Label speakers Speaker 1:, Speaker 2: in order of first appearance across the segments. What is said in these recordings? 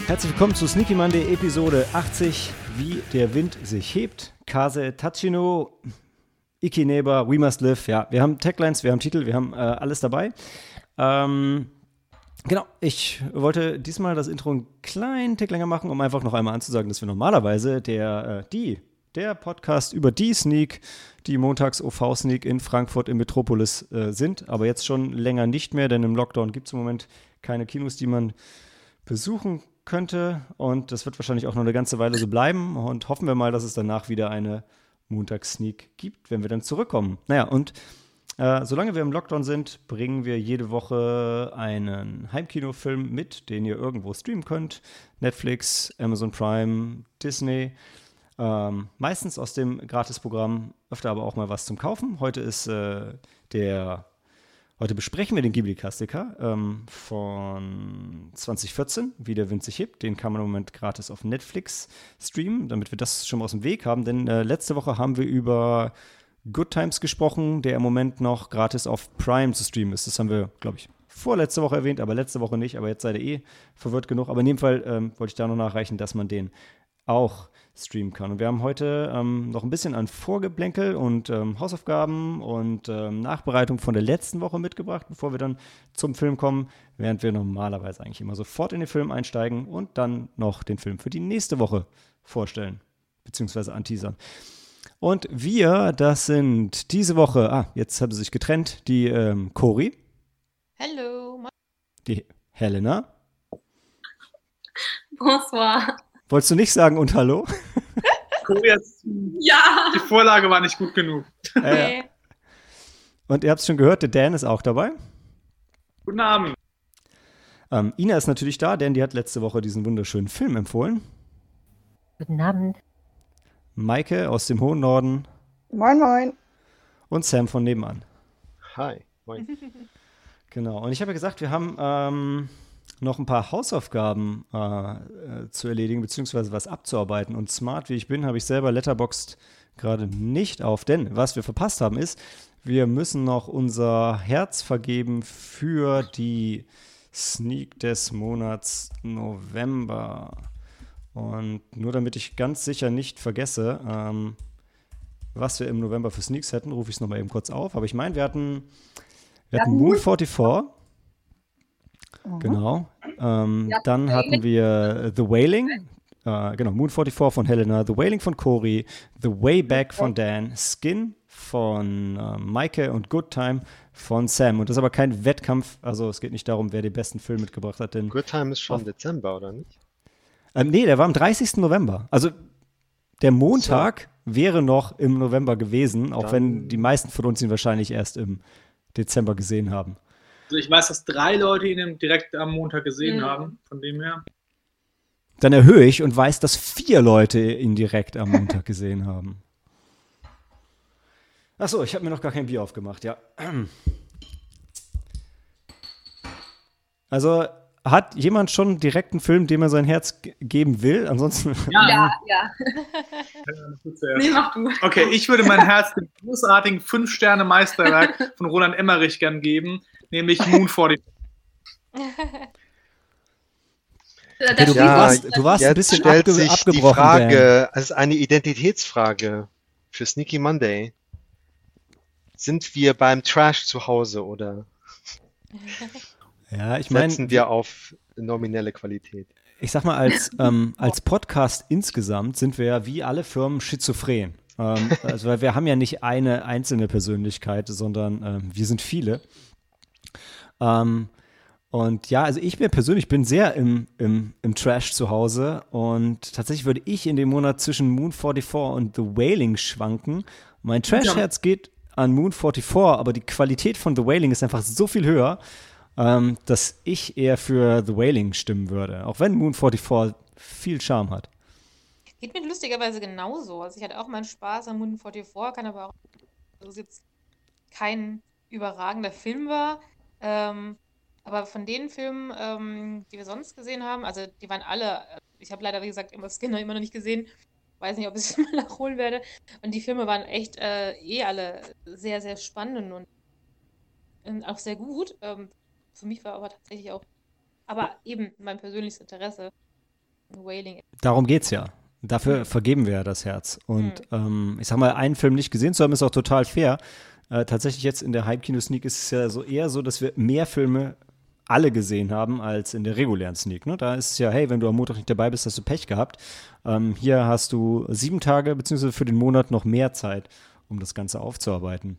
Speaker 1: Herzlich willkommen zu Sneaky Monday Episode 80, wie der Wind sich hebt. Kase Tachino, Ikineba, We Must Live. Ja, wir haben Taglines, wir haben Titel, wir haben alles dabei. Genau, ich wollte diesmal das Intro einen kleinen Tick länger machen, um einfach noch einmal anzusagen, dass wir normalerweise der Podcast über die Sneak, die Montags-OV-Sneak in Frankfurt im Metropolis sind, aber jetzt schon länger nicht mehr, denn im Lockdown gibt es im Moment keine Kinos, die man besuchen könnte, und das wird wahrscheinlich auch noch eine ganze Weile so bleiben, und hoffen wir mal, dass es danach wieder eine Montags-Sneak gibt, wenn wir dann zurückkommen. Naja, und solange wir im Lockdown sind, bringen wir jede Woche einen Heimkinofilm mit, den ihr irgendwo streamen könnt. Netflix, Amazon Prime, Disney. Meistens aus dem Gratisprogramm, öfter aber auch mal was zum Kaufen. Heute besprechen wir den Ghibli-Klassiker von 2014, wie der Wind sich hebt. Den kann man im Moment gratis auf Netflix streamen, damit wir das schon mal aus dem Weg haben. Denn letzte Woche haben wir über Good Times gesprochen, der im Moment noch gratis auf Prime zu streamen ist. Das haben wir, glaube ich, vorletzte Woche erwähnt, aber letzte Woche nicht. Aber jetzt seid ihr verwirrt genug. Aber in dem Fall wollte ich da noch nachreichen, dass man den auch streamen kann. Und wir haben heute noch ein bisschen an Vorgeplänkel und Hausaufgaben und Nachbereitung von der letzten Woche mitgebracht, bevor wir dann zum Film kommen, während wir normalerweise eigentlich immer sofort in den Film einsteigen und dann noch den Film für die nächste Woche vorstellen, beziehungsweise anteasern. Und wir, das sind diese Woche, jetzt haben sie sich getrennt, die Cori.
Speaker 2: Hallo.
Speaker 1: Die Helena.
Speaker 3: Bonsoir.
Speaker 1: Wolltest du nicht sagen und hallo?
Speaker 3: Ja.
Speaker 4: Die Vorlage war nicht gut genug.
Speaker 2: Okay.
Speaker 1: Und ihr habt es schon gehört, der Dan ist auch dabei.
Speaker 4: Guten Abend.
Speaker 1: Ina ist natürlich da, denn die hat letzte Woche diesen wunderschönen Film empfohlen.
Speaker 5: Guten Abend.
Speaker 1: Maike aus dem hohen Norden.
Speaker 6: Moin, moin.
Speaker 1: Und Sam von nebenan.
Speaker 7: Hi. Moin.
Speaker 1: Genau. Und ich habe ja gesagt, wir haben noch ein paar Hausaufgaben zu erledigen, beziehungsweise was abzuarbeiten. Und smart wie ich bin, habe ich selber Letterboxd gerade nicht auf. Denn was wir verpasst haben ist, wir müssen noch unser Herz vergeben für die Sneak des Monats November. Und nur damit ich ganz sicher nicht vergesse, was wir im November für Sneaks hätten, rufe ich es nochmal eben kurz auf. Aber ich meine, wir hatten Moon 44. Genau. Dann hatten wir The Wailing. Moon 44 von Helena, The Wailing von Cori, The Way Back von Dan, Skin von Maike und Good Time von Sam. Und das ist aber kein Wettkampf. Also es geht nicht darum, wer den besten Film mitgebracht hat. Denn
Speaker 7: Good Time ist schon Dezember, oder nicht?
Speaker 1: Nee, der war am 30. November. Also der Montag wäre noch im November gewesen, auch wenn die meisten von uns ihn wahrscheinlich erst im Dezember gesehen haben.
Speaker 4: Also ich weiß, dass 3 Leute ihn direkt am Montag gesehen haben, von dem her.
Speaker 1: Dann erhöhe ich und weiß, dass 4 Leute ihn direkt am Montag gesehen haben. Achso, ich habe mir noch gar kein Bier aufgemacht, ja. Also hat jemand schon direkt einen Film, dem er sein Herz geben will? Ansonsten.
Speaker 3: Ja.
Speaker 4: Nee, mach du. Okay, ich würde mein Herz dem großartigen 5-Sterne-Meisterwerk von Roland Emmerich gern geben, nämlich Moon 44.
Speaker 1: Du warst ein bisschen
Speaker 7: stellt sich
Speaker 1: abgebrochen.
Speaker 7: Die Frage, es ist eine Identitätsfrage für Sneaky Monday. Sind wir beim Trash zu Hause oder
Speaker 1: ja, ich meine,
Speaker 7: setzen wir auf nominelle Qualität?
Speaker 1: Ich sag mal, als Podcast insgesamt sind wir ja wie alle Firmen schizophren. Also weil wir haben ja nicht eine einzelne Persönlichkeit, sondern wir sind viele. Und ja, also ich persönlich bin sehr im Trash zu Hause, und tatsächlich würde ich in dem Monat zwischen Moon 44 und The Wailing schwanken. Mein Trash-Herz geht an Moon 44, aber die Qualität von The Wailing ist einfach so viel höher, dass ich eher für The Wailing stimmen würde, auch wenn Moon 44 viel Charme hat.
Speaker 2: Geht mir lustigerweise genauso. Also ich hatte auch meinen Spaß an Moon 44, kann aber auch, dass es jetzt kein überragender Film war. Aber von den Filmen, die wir sonst gesehen haben, also die waren alle, ich habe leider, wie gesagt, Skinner immer noch nicht gesehen. Weiß nicht, ob ich es mal nachholen werde. Und die Filme waren echt alle sehr, sehr spannend und auch sehr gut. Für mich war aber tatsächlich auch, aber eben mein persönliches Interesse Wailing.
Speaker 1: Darum geht's ja. Dafür vergeben wir ja das Herz. Und ich sag mal, einen Film nicht gesehen zu haben, ist auch total fair. Tatsächlich jetzt in der Hype-Kino-Sneak ist es ja so eher so, dass wir mehr Filme alle gesehen haben als in der regulären Sneak. Ne? Da ist es ja, hey, wenn du am Montag nicht dabei bist, hast du Pech gehabt. Hier hast du 7 Tage, beziehungsweise für den Monat noch mehr Zeit, um das Ganze aufzuarbeiten.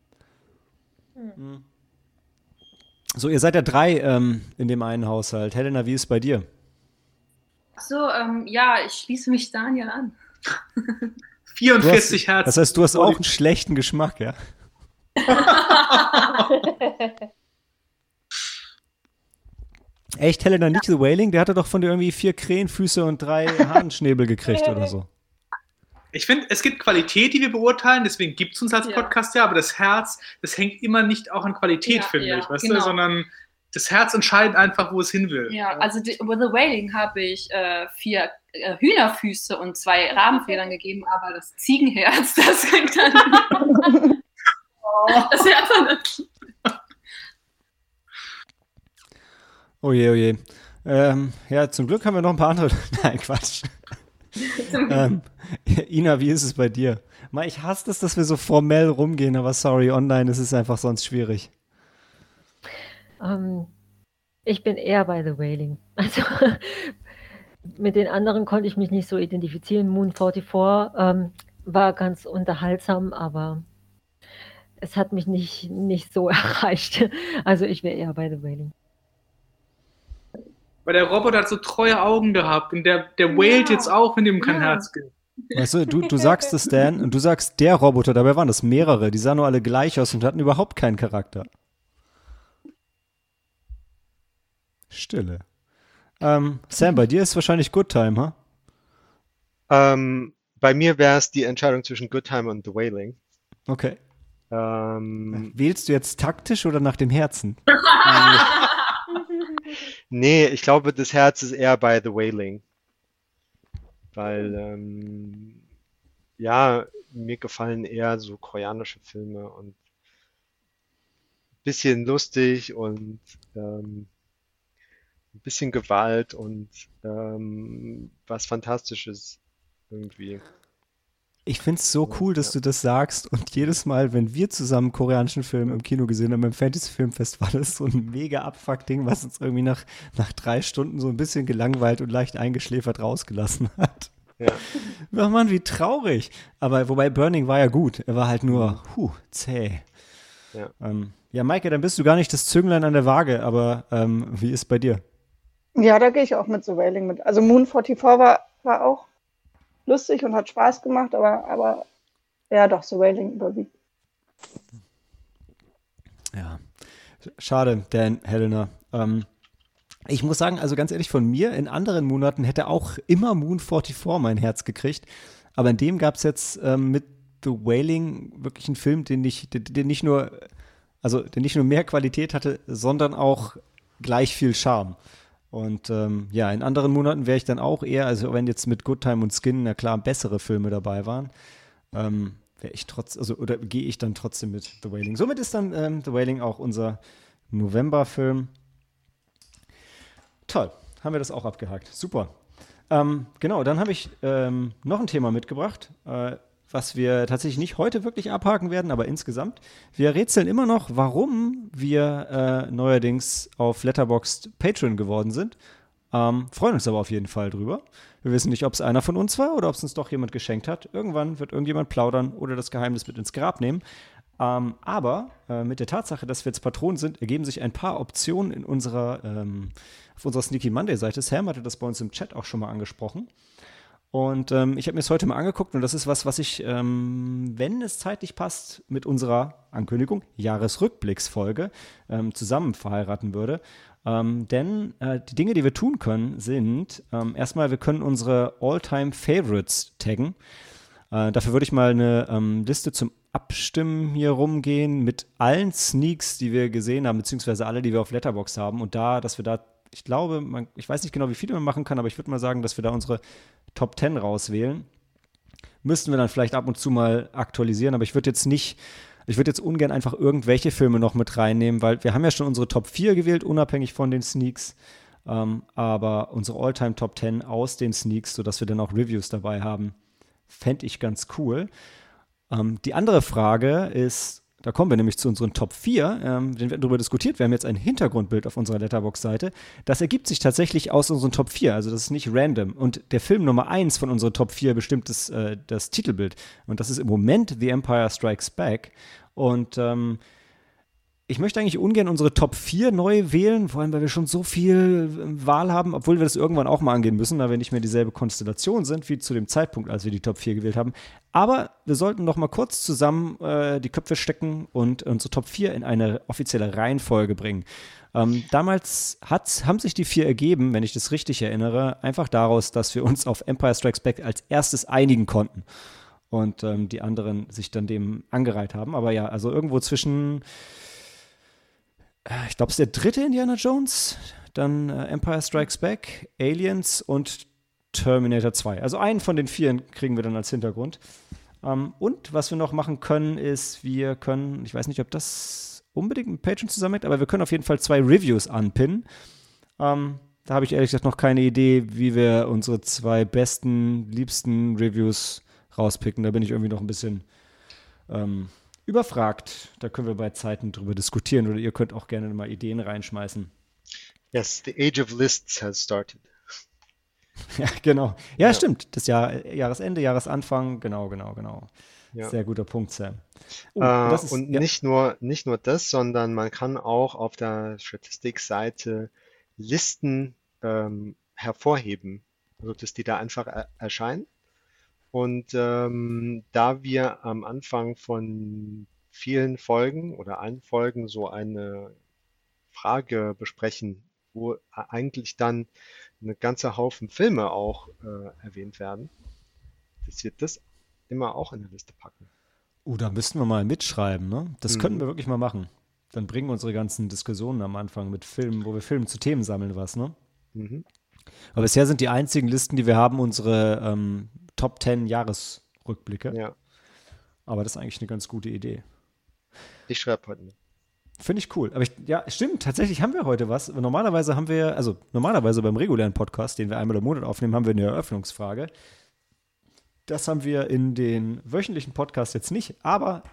Speaker 1: So, ihr seid ja 3 in dem einen Haushalt. Helena, wie ist es bei dir?
Speaker 3: So, ja, ich schließe mich Daniel an.
Speaker 4: 44 Hertz.
Speaker 1: Das heißt, du hast auch einen schlechten Geschmack, ja? Echt, Helena, nicht The Wailing? Der hatte doch von dir irgendwie 4 Krähenfüße und 3 Hahnschnäbel gekriegt oder so.
Speaker 4: Ich finde, es gibt Qualität, die wir beurteilen, deswegen gibt es uns als Podcast ja, aber das Herz, das hängt immer nicht auch an Qualität, finde ich, weißt du, sondern das Herz entscheidet einfach, wo es hin will.
Speaker 3: Ja, also über The Wailing habe ich 4 Hühnerfüße und 2 Rabenfedern gegeben, aber das Ziegenherz, das hängt dann. Das Herz an der
Speaker 1: Oh je, oh je. Ja, zum Glück haben wir noch ein paar andere. Nein, Quatsch. Ina, wie ist es bei dir? Ich hasse es, dass wir so formell rumgehen, aber sorry, online ist es einfach sonst schwierig.
Speaker 5: Ich bin eher bei The Wailing. Also mit den anderen konnte ich mich nicht so identifizieren. Moon 44 war ganz unterhaltsam, aber es hat mich nicht so erreicht. Also ich wäre eher bei The Wailing.
Speaker 4: Weil der Roboter hat so treue Augen gehabt und der wailt jetzt auch, wenn ihm kein Herz gibt.
Speaker 1: Weißt du, du sagst es, Dan, und du sagst der Roboter, dabei waren das mehrere, die sahen nur alle gleich aus und hatten überhaupt keinen Charakter. Stille. Sam, bei dir ist wahrscheinlich Good Time, ha?
Speaker 7: Bei mir wäre es die Entscheidung zwischen Good Time und The Wailing.
Speaker 1: Okay. Wählst du jetzt taktisch oder nach dem Herzen?
Speaker 7: Nee, ich glaube, das Herz ist eher bei The Wailing. Weil, ja, mir gefallen eher so koreanische Filme und ein bisschen lustig und ein bisschen Gewalt und was Fantastisches irgendwie.
Speaker 1: Ich finde es so cool, dass du das sagst und jedes Mal, wenn wir zusammen einen koreanischen Film im Kino gesehen haben, im Fantasy-Filmfest, war das so ein mega Abfuck-Ding, was uns irgendwie nach 3 Stunden so ein bisschen gelangweilt und leicht eingeschläfert rausgelassen hat.
Speaker 7: Ja.
Speaker 1: Ach Mann, wie traurig. Aber wobei Burning war ja gut. Er war halt nur zäh.
Speaker 7: Ja.
Speaker 1: Ja, Maike, dann bist du gar nicht das Zünglein an der Waage, aber wie ist es bei dir?
Speaker 6: Ja, da gehe ich auch mit The Wailing mit. Also Moon 44 war auch lustig und hat Spaß gemacht, aber ja, doch, The Wailing überwiegt.
Speaker 1: Ja, schade, Dan, Helena. Ich muss sagen, also ganz ehrlich, von mir in anderen Monaten hätte auch immer Moon 44 mein Herz gekriegt, aber in dem gab es jetzt mit The Wailing wirklich einen Film, der nicht nur mehr Qualität hatte, sondern auch gleich viel Charme. Und ja, in anderen Monaten wäre ich dann auch eher, also wenn jetzt mit Good Time und Skin, na klar, bessere Filme dabei waren, gehe ich dann trotzdem mit The Wailing. Somit ist dann The Wailing auch unser November-Film. Toll, haben wir das auch abgehakt. Super. Genau, dann habe ich noch ein Thema mitgebracht, was wir tatsächlich nicht heute wirklich abhaken werden, aber insgesamt. Wir rätseln immer noch, warum wir neuerdings auf Letterboxd Patreon geworden sind. Freuen uns aber auf jeden Fall drüber. Wir wissen nicht, ob es einer von uns war oder ob es uns doch jemand geschenkt hat. Irgendwann wird irgendjemand plaudern oder das Geheimnis mit ins Grab nehmen. Aber mit der Tatsache, dass wir jetzt Patronen sind, ergeben sich ein paar Optionen in auf unserer Sneaky Monday-Seite. Sam hatte das bei uns im Chat auch schon mal angesprochen. Und ich habe mir es heute mal angeguckt und das ist was ich, wenn es zeitlich passt, mit unserer Ankündigung, Jahresrückblicksfolge, zusammen verheiraten würde. Denn die Dinge, die wir tun können, sind erstmal, wir können unsere All-Time-Favorites taggen. Dafür würde ich mal eine Liste zum Abstimmen hier rumgehen mit allen Sneaks, die wir gesehen haben, beziehungsweise alle, die wir auf Letterboxd haben. Und dass wir da, ich glaube, ich weiß nicht genau, wie viele man machen kann, aber ich würde mal sagen, dass wir da unsere Top 10 rauswählen. Müssten wir dann vielleicht ab und zu mal aktualisieren, aber ich würde jetzt ungern einfach irgendwelche Filme noch mit reinnehmen, weil wir haben ja schon unsere Top 4 gewählt, unabhängig von den Sneaks. Aber unsere All-Time Top 10 aus den Sneaks, sodass wir dann auch Reviews dabei haben, fände ich ganz cool. Die andere Frage ist, da kommen wir nämlich zu unseren Top 4, denn wir hatten darüber diskutiert, wir haben jetzt ein Hintergrundbild auf unserer Letterboxd-Seite. Das ergibt sich tatsächlich aus unseren Top 4, also das ist nicht random. Und der Film Nummer 1 von unseren Top 4 bestimmt das Titelbild. Und das ist im Moment The Empire Strikes Back. Und ich möchte eigentlich ungern unsere Top 4 neu wählen, vor allem, weil wir schon so viel Wahl haben, obwohl wir das irgendwann auch mal angehen müssen, da wir nicht mehr dieselbe Konstellation sind wie zu dem Zeitpunkt, als wir die Top 4 gewählt haben. Aber wir sollten noch mal kurz zusammen die Köpfe stecken und unsere Top 4 in eine offizielle Reihenfolge bringen. Damals haben sich die 4 ergeben, wenn ich das richtig erinnere, einfach daraus, dass wir uns auf Empire Strikes Back als erstes einigen konnten. Und die anderen sich dann dem angereiht haben. Aber ja, also irgendwo zwischen ich glaube, es ist der dritte Indiana Jones, dann Empire Strikes Back, Aliens und Terminator 2. Also einen von den 4 kriegen wir dann als Hintergrund. Und was wir noch machen können, ist, wir können, ich weiß nicht, ob das unbedingt mit Patreon zusammenhängt, aber wir können auf jeden Fall 2 Reviews anpinnen. Da habe ich ehrlich gesagt noch keine Idee, wie wir unsere 2 besten, liebsten Reviews rauspicken. Da bin ich irgendwie noch ein bisschen überfragt. Da können wir bei Zeiten drüber diskutieren oder ihr könnt auch gerne mal Ideen reinschmeißen.
Speaker 7: Yes, the age of lists has started.
Speaker 1: Ja, genau. Ja, stimmt. Das Jahresende, Jahresanfang, genau.
Speaker 7: Ja.
Speaker 1: Sehr guter Punkt, Sam.
Speaker 7: Und nicht nur das, sondern man kann auch auf der Statistikseite Listen hervorheben, also dass die da einfach erscheinen. Und da wir am Anfang von vielen Folgen oder allen Folgen so eine Frage besprechen, wo eigentlich dann eine ganze Haufen Filme auch erwähnt werden, dass wir das immer auch in der Liste packen.
Speaker 1: Da müssten wir mal mitschreiben, ne? Das könnten wir wirklich mal machen. Dann bringen wir unsere ganzen Diskussionen am Anfang mit Filmen, wo wir Filme zu Themen sammeln, ne? Mhm. Aber bisher sind die einzigen Listen, die wir haben, unsere Top 10 Jahresrückblicke.
Speaker 7: Ja.
Speaker 1: Aber das ist eigentlich eine ganz gute Idee.
Speaker 7: Ich schreibe heute mit.
Speaker 1: Finde ich cool. Aber stimmt, tatsächlich haben wir heute was. Normalerweise beim regulären Podcast, den wir einmal im Monat aufnehmen, haben wir eine Eröffnungsfrage. Das haben wir in den wöchentlichen Podcasts jetzt nicht, aber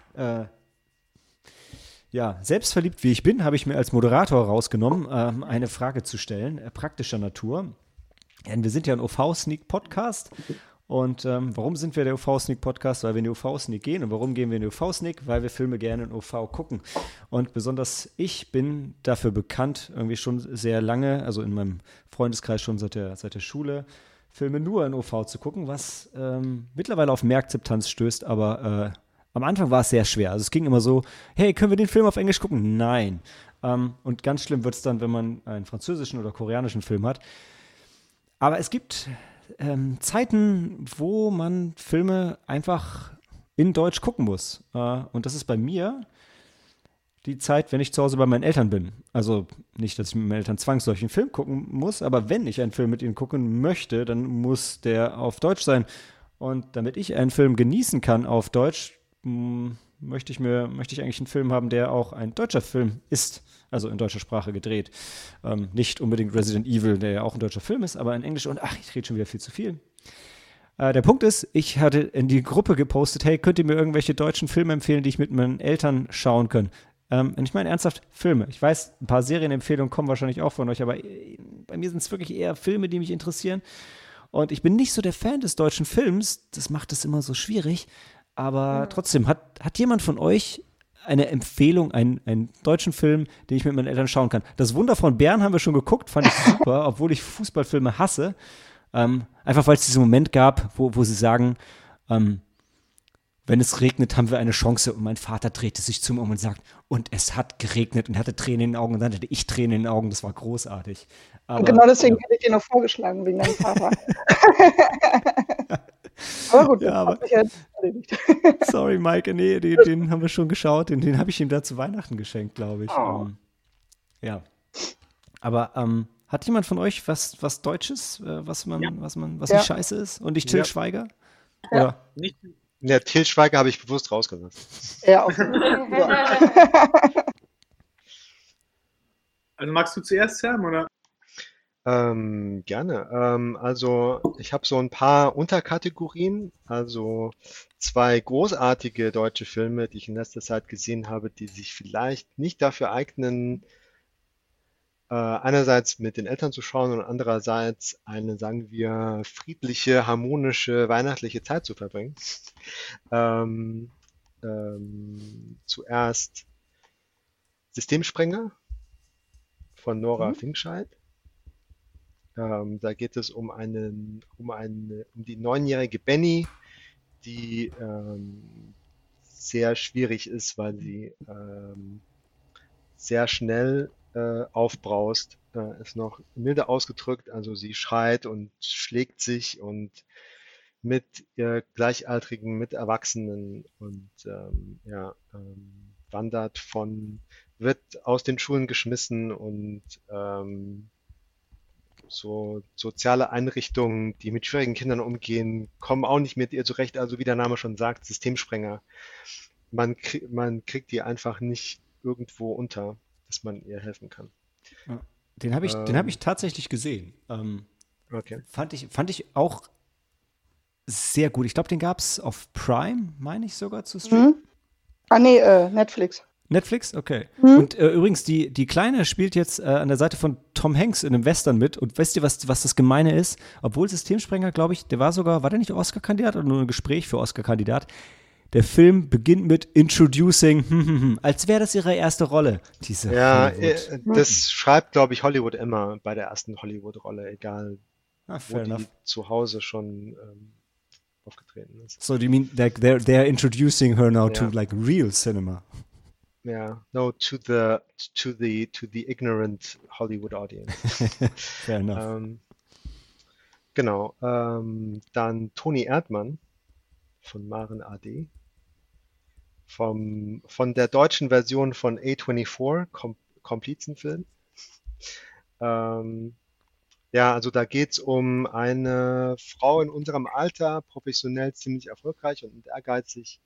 Speaker 1: selbstverliebt wie ich bin, habe ich mir als Moderator rausgenommen, eine Frage zu stellen, praktischer Natur. Denn wir sind ja ein OV-Sneak-Podcast. Und warum sind wir der OV-Sneak-Podcast? Weil wir in die OV-Sneak gehen. Und warum gehen wir in die OV-Sneak? Weil wir Filme gerne in OV gucken. Und besonders ich bin dafür bekannt, irgendwie schon sehr lange, also in meinem Freundeskreis schon seit der Schule, Filme nur in OV zu gucken, was mittlerweile auf mehr Akzeptanz stößt. Aber am Anfang war es sehr schwer. Also es ging immer so, hey, können wir den Film auf Englisch gucken? Nein. Und ganz schlimm wird es dann, wenn man einen französischen oder koreanischen Film hat. Aber es gibt Zeiten, wo man Filme einfach in Deutsch gucken muss. Und das ist bei mir die Zeit, wenn ich zu Hause bei meinen Eltern bin. Also nicht, dass ich mit meinen Eltern zwangsläufig einen Film gucken muss, aber wenn ich einen Film mit ihnen gucken möchte, dann muss der auf Deutsch sein. Und damit ich einen Film genießen kann auf Deutsch, möchte ich eigentlich einen Film haben, der auch ein deutscher Film ist, also in deutscher Sprache gedreht. Nicht unbedingt Resident Evil, der ja auch ein deutscher Film ist, aber in Englisch. Und ich rede schon wieder viel zu viel. Der Punkt ist, ich hatte in die Gruppe gepostet, hey, könnt ihr mir irgendwelche deutschen Filme empfehlen, die ich mit meinen Eltern schauen kann? Und ich meine ernsthaft, Filme. Ich weiß, ein paar Serienempfehlungen kommen wahrscheinlich auch von euch, aber bei mir sind es wirklich eher Filme, die mich interessieren. Und ich bin nicht so der Fan des deutschen Films, das macht es immer so schwierig. Aber trotzdem, hat jemand von euch eine Empfehlung, einen deutschen Film, den ich mit meinen Eltern schauen kann? Das Wunder von Bern haben wir schon geguckt, fand ich super, obwohl ich Fußballfilme hasse. Einfach weil es diesen Moment gab, wo sie sagen, wenn es regnet, haben wir eine Chance. Und mein Vater drehte sich zu mir um und sagt, und es hat geregnet und hatte Tränen in den Augen. Und dann hatte ich Tränen in den Augen. Das war großartig. Aber,
Speaker 6: und genau deswegen hätte ich dir noch vorgeschlagen, wegen deinem Vater. Aber gut,
Speaker 1: ja,
Speaker 6: hat sich jetzt erledigt.
Speaker 1: Sorry, Maike, nee, den haben wir schon geschaut. Den habe ich ihm da zu Weihnachten geschenkt, glaube ich.
Speaker 6: Oh.
Speaker 1: Ja. Aber hat jemand von euch was Deutsches, was nicht scheiße ist? Und nicht Til Schweiger?
Speaker 6: Ja.
Speaker 1: Oder?
Speaker 4: Nicht.
Speaker 7: Ja, Til Schweiger habe ich bewusst rausgelassen.
Speaker 6: Ja, auf jeden Fall.
Speaker 4: Also magst du zuerst, Sam, oder?
Speaker 7: Gerne. Also ich habe so ein paar Unterkategorien, also zwei großartige deutsche Filme, die ich in letzter Zeit gesehen habe, die sich vielleicht nicht dafür eignen, einerseits mit den Eltern zu schauen und andererseits eine, sagen wir, friedliche, harmonische, weihnachtliche Zeit zu verbringen. Zuerst Systemsprenger von Nora Finkscheid. Da geht es um die 9-jährige Benny, die sehr schwierig ist, weil sie sehr schnell aufbraust, ist noch milde ausgedrückt, also sie schreit und schlägt sich und mit Gleichaltrigen, mit Erwachsenen und wird aus den Schulen geschmissen und so soziale Einrichtungen, die mit schwierigen Kindern umgehen, kommen auch nicht mit ihr zurecht. Also wie der Name schon sagt, Systemsprenger. Man kriegt die einfach nicht irgendwo unter, dass man ihr helfen kann.
Speaker 1: Ja. Den hab ich tatsächlich gesehen.
Speaker 7: Okay.
Speaker 1: Fand ich auch sehr gut. Ich glaube, den gab es auf Prime, meine ich sogar, zu streamen.
Speaker 6: Netflix.
Speaker 1: Netflix? Okay. Und übrigens, die Kleine spielt jetzt an der Seite von Tom Hanks in einem Western mit. Und wisst ihr, was das Gemeine ist? Obwohl Systemsprenger, glaube ich, war der nicht Oscar-Kandidat oder nur ein Gespräch für Oscar-Kandidat? Der Film beginnt mit Introducing, als wäre das ihre erste Rolle.
Speaker 7: Das schreibt, glaube ich, Hollywood immer bei der ersten Hollywood-Rolle, egal wo die zu Hause schon aufgetreten ist.
Speaker 1: So, do you mean like they're introducing her now to like real cinema?
Speaker 7: Yeah, no, to the ignorant Hollywood audience.
Speaker 1: Fair enough.
Speaker 7: Genau. Dann Toni Erdmann von Maren AD. Von der deutschen Version von A24, Komplizenfilm. Also da geht es um eine Frau in unserem Alter, professionell ziemlich erfolgreich und ehrgeizig,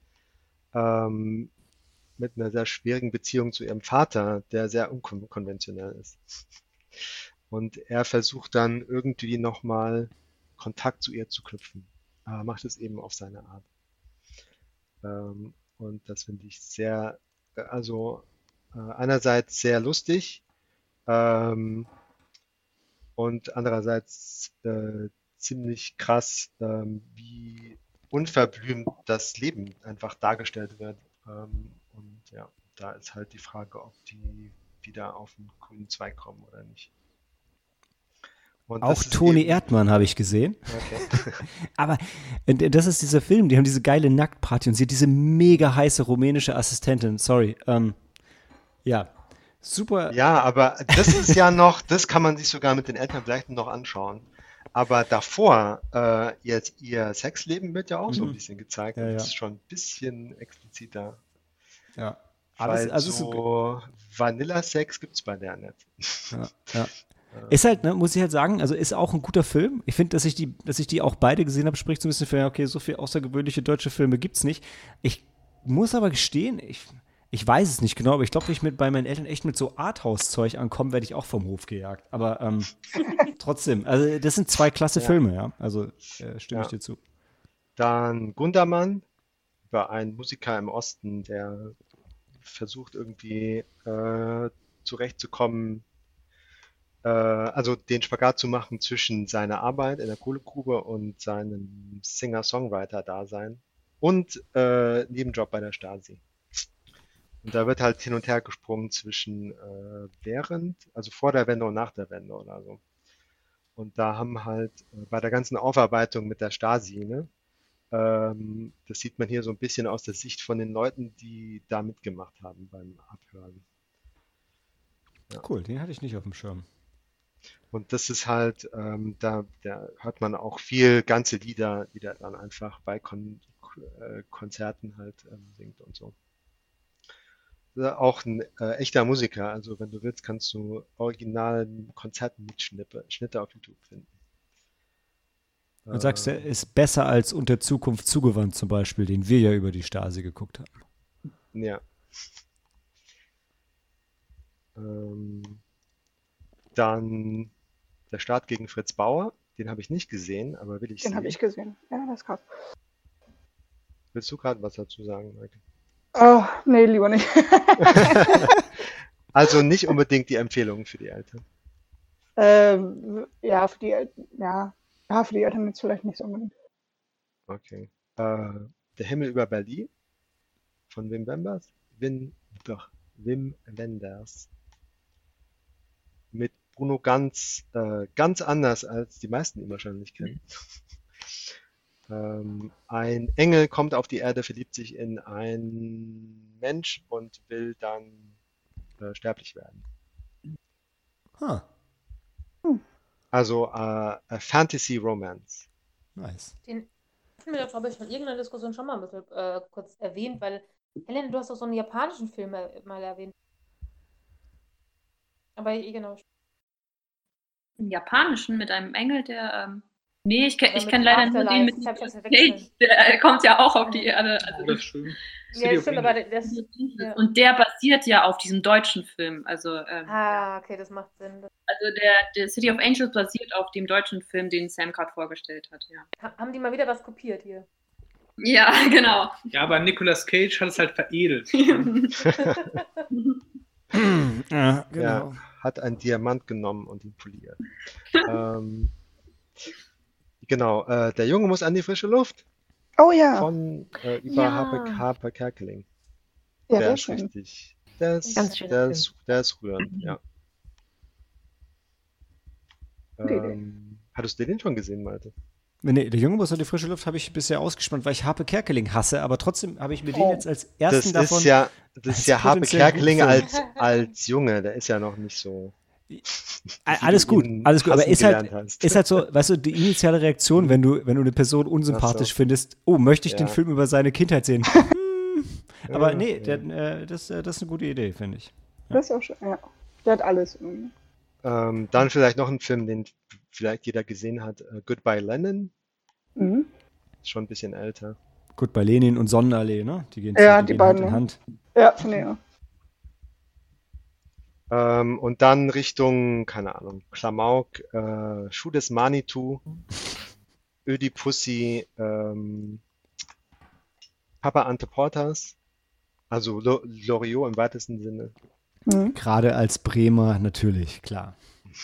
Speaker 7: mit einer sehr schwierigen Beziehung zu ihrem Vater, der sehr unkonventionell ist. Und er versucht dann irgendwie nochmal Kontakt zu ihr zu knüpfen. Aber macht es eben auf seine Art. Und das finde ich einerseits sehr lustig und andererseits ziemlich krass, wie unverblümt das Leben einfach dargestellt wird. Und ja, da ist halt die Frage, ob die wieder auf den grünen Zweig kommen oder nicht.
Speaker 1: Und auch Toni Erdmann habe ich gesehen.
Speaker 7: Okay.
Speaker 1: Aber das ist dieser Film, die haben diese geile Nacktparty und sie hat diese mega heiße rumänische Assistentin. Sorry. Ja, super.
Speaker 7: Ja, aber das ist ja noch, das kann man sich sogar mit den Eltern vielleicht noch anschauen. Aber davor, ihr Sexleben wird ja auch so ein bisschen gezeigt.
Speaker 1: Ja,
Speaker 7: das ist schon ein bisschen expliziter.
Speaker 1: Ja.
Speaker 7: Also so Vanilla-Sex gibt es bei der nicht.
Speaker 1: Ja. Ist halt, muss ich halt sagen, also ist auch ein guter Film. Ich finde, dass ich die auch beide gesehen habe, spricht so ein bisschen für, okay, so viele außergewöhnliche deutsche Filme gibt es nicht. Ich muss aber gestehen, ich weiß es nicht genau, aber ich glaube, wenn ich bei meinen Eltern echt mit so Arthouse-Zeug ankomme, werde ich auch vom Hof gejagt. Aber trotzdem, also das sind zwei klasse Filme, ja. Also stimme ich dir zu.
Speaker 7: Dann Gundermann, über einen Musiker im Osten, der versucht irgendwie zurechtzukommen, also den Spagat zu machen zwischen seiner Arbeit in der Kohlegrube und seinem Singer-Songwriter-Dasein und Nebenjob bei der Stasi. Und da wird halt hin und her gesprungen zwischen also vor der Wende und nach der Wende oder so. Und da haben halt bei der ganzen Aufarbeitung mit der Stasi, ne, das sieht man hier so ein bisschen aus der Sicht von den Leuten, die da mitgemacht haben beim Abhören.
Speaker 1: Ja. Cool, den hatte ich nicht auf dem Schirm.
Speaker 7: Und das ist halt, da hört man auch viel ganze Lieder, die der dann einfach bei Konzerten halt singt und so. Auch ein echter Musiker, also wenn du willst, kannst du originalen Konzertmitschnitte auf YouTube finden.
Speaker 1: Und sagst, er ist besser als Unter Zukunft zugewandt zum Beispiel, den wir ja über die Stasi geguckt haben.
Speaker 7: Ja. Dann Der Staat gegen Fritz Bauer. Den habe ich nicht gesehen, aber will ich sehen.
Speaker 6: Den habe ich gesehen. Ja, das ist krass.
Speaker 7: Willst du gerade was dazu sagen, Maike?
Speaker 6: Oh, nee, lieber nicht.
Speaker 7: Also nicht unbedingt die Empfehlung für die Eltern.
Speaker 6: Ja, für die Eltern jetzt vielleicht nicht so unbedingt.
Speaker 7: Okay. Der Himmel über Berlin von Wim Wenders. Wim Wenders. Mit Bruno Ganz anders, als die meisten ihn wahrscheinlich kennen. Ein Engel kommt auf die Erde, verliebt sich in einen Mensch und will dann sterblich werden.
Speaker 1: Huh.
Speaker 7: Also a Fantasy Romance.
Speaker 1: Nice.
Speaker 2: Den hatten wir, glaube ich, in irgendeiner Diskussion schon mal ein bisschen kurz erwähnt, weil, Helene, du hast doch so einen japanischen Film mal erwähnt. Aber genau.
Speaker 3: Einen japanischen mit einem Engel, der. Nee, ich kenne leider nur den mit
Speaker 2: Nicolas
Speaker 3: Cage. Der kommt ja auch auf die Erde. Also
Speaker 4: Das ist schön.
Speaker 2: Ja, stimmt, aber das. Ja.
Speaker 3: Und der basiert ja auf diesem deutschen Film. Also,
Speaker 2: okay, das macht Sinn.
Speaker 3: Also der City of Angels basiert auf dem deutschen Film, den Sam gerade vorgestellt hat, ja.
Speaker 2: Haben die mal wieder was kopiert hier?
Speaker 3: Ja, genau.
Speaker 4: Ja, aber Nicolas Cage hat es halt veredelt.
Speaker 1: Ja, genau.
Speaker 7: Ja, hat einen Diamant genommen und ihn poliert. Genau, der Junge muss an die frische Luft.
Speaker 6: Oh ja.
Speaker 7: Von über
Speaker 5: Ja.
Speaker 7: Harpe Kerkeling.
Speaker 6: Ja,
Speaker 7: Der
Speaker 6: sehr
Speaker 7: ist
Speaker 6: schön.
Speaker 7: richtig. Der ist,
Speaker 5: Ganz schöner
Speaker 7: der
Speaker 5: Film.
Speaker 7: ist, der ist rührend, ja.
Speaker 6: Gute Idee.
Speaker 7: Hattest du den schon gesehen, Malte?
Speaker 1: Nee, der Junge muss an die frische Luft habe ich bisher ausgespannt, weil ich Harpe Kerkeling hasse, aber trotzdem habe ich mir den jetzt als ersten
Speaker 7: Das
Speaker 1: davon.
Speaker 7: ist ja
Speaker 1: als
Speaker 7: Harpe
Speaker 1: potenziell
Speaker 7: Kerkeling
Speaker 1: guten
Speaker 7: als Junge, der ist ja noch nicht so.
Speaker 1: Alles gut,
Speaker 7: ihn
Speaker 1: alles gut, aber
Speaker 7: hassen
Speaker 1: ist halt,
Speaker 7: gelernt hast.
Speaker 1: ist halt so, weißt du, die initiale Reaktion, wenn du eine Person unsympathisch
Speaker 7: Ach so.
Speaker 1: findest, oh, möchte ich den
Speaker 7: Ja.
Speaker 1: Film über seine Kindheit sehen? Aber
Speaker 7: Ja,
Speaker 1: nee,
Speaker 7: ja.
Speaker 1: das ist eine gute Idee, finde ich.
Speaker 6: Das ist auch schön, ja. Der hat alles irgendwie.
Speaker 7: Dann vielleicht noch ein Film, den vielleicht jeder gesehen hat, Goodbye Lenin,
Speaker 6: Mhm.
Speaker 7: ist schon ein bisschen älter.
Speaker 1: Gut, bei Lenin und Sonnenallee, ne? Die gehen,
Speaker 6: Ja,
Speaker 1: die
Speaker 6: die
Speaker 1: gehen
Speaker 6: beiden,
Speaker 1: Hand in
Speaker 6: ne?
Speaker 1: Hand.
Speaker 6: Ja, finde ich auch.
Speaker 7: Und dann Richtung, keine Ahnung, Klamauk, Schuh des Manitou, Ödipussy, Papa Ante Portas, also Loriot im weitesten Sinne.
Speaker 6: Mhm.
Speaker 1: Gerade als Bremer natürlich, klar.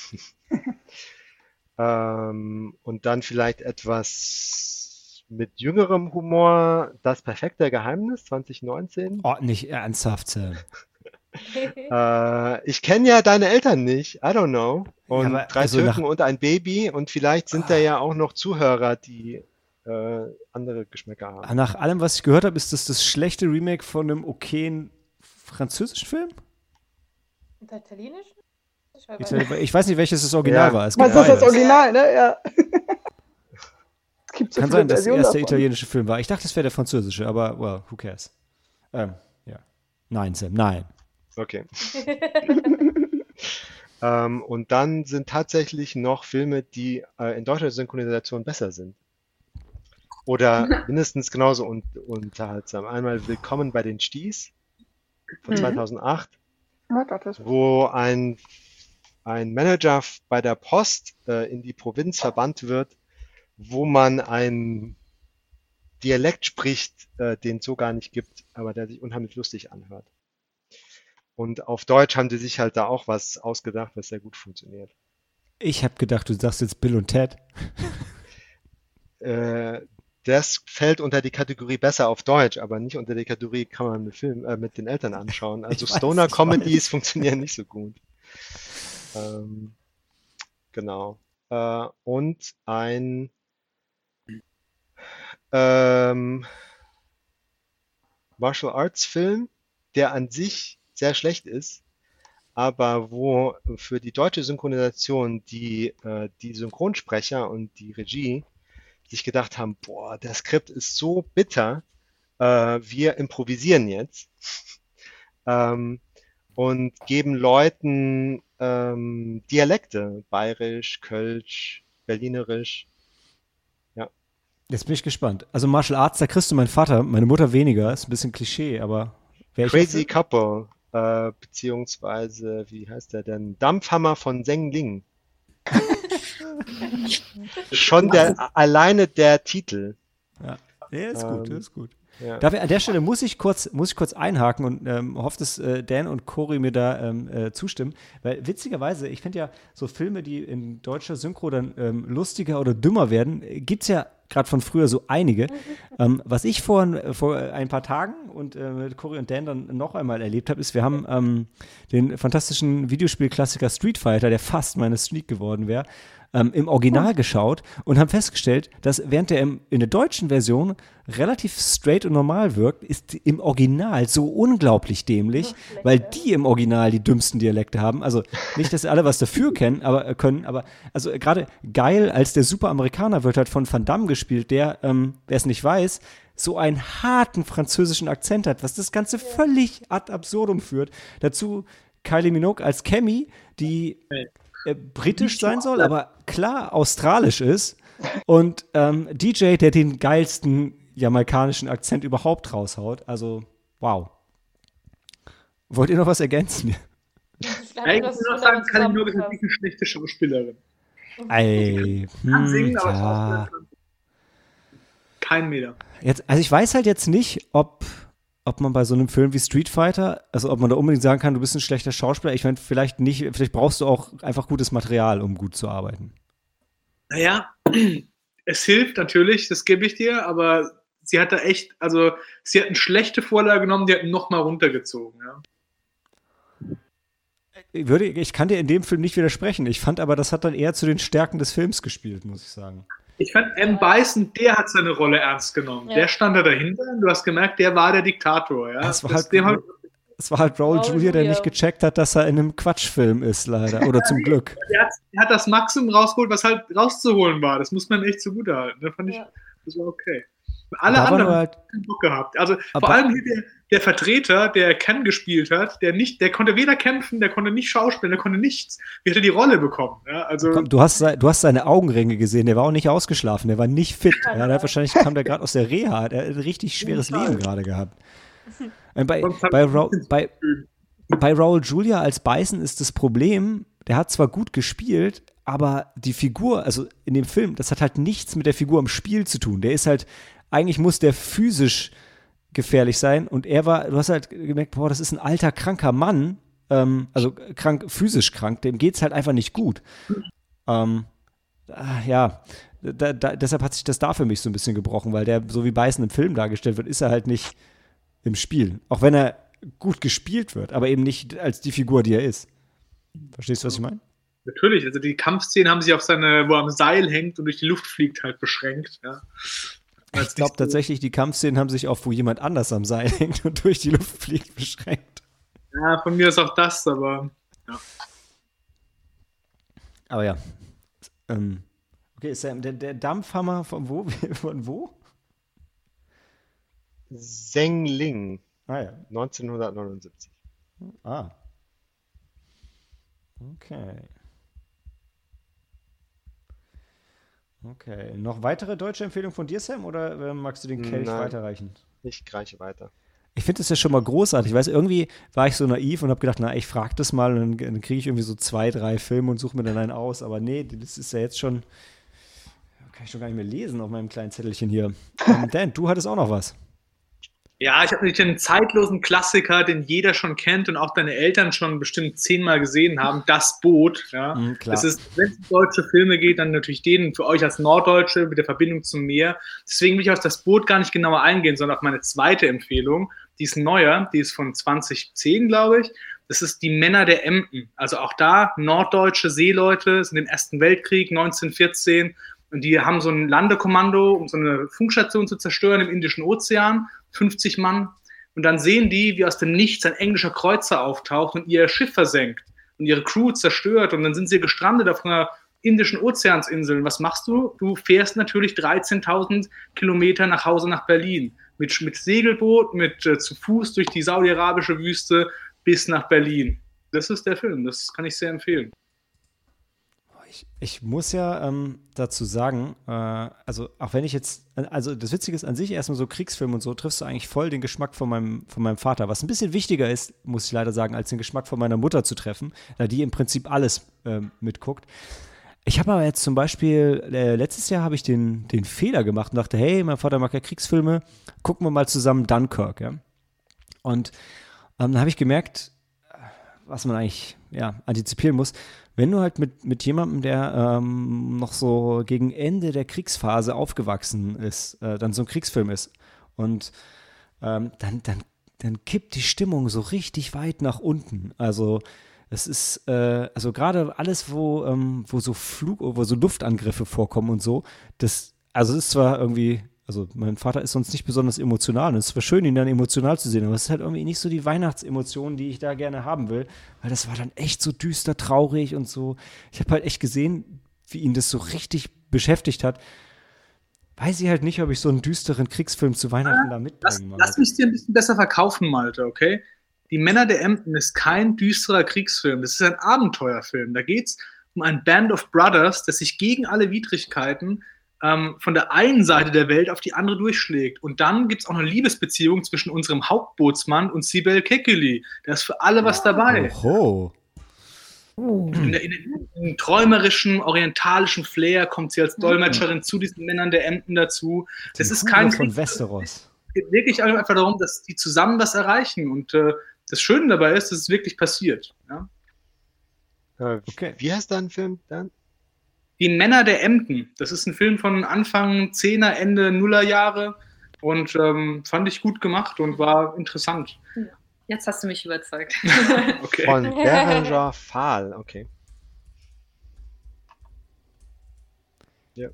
Speaker 7: Und dann vielleicht etwas mit jüngerem Humor, Das perfekte Geheimnis 2019.
Speaker 1: Oh, nicht ernsthaft, Sam.
Speaker 7: Ich kenne ja deine Eltern nicht, I don't know. Und
Speaker 1: aber
Speaker 7: drei
Speaker 1: also
Speaker 7: Türken und ein Baby und vielleicht sind da ja auch noch Zuhörer, die andere Geschmäcker haben.
Speaker 1: Nach allem, was ich gehört habe, ist das schlechte Remake von einem okayen französischen Film?
Speaker 2: Und italienisch?
Speaker 1: Ich weiß nicht, welches das Original
Speaker 7: Ja.
Speaker 1: war. Es
Speaker 6: Was
Speaker 1: gibt
Speaker 6: ist das
Speaker 1: beides.
Speaker 6: Original, ne? Ja. Es gibt so
Speaker 1: Kann
Speaker 6: viele
Speaker 1: sein, dass der
Speaker 6: Versionen
Speaker 1: erste
Speaker 6: davon.
Speaker 1: italienische Film war. Ich dachte, es wäre der französische, aber well, who cares? Ja. Nein, Sam, nein.
Speaker 7: Okay. Und dann sind tatsächlich noch Filme, die in deutscher Synchronisation besser sind. Oder mindestens genauso unterhaltsam. Einmal Willkommen bei den Sties von 2008,
Speaker 6: Ja, doch, das
Speaker 7: wo ein Manager bei der Post in die Provinz verbannt wird, wo man einen Dialekt spricht, den es so gar nicht gibt, aber der sich unheimlich lustig anhört. Und auf Deutsch haben die sich halt da auch was ausgedacht, was sehr gut funktioniert.
Speaker 1: Ich habe gedacht, du sagst jetzt Bill und Ted.
Speaker 7: Das fällt unter die Kategorie besser auf Deutsch, aber nicht unter die Kategorie kann man mit den Eltern anschauen. Also
Speaker 1: Ich weiß,
Speaker 7: Stoner-Comedies funktionieren nicht so gut. Genau. Und ein Martial Arts Film, der an sich sehr schlecht ist, aber wo für die deutsche Synchronisation die Synchronsprecher und die Regie sich gedacht haben, boah, das Skript ist so bitter, wir improvisieren jetzt und geben Leuten Dialekte, Bayerisch, Kölsch, Berlinerisch.
Speaker 1: Jetzt bin ich gespannt. Also Martial Arts, da kriegst du meinen Vater, meine Mutter weniger. Ist ein bisschen Klischee, aber
Speaker 7: Crazy Couple, beziehungsweise, wie heißt der denn? Dampfhammer von Seng Ling. Schon alleine der Titel.
Speaker 1: Ja, ist gut, ist gut.
Speaker 7: Ja.
Speaker 1: An der Stelle muss ich kurz einhaken und hoffe, dass Dan und Cory mir da zustimmen, weil witzigerweise, ich finde ja so Filme, die in deutscher Synchro dann lustiger oder dümmer werden, gibt es ja gerade von früher so einige. Was ich vor ein paar Tagen und mit Cory und Dan dann noch einmal erlebt habe, ist, wir haben den fantastischen Videospielklassiker Street Fighter, der fast meine Streak geworden wäre, im Original geschaut und haben festgestellt, dass während der in der deutschen Version relativ straight und normal wirkt, ist im Original so unglaublich dämlich, weil die im Original die dümmsten Dialekte haben. Also nicht, dass alle was dafür können, aber also gerade geil, als der Superamerikaner wird halt von Van Damme gespielt, der, wer es nicht weiß, so einen harten französischen Akzent hat, was das Ganze völlig ad absurdum führt. Dazu Kylie Minogue als Cammy, die britisch sein soll, aber klar australisch ist. Und DJ, der den geilsten jamaikanischen Akzent überhaupt raushaut. Also, wow. Wollt ihr noch was ergänzen?
Speaker 4: Ich muss auch sagen, Kylie Minogue ist eine schlechte Schauspielerin.
Speaker 1: Ey,
Speaker 4: kann singen, aber kein Meter.
Speaker 1: Also ich weiß halt jetzt nicht, ob man bei so einem Film wie Street Fighter, also ob man da unbedingt sagen kann, du bist ein schlechter Schauspieler. Ich meine, vielleicht nicht, vielleicht brauchst du auch einfach gutes Material, um gut zu arbeiten.
Speaker 4: Naja, es hilft natürlich, das gebe ich dir, aber sie hat da echt, also sie hat eine schlechte Vorlage genommen, die hat noch mal runtergezogen, ja.
Speaker 1: Ich kann dir in dem Film nicht widersprechen. Ich fand aber, das hat dann eher zu den Stärken des Films gespielt, muss ich sagen.
Speaker 4: Ich fand, M. Bison, der hat seine Rolle ernst genommen. Ja. Der stand da dahinter und du hast gemerkt, der war der Diktator. Ja?
Speaker 1: Es war halt Raul Julia, der nicht gecheckt hat, dass er in einem Quatschfilm ist, leider. Oder zum Glück.
Speaker 4: Er hat das Maximum rausgeholt, was halt rauszuholen war. Das muss man echt zugute halten. Da fand ich, das war okay. Alle anderen haben keinen Bock gehabt. Also vor allem hier der Vertreter, der Ken gespielt hat, der konnte weder kämpfen, der konnte nicht schauspielen, der konnte nichts. Wie hat er die Rolle bekommen? Ja, also
Speaker 1: komm, du hast seine Augenringe gesehen, der war auch nicht ausgeschlafen, der war nicht fit. Ja, wahrscheinlich kam der gerade aus der Reha, der hat ein richtig schweres Leben gerade gehabt. Bei Raul Julia als Bison ist das Problem, der hat zwar gut gespielt, aber die Figur, also in dem Film, das hat halt nichts mit der Figur im Spiel zu tun. Der ist halt, eigentlich muss der physisch gefährlich sein und du hast halt gemerkt, boah, das ist ein alter, kranker Mann, also physisch krank, dem geht's halt einfach nicht gut. Deshalb hat sich das da für mich so ein bisschen gebrochen, weil der, so wie Bison im Film dargestellt wird, ist er halt nicht im Spiel. Auch wenn er gut gespielt wird, aber eben nicht als die Figur, die er ist. Verstehst du, was ich meine?
Speaker 4: Natürlich, also die Kampfszenen haben sich auf wo er am Seil hängt und durch die Luft fliegt, halt beschränkt, ja.
Speaker 1: Ich glaube tatsächlich, die Kampfszenen haben sich auf, wo jemand anders am Seil hängt und durch die Luft fliegt, beschränkt.
Speaker 4: Ja, von mir ist auch das, aber ja.
Speaker 1: Aber ja. Okay, Sam, der Dampfhammer von wo? Von wo?
Speaker 7: Zheng Ling.
Speaker 1: Ah ja.
Speaker 7: 1979.
Speaker 1: Ah. Okay. Okay. Noch weitere deutsche Empfehlungen von dir, Sam, oder magst du den Kelch weiterreichen?
Speaker 7: Ich reiche weiter.
Speaker 1: Ich finde das ja schon mal großartig. Ich weiß, irgendwie war ich so naiv und habe gedacht, ich frage das mal und dann kriege ich irgendwie so 2, 3 Filme und suche mir dann einen aus. Aber nee, das ist ja jetzt schon, kann ich schon gar nicht mehr lesen auf meinem kleinen Zettelchen hier. Dan, du hattest auch noch was.
Speaker 4: Ja, ich habe natürlich einen zeitlosen Klassiker, den jeder schon kennt und auch deine Eltern schon bestimmt 10-mal gesehen haben, Das Boot. Ja.
Speaker 1: Klar.
Speaker 4: Das ist, wenn es um deutsche Filme geht, dann natürlich den für euch als Norddeutsche mit der Verbindung zum Meer. Deswegen will ich auf Das Boot gar nicht genauer eingehen, sondern auf meine zweite Empfehlung. Die ist neuer, die ist von 2010, glaube ich. Das ist Die Männer der Emden. Also auch da norddeutsche Seeleute, sind im Ersten Weltkrieg 1914 und die haben so ein Landekommando, um so eine Funkstation zu zerstören im Indischen Ozean. 50 Mann. Und dann sehen die, wie aus dem Nichts ein englischer Kreuzer auftaucht und ihr Schiff versenkt und ihre Crew zerstört. Und dann sind sie gestrandet auf einer indischen Ozeansinsel. Und was machst du? Du fährst natürlich 13.000 Kilometer nach Hause nach Berlin. Mit Segelboot, zu Fuß durch die saudi-arabische Wüste bis nach Berlin. Das ist der Film. Das kann ich sehr empfehlen.
Speaker 1: Ich muss ja dazu sagen, also auch wenn ich jetzt, also das Witzige ist an sich erstmal so Kriegsfilme und so, triffst du eigentlich voll den Geschmack von meinem Vater, was ein bisschen wichtiger ist, muss ich leider sagen, als den Geschmack von meiner Mutter zu treffen, da die im Prinzip alles mitguckt. Ich habe aber jetzt zum Beispiel, letztes Jahr habe ich den Fehler gemacht und dachte, hey, mein Vater mag ja Kriegsfilme, gucken wir mal zusammen Dunkirk, ja. Und dann habe ich gemerkt, was man eigentlich antizipieren muss, wenn du halt mit jemandem, der noch so gegen Ende der Kriegsphase aufgewachsen ist, dann so ein Kriegsfilm ist und dann kippt die Stimmung so richtig weit nach unten. Also es ist, also gerade alles, wo so Luftangriffe vorkommen und so, also es ist zwar irgendwie, also mein Vater ist sonst nicht besonders emotional und es war schön, ihn dann emotional zu sehen, aber es ist halt irgendwie nicht so die Weihnachtsemotion, die ich da gerne haben will, weil das war dann echt so düster, traurig und so. Ich habe halt echt gesehen, wie ihn das so richtig beschäftigt hat. Weiß ich halt nicht, ob ich so einen düsteren Kriegsfilm zu Weihnachten da mitbringen mag.
Speaker 4: Lass mich dir ein bisschen besser verkaufen, Malte, okay? Die Männer der Emden ist kein düsterer Kriegsfilm, das ist ein Abenteuerfilm. Da geht es um ein Band of Brothers, das sich gegen alle Widrigkeiten von der einen Seite der Welt auf die andere durchschlägt. Und dann gibt es auch eine Liebesbeziehung zwischen unserem Hauptbootsmann und Sibel Kekili. Da ist für alle was dabei.
Speaker 1: Oho.
Speaker 4: In dem träumerischen, orientalischen Flair kommt sie als Dolmetscherin zu diesen Männern der Emden dazu. Das ist kein
Speaker 1: von Westeros.
Speaker 4: Es geht wirklich einfach darum, dass die zusammen was erreichen. Und das Schöne dabei ist, dass es wirklich passiert. Ja?
Speaker 7: Okay. Wie heißt dein Film dann?
Speaker 4: Die Männer der Emden. Das ist ein Film von Anfang 10er, Ende Nullerjahre und fand ich gut gemacht und war interessant.
Speaker 3: Jetzt hast du mich überzeugt.
Speaker 7: Okay. Von Berenger Fahl, okay. Ja.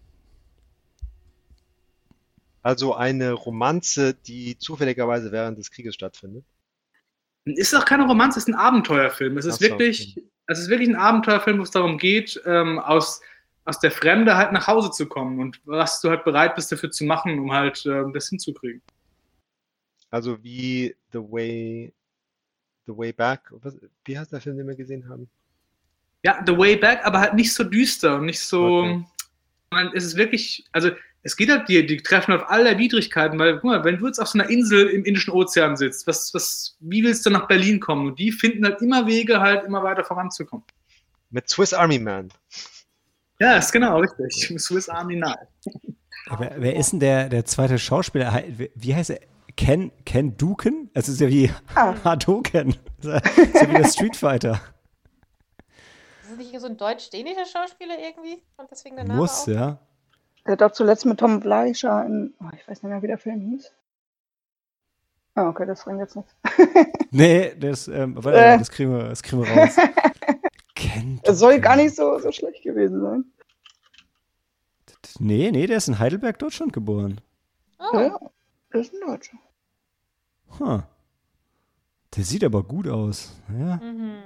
Speaker 7: Also eine Romanze, die zufälligerweise während des Krieges stattfindet.
Speaker 4: Ist auch keine Romanze, es ist ein Abenteuerfilm. Es ist wirklich ein Abenteuerfilm, wo es darum geht, aus der Fremde halt nach Hause zu kommen und was du halt bereit bist dafür zu machen, um halt das hinzukriegen.
Speaker 7: Also wie The Way Back. Wie heißt der Film, den wir gesehen haben?
Speaker 4: Ja, The Way Back, aber halt nicht so düster und nicht so.
Speaker 7: Okay.
Speaker 4: Es ist wirklich, also es geht halt, die treffen auf alle Widrigkeiten, weil, guck mal, wenn du jetzt auf so einer Insel im Indischen Ozean sitzt, wie willst du nach Berlin kommen? Und die finden halt immer Wege, halt immer weiter voranzukommen.
Speaker 7: Mit Swiss Army Man.
Speaker 4: Ja, ist genau, richtig. Swiss Army Knife.
Speaker 1: Wer ist denn der zweite Schauspieler? Wie heißt er? Ken Duken? Es ist ja wie Hadoken. Das ist ja wie der Street Fighter.
Speaker 2: Ist das nicht so ein deutsch-dänischer Schauspieler irgendwie? Und deswegen der Name
Speaker 1: Muss,
Speaker 2: auch?
Speaker 1: ja.
Speaker 6: Der hat auch zuletzt mit Tom Fleischer ich weiß nicht mehr, wie der Film hieß. Ah, okay, das bringt jetzt nichts.
Speaker 1: Nee, das kriegen wir raus.
Speaker 6: Es soll gar nicht so schlecht gewesen sein.
Speaker 1: Nee, der ist in Heidelberg, Deutschland geboren.
Speaker 2: Oh.
Speaker 6: Ja, der ist ein Deutscher.
Speaker 1: Huh. Der sieht aber gut aus. Ja.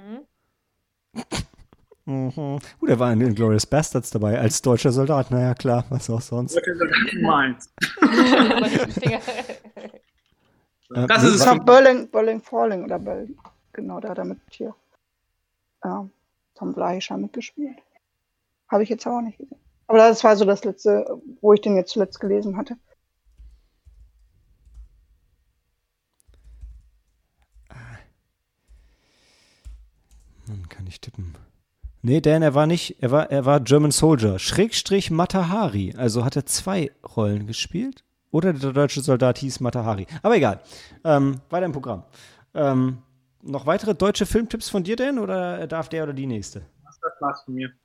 Speaker 2: Mhm.
Speaker 1: Er war in Inglourious Bastards dabei als deutscher Soldat. Naja, klar, was auch sonst.
Speaker 4: Das ist es.
Speaker 6: Berlin Falling oder Berlin. Genau, da hat er mit hier Tom Fleischer mitgespielt. Habe ich jetzt aber auch nicht gesehen. Aber das war so das letzte, wo ich den jetzt zuletzt gelesen hatte.
Speaker 1: Mann, kann ich tippen. Nee, Dan, er war German Soldier. / Mata-Hari. Also hat er 2 Rollen gespielt. Oder der deutsche Soldat hieß Mata-Hari. Aber egal. Weiter im Programm. Noch weitere deutsche Filmtipps von dir, Dan? Oder darf der oder die nächste?
Speaker 4: Das war's von mir.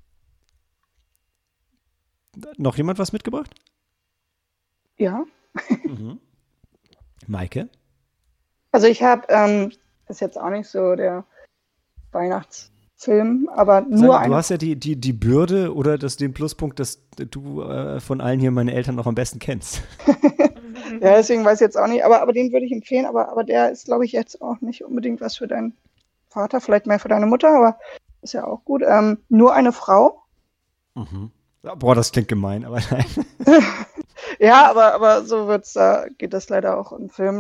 Speaker 1: Noch jemand was mitgebracht?
Speaker 6: Ja.
Speaker 1: Maike?
Speaker 6: Also ich habe, ist jetzt auch nicht so der Weihnachtsfilm, aber nur
Speaker 1: Du hast ja die Bürde oder den Pluspunkt, dass du von allen hier meine Eltern noch am besten kennst.
Speaker 6: Ja, deswegen weiß ich jetzt auch nicht, aber den würde ich empfehlen, aber der ist, glaube ich, jetzt auch nicht unbedingt was für deinen Vater, vielleicht mehr für deine Mutter, aber ist ja auch gut. Nur eine Frau.
Speaker 1: Boah, das klingt gemein, aber nein.
Speaker 6: Ja, aber so geht das leider auch im Film.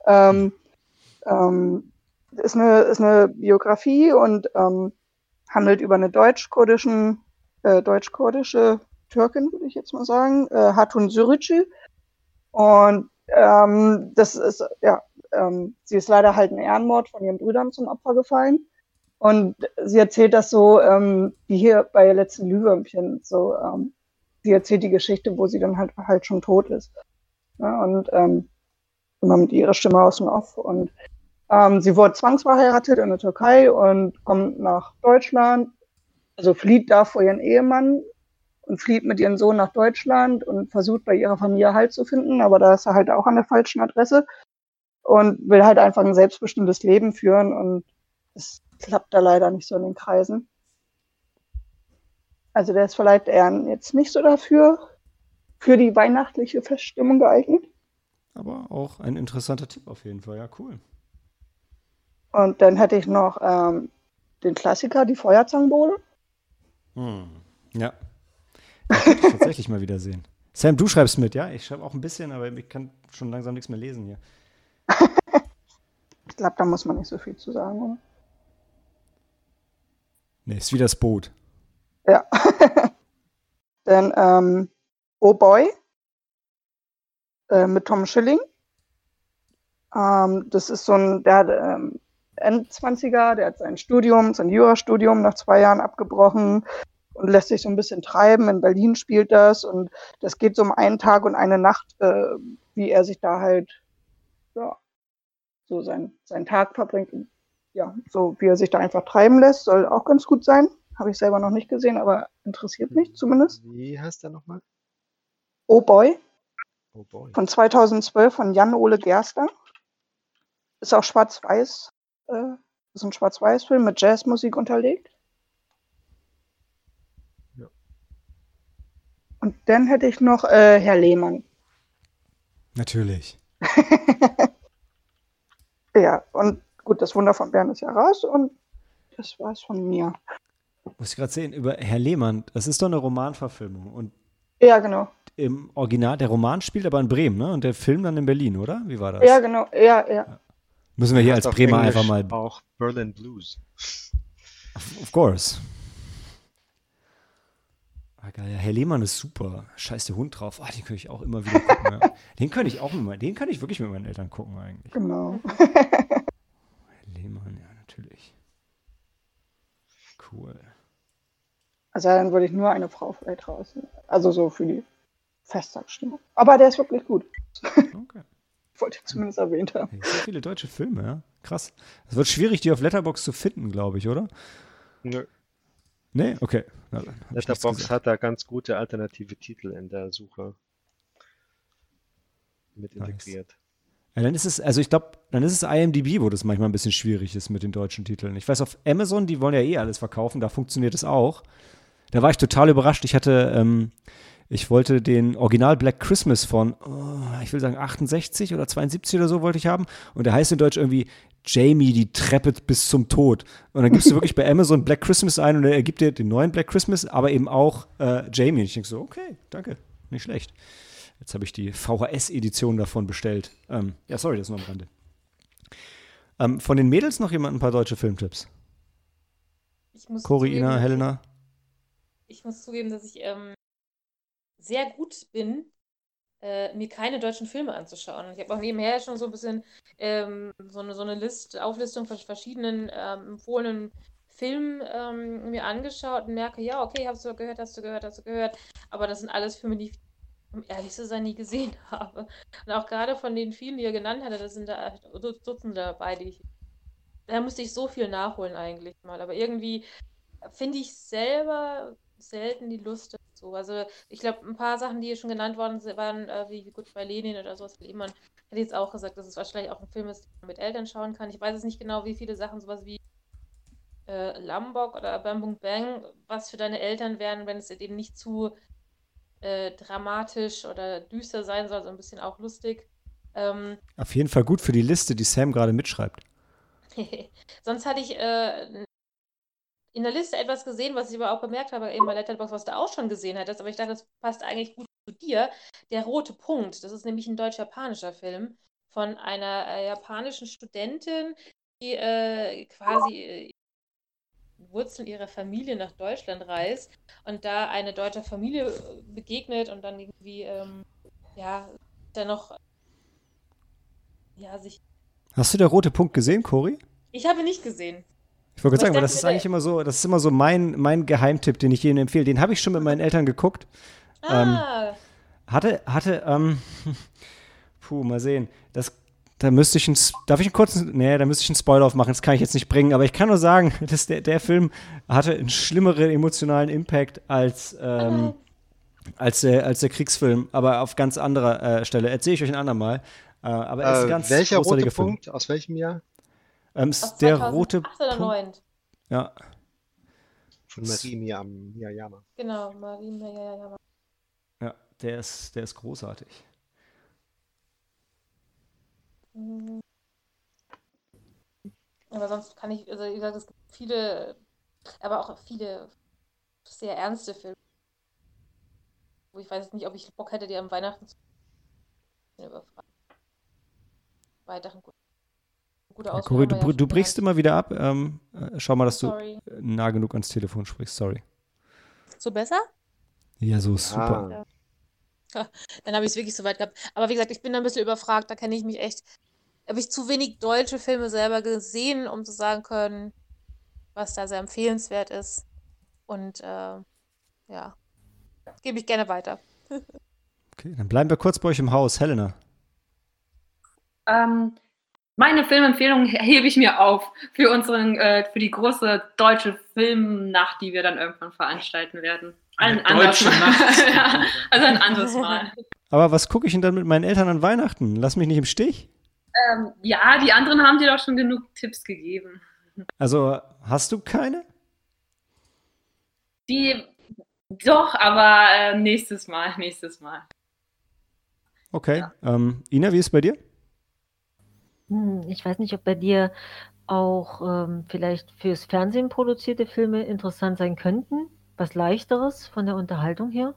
Speaker 6: Ist eine Biografie und handelt über eine deutsch-kurdische Türkin, würde ich jetzt mal sagen, Hatun Sürücü. Und das ist, sie ist leider halt ein Ehrenmord von ihren Brüdern zum Opfer gefallen. Und sie erzählt das so, wie hier bei letzten Glühwürmchen, so, sie erzählt die Geschichte, wo sie dann halt schon tot ist. Ja, und immer mit ihrer Stimme aus dem Off. Und sie wurde zwangsverheiratet in der Türkei und kommt nach Deutschland, also flieht da vor ihren Ehemann und flieht mit ihrem Sohn nach Deutschland und versucht bei ihrer Familie Halt zu finden, aber da ist er halt auch an der falschen Adresse und will halt einfach ein selbstbestimmtes Leben führen und es klappt da leider nicht so in den Kreisen. Also der ist vielleicht eher jetzt nicht so dafür, für die weihnachtliche Feststimmung geeignet.
Speaker 1: Aber auch ein interessanter Tipp auf jeden Fall, ja, cool.
Speaker 6: Und dann hätte ich noch den Klassiker, die Feuerzangenbowle.
Speaker 1: Ja. Den könnte ich tatsächlich mal wieder sehen. Sam, du schreibst mit, ja? Ich schreibe auch ein bisschen, aber ich kann schon langsam nichts mehr lesen hier.
Speaker 6: Ich glaube, da muss man nicht so viel zu sagen, oder?
Speaker 1: Nee, ist wie das Boot.
Speaker 6: Ja. Dann Oh Boy mit Tom Schilling. Das ist so ein, der hat Endzwanziger, der hat sein Jurastudium nach 2 Jahren abgebrochen und lässt sich so ein bisschen treiben. In Berlin spielt das und das geht so um einen Tag und eine Nacht, wie er sich da halt ja, so seinen Tag verbringt. Und, ja, so wie er sich da einfach treiben lässt, soll auch ganz gut sein. Habe ich selber noch nicht gesehen, aber interessiert mich zumindest.
Speaker 7: Wie heißt der nochmal?
Speaker 6: Oh Boy.
Speaker 7: Oh Boy.
Speaker 6: Von 2012 von Jan-Ole Gerster. Ist auch schwarz-weiß. Ist ein Schwarz-Weiß-Film mit Jazzmusik unterlegt.
Speaker 7: Ja.
Speaker 6: Und dann hätte ich noch Herr Lehmann.
Speaker 1: Natürlich.
Speaker 6: Ja, und gut, das Wunder von Bern ist ja raus und das war's von mir.
Speaker 1: Muss ich gerade sehen, über Herr Lehmann, das ist doch eine Romanverfilmung. Und
Speaker 6: Ja, genau.
Speaker 1: im Original, der Roman spielt aber in Bremen, ne? Und der Film dann in Berlin, oder? Wie war das?
Speaker 6: Ja, genau. Ja.
Speaker 1: Müssen wir hier als
Speaker 7: Heißt auf
Speaker 1: Bremer
Speaker 7: Englisch
Speaker 1: einfach mal.
Speaker 7: auch Berlin Blues.
Speaker 1: Of course. Ah, geil. Ja, Herr Lehmann ist super. Scheiß der Hund drauf. Den kann ich auch immer wieder gucken. Ja. Den kann ich wirklich mit meinen Eltern gucken eigentlich.
Speaker 6: Genau.
Speaker 1: Herr Lehmann, ja, natürlich. Cool.
Speaker 6: Also dann würde ich nur eine Frau vielleicht raus. Also so für die Festtagsstimmung. Aber der ist wirklich gut.
Speaker 1: Okay.
Speaker 6: Wollte ich zumindest erwähnt haben.
Speaker 1: Hey, so viele deutsche Filme, ja. Krass. Es wird schwierig, die auf Letterboxd zu finden, glaube ich, oder?
Speaker 7: Nö.
Speaker 1: Nee? Okay. Na, dann hab ich nichts
Speaker 7: Letterboxd
Speaker 1: gesagt.
Speaker 7: hat da ganz gute alternative Titel in der Suche mit
Speaker 1: Nice.
Speaker 7: integriert.
Speaker 1: Ja, dann ist es, also ich glaube, dann ist es IMDb, wo das manchmal ein bisschen schwierig ist mit den deutschen Titeln. Ich weiß, auf Amazon, die wollen ja eh alles verkaufen, da funktioniert es auch. Da war ich total überrascht. Ich wollte den Original Black Christmas von, ich will sagen 68 oder 72 oder so wollte ich haben. Und der heißt in Deutsch irgendwie Jamie, die Treppe bis zum Tod. Und dann gibst du wirklich bei Amazon Black Christmas ein und er gibt dir den neuen Black Christmas, aber eben auch Jamie. Und ich denke so, okay, danke, nicht schlecht. Jetzt habe ich die VHS-Edition davon bestellt. Ja, sorry, das ist nur am Rande. Von den Mädels noch jemand ein paar deutsche Filmtipps?
Speaker 2: Ich muss
Speaker 1: Cori,
Speaker 2: zugeben,
Speaker 1: Ina,
Speaker 2: dass
Speaker 1: Helena?
Speaker 2: ich muss zugeben, dass ich sehr gut bin, mir keine deutschen Filme anzuschauen. Ich habe auch nebenher schon so ein bisschen so eine Auflistung von verschiedenen empfohlenen Filmen mir angeschaut und merke, ja, okay, hast du gehört. Aber das sind alles Filme, die ich, um ehrlich zu sein, nie gesehen habe. Und auch gerade von den vielen, die er genannt hatte, das sind da Dutzende dabei, da müsste ich so viel nachholen eigentlich mal. Aber irgendwie finde ich selber selten die Lust dazu. Also ich glaube, ein paar Sachen, die hier schon genannt worden waren, wie Goodbye Lenin oder sowas, weil jemand hätte jetzt auch gesagt, dass es wahrscheinlich auch ein Film ist, den man mit Eltern schauen kann. Ich weiß jetzt nicht genau, wie viele Sachen, sowas wie Lambok oder Bam Boom Bang, was für deine Eltern wären, wenn es eben nicht zu dramatisch oder düster sein soll, so ein bisschen auch lustig.
Speaker 1: Auf jeden Fall gut für die Liste, die Sam gerade mitschreibt.
Speaker 2: Sonst hatte ich in der Liste etwas gesehen, was ich aber auch bemerkt habe, eben bei Letterboxd, was du auch schon gesehen hattest, aber ich dachte, das passt eigentlich gut zu dir. Der rote Punkt, das ist nämlich ein deutsch-japanischer Film von einer japanischen Studentin, die quasi Wurzeln ihrer Familie nach Deutschland reist und da eine deutsche Familie begegnet und dann irgendwie, dann noch, sich.
Speaker 1: Hast du der rote Punkt gesehen, Cori?
Speaker 2: Ich habe nicht gesehen.
Speaker 1: Ich wollte gerade sagen,
Speaker 2: Aber
Speaker 1: weil
Speaker 2: ich
Speaker 1: das ist
Speaker 2: dachte,
Speaker 1: eigentlich immer so mein Geheimtipp, den ich jedem empfehle. Den habe ich schon mit meinen Eltern geguckt. Hatte, mal sehen. Da müsste ich da müsste ich einen Spoiler aufmachen, das kann ich jetzt nicht bringen, aber ich kann nur sagen, dass der Film hatte einen schlimmeren emotionalen Impact als der Kriegsfilm, aber auf ganz anderer Stelle. Erzähle ich euch ein andermal. Aber er ist ein ganz
Speaker 7: welcher rote
Speaker 1: großartiger Film.
Speaker 7: Punkt? Aus welchem Jahr?
Speaker 2: aus
Speaker 1: Der
Speaker 2: 2008
Speaker 1: rote
Speaker 2: oder
Speaker 1: Punkt.
Speaker 2: 9.
Speaker 1: Ja.
Speaker 7: Von Marie Miyayama.
Speaker 2: Genau, Marine, ja.
Speaker 1: Ja, der ist großartig.
Speaker 2: Mhm. Aber sonst kann ich, also wie gesagt, es gibt viele, aber auch viele sehr ernste Filme, wo ich weiß jetzt nicht, ob ich Bock hätte, die am Weihnachten zu überfragen. Weiterhin gute Auswahl
Speaker 1: Cory,
Speaker 2: haben wir ja
Speaker 1: du
Speaker 2: schon
Speaker 1: brichst
Speaker 2: gehabt.
Speaker 1: immer wieder ab. Schau mal, dass du
Speaker 2: Sorry.
Speaker 1: nah genug ans Telefon sprichst. Sorry.
Speaker 2: So besser?
Speaker 1: Ja, so ist super.
Speaker 2: Ja. Dann habe ich es wirklich so weit gehabt. Aber wie gesagt, ich bin da ein bisschen überfragt, da kenne ich mich echt. Habe ich zu wenig deutsche Filme selber gesehen, um zu sagen können, was da sehr empfehlenswert ist. Und ja, gebe ich gerne weiter.
Speaker 1: Okay, dann bleiben wir kurz bei euch im Haus. Helena.
Speaker 3: Meine Filmempfehlung hebe ich mir auf für die große deutsche Filmnacht, die wir dann irgendwann veranstalten werden. Ein anderes
Speaker 4: Deutsche
Speaker 3: Mal.
Speaker 4: Nacht.
Speaker 3: Ja, also ein anderes Mal.
Speaker 1: Aber was gucke ich denn dann mit meinen Eltern an Weihnachten? Lass mich nicht im Stich.
Speaker 3: Ja, die anderen haben dir doch schon genug Tipps gegeben.
Speaker 1: Also, hast du keine?
Speaker 3: Doch, aber nächstes Mal.
Speaker 1: Okay. Ina, wie ist es bei dir?
Speaker 5: Ich weiß nicht, ob bei dir auch vielleicht fürs Fernsehen produzierte Filme interessant sein könnten. Was Leichteres von der Unterhaltung her.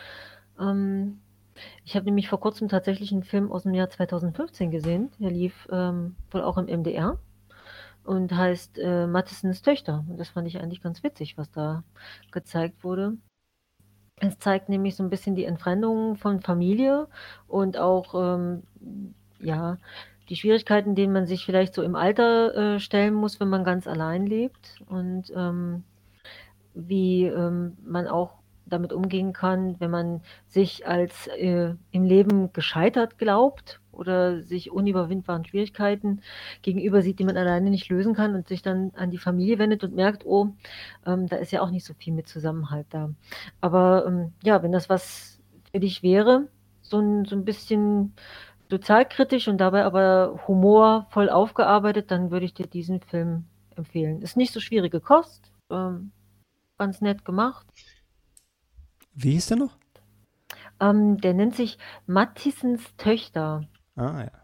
Speaker 5: Ich habe nämlich vor kurzem tatsächlich einen Film aus dem Jahr 2015 gesehen. Der lief wohl auch im MDR und heißt Mattesons Töchter. Und das fand ich eigentlich ganz witzig, was da gezeigt wurde. Es zeigt nämlich so ein bisschen die Entfremdung von Familie und auch die Schwierigkeiten, denen man sich vielleicht so im Alter stellen muss, wenn man ganz allein lebt und wie man auch damit umgehen kann, wenn man sich als im Leben gescheitert glaubt oder sich unüberwindbaren Schwierigkeiten gegenüber sieht, die man alleine nicht lösen kann und sich dann an die Familie wendet und merkt, da ist ja auch nicht so viel mit Zusammenhalt da. Aber wenn das was für dich wäre, so ein bisschen sozialkritisch und dabei aber humorvoll aufgearbeitet, dann würde ich dir diesen Film empfehlen. Ist nicht so schwierige Kost, ganz nett gemacht.
Speaker 1: Wie hieß der noch?
Speaker 5: Der nennt sich Mattissens Töchter.
Speaker 1: Ah, ja.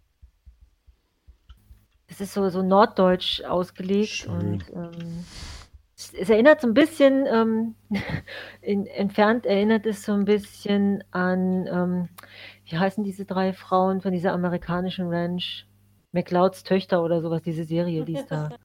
Speaker 5: Es ist so norddeutsch ausgelegt.
Speaker 1: Schön.
Speaker 5: Und es erinnert so ein bisschen, entfernt erinnert es so ein bisschen an, wie heißen diese 3 Frauen von dieser amerikanischen Ranch? McLeods Töchter oder sowas, diese Serie, die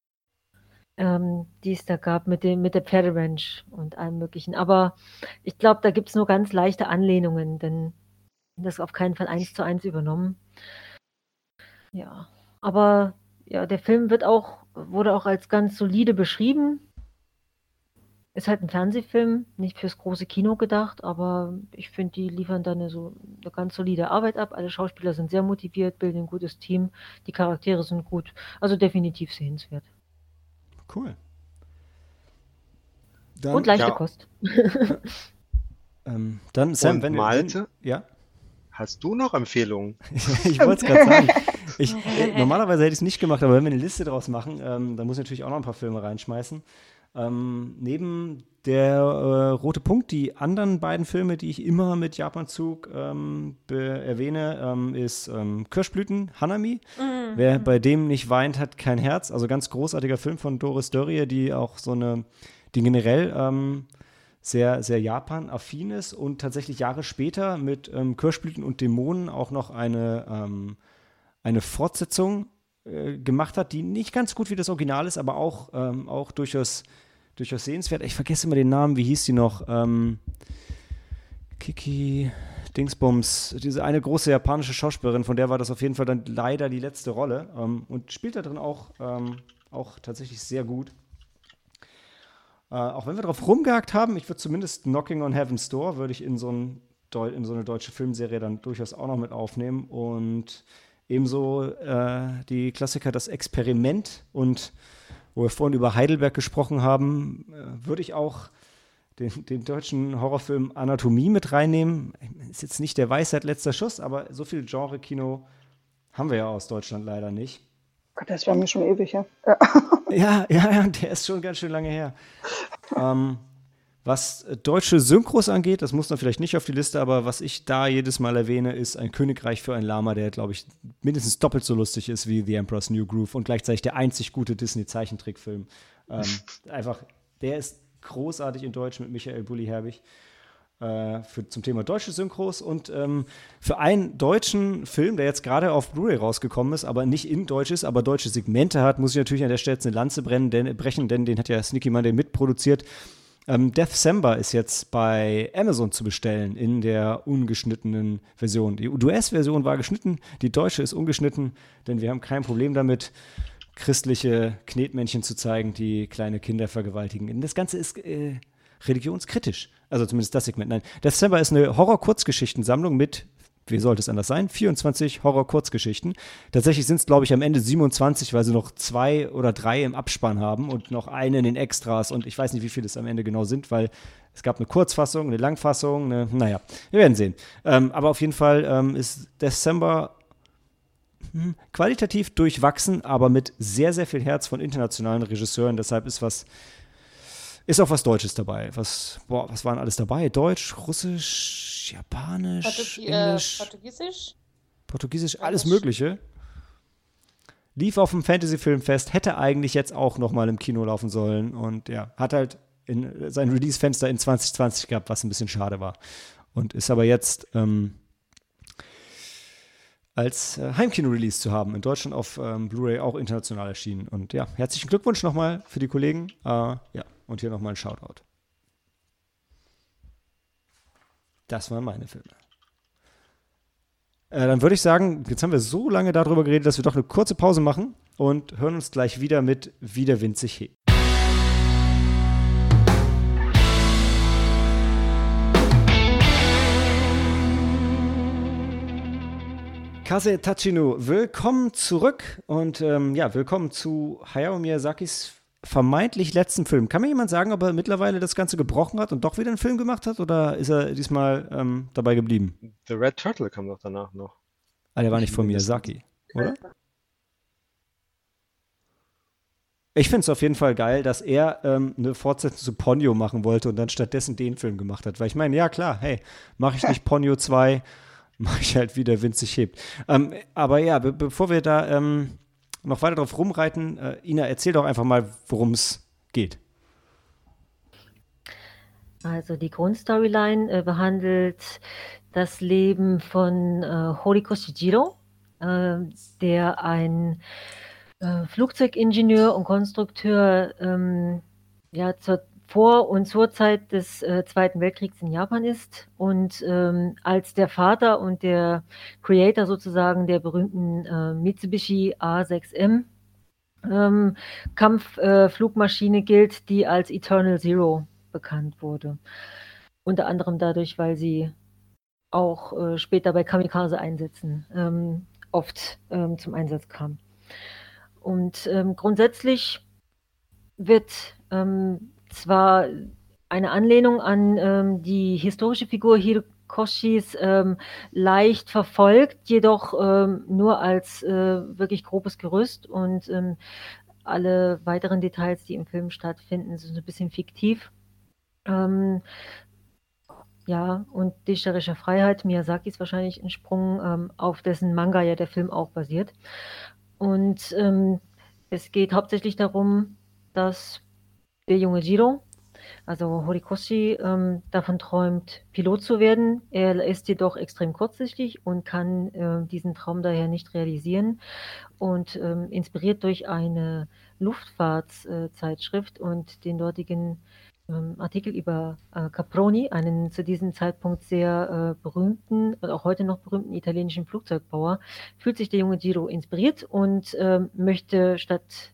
Speaker 5: es da gab mit der Pferderanch und allem Möglichen. Aber ich glaube, da gibt es nur ganz leichte Anlehnungen, denn das ist auf keinen Fall 1:1 übernommen. Ja, aber ja, der Film wurde auch als ganz solide beschrieben. Ist halt ein Fernsehfilm, nicht fürs große Kino gedacht, aber ich finde, die liefern da eine ganz solide Arbeit ab. Alle Schauspieler sind sehr motiviert, bilden ein gutes Team, die Charaktere sind gut, also definitiv sehenswert.
Speaker 1: Cool.
Speaker 5: Und leichte Kost.
Speaker 1: Dann, Sam,
Speaker 7: Und Malte?
Speaker 1: Ja?
Speaker 7: Hast du noch Empfehlungen?
Speaker 1: Ich wollte es gerade sagen. Normalerweise hätte ich es nicht gemacht, aber wenn wir eine Liste draus machen, dann muss ich natürlich auch noch ein paar Filme reinschmeißen. Neben der Rote Punkt, die anderen beiden Filme, die ich immer mit Japanzug erwähne, ist Kirschblüten, Hanami. Wer bei dem nicht weint, hat kein Herz. Also ganz großartiger Film von Doris Dörrie, die auch die generell sehr, sehr Japan-affin ist und tatsächlich Jahre später mit Kirschblüten und Dämonen auch noch eine Fortsetzung gemacht hat, die nicht ganz gut wie das Original ist, aber auch durchaus sehenswert. Ich vergesse immer den Namen, wie hieß die noch? Kiki Dingsbums, diese eine große japanische Schauspielerin, von der war das auf jeden Fall dann leider die letzte Rolle und spielt da drin auch tatsächlich sehr gut. Auch wenn wir drauf rumgehakt haben, ich würde zumindest Knocking on Heaven's Door, würde ich in so eine deutsche Filmserie dann durchaus auch noch mit aufnehmen. Und ebenso die Klassiker Das Experiment und wo wir vorhin über Heidelberg gesprochen haben, würde ich auch den deutschen Horrorfilm Anatomie mit reinnehmen. Ist jetzt nicht der Weisheit letzter Schuss, aber so viel Genre-Kino haben wir ja aus Deutschland leider nicht.
Speaker 6: Gott, das war mir schon ewig, ja.
Speaker 1: Ja, der ist schon ganz schön lange her. Was deutsche Synchros angeht, das muss dann vielleicht nicht auf die Liste, aber was ich da jedes Mal erwähne, ist Ein Königreich für ein Lama, der, glaube ich, mindestens doppelt so lustig ist wie The Emperor's New Groove und gleichzeitig der einzig gute Disney-Zeichentrickfilm. Der ist großartig in Deutsch mit Michael Bulli-Herbig zum Thema deutsche Synchros und für einen deutschen Film, der jetzt gerade auf Blu-ray rausgekommen ist, aber nicht in Deutsch ist, aber deutsche Segmente hat, muss ich natürlich an der Stelle eine Lanze brechen, denn den hat ja Sneaky Monday mitproduziert. Deathcember ist jetzt bei Amazon zu bestellen in der ungeschnittenen Version. Die US-Version war geschnitten, die deutsche ist ungeschnitten, denn wir haben kein Problem damit, christliche Knetmännchen zu zeigen, die kleine Kinder vergewaltigen. Das Ganze ist religionskritisch, also zumindest das Segment. Nein, Deathcember ist eine Horror-Kurzgeschichtensammlung mit, wie sollte es anders sein, 24 Horror-Kurzgeschichten. Tatsächlich sind es, glaube ich, am Ende 27, weil sie noch 2 oder 3 im Abspann haben und noch eine in den Extras und ich weiß nicht, wie viele es am Ende genau sind, weil es gab eine Kurzfassung, eine Langfassung, naja, wir werden sehen. Aber auf jeden Fall ist Deathcember qualitativ durchwachsen, aber mit sehr, sehr viel Herz von internationalen Regisseuren, deshalb ist auch was Deutsches dabei. Was waren alles dabei? Deutsch, Russisch, Japanisch, Englisch, Portugiesisch, alles Mögliche. Lief auf dem Fantasy-Filmfest, hätte eigentlich jetzt auch noch mal im Kino laufen sollen und ja, hat halt sein Release-Fenster in 2020 gehabt, was ein bisschen schade war. Und ist aber jetzt als Heimkino-Release zu haben, in Deutschland auf Blu-ray auch international erschienen. Und ja, herzlichen Glückwunsch nochmal für die Kollegen. Und hier nochmal ein Shoutout. Das waren meine Filme. Dann würde ich sagen, jetzt haben wir so lange darüber geredet, dass wir doch eine kurze Pause machen und hören uns gleich wieder mit Wie der Wind sich hebt. Kaze Tachino, willkommen zurück und willkommen zu Hayao Miyazakis vermeintlich letzten Film. Kann mir jemand sagen, ob er mittlerweile das Ganze gebrochen hat und doch wieder einen Film gemacht hat oder ist er diesmal dabei geblieben?
Speaker 7: The Red Turtle kam doch danach noch.
Speaker 1: Der war nicht von Miyazaki, oder? Ich finde es auf jeden Fall geil, dass er eine Fortsetzung zu Ponyo machen wollte und dann stattdessen den Film gemacht hat. Weil ich meine, ja klar, hey, mache ich nicht Ponyo 2, mache ich halt wieder Wind sich hebt. Aber ja, bevor wir da noch weiter drauf rumreiten, Ina, erzähl doch einfach mal, worum es geht.
Speaker 5: Also die Grundstoryline behandelt das Leben von Horikoshi Jiro, der ein Flugzeugingenieur und Konstrukteur vor und zur Zeit des Zweiten Weltkriegs in Japan ist und als der Vater und der Creator sozusagen der berühmten Mitsubishi A6M Kampfflugmaschine gilt, die als Eternal Zero bekannt wurde. Unter anderem dadurch, weil sie auch später bei Kamikaze-Einsätzen oft zum Einsatz kam. Und grundsätzlich wird zwar eine Anlehnung an die historische Figur Hirikoshis leicht verfolgt, jedoch nur als wirklich grobes Gerüst und alle weiteren Details, die im Film stattfinden, sind ein bisschen fiktiv. Und dichterische Freiheit, Miyazaki ist wahrscheinlich ein Sprung, auf dessen Manga ja der Film auch basiert. Und es geht hauptsächlich darum, dass der junge Jiro, also Horikoshi, davon träumt, Pilot zu werden. Er ist jedoch extrem kurzsichtig und kann diesen Traum daher nicht realisieren. Und inspiriert durch eine Luftfahrtszeitschrift und den dortigen Artikel über Caproni, einen zu diesem Zeitpunkt sehr berühmten und auch heute noch berühmten italienischen Flugzeugbauer, fühlt sich der junge Jiro inspiriert und möchte statt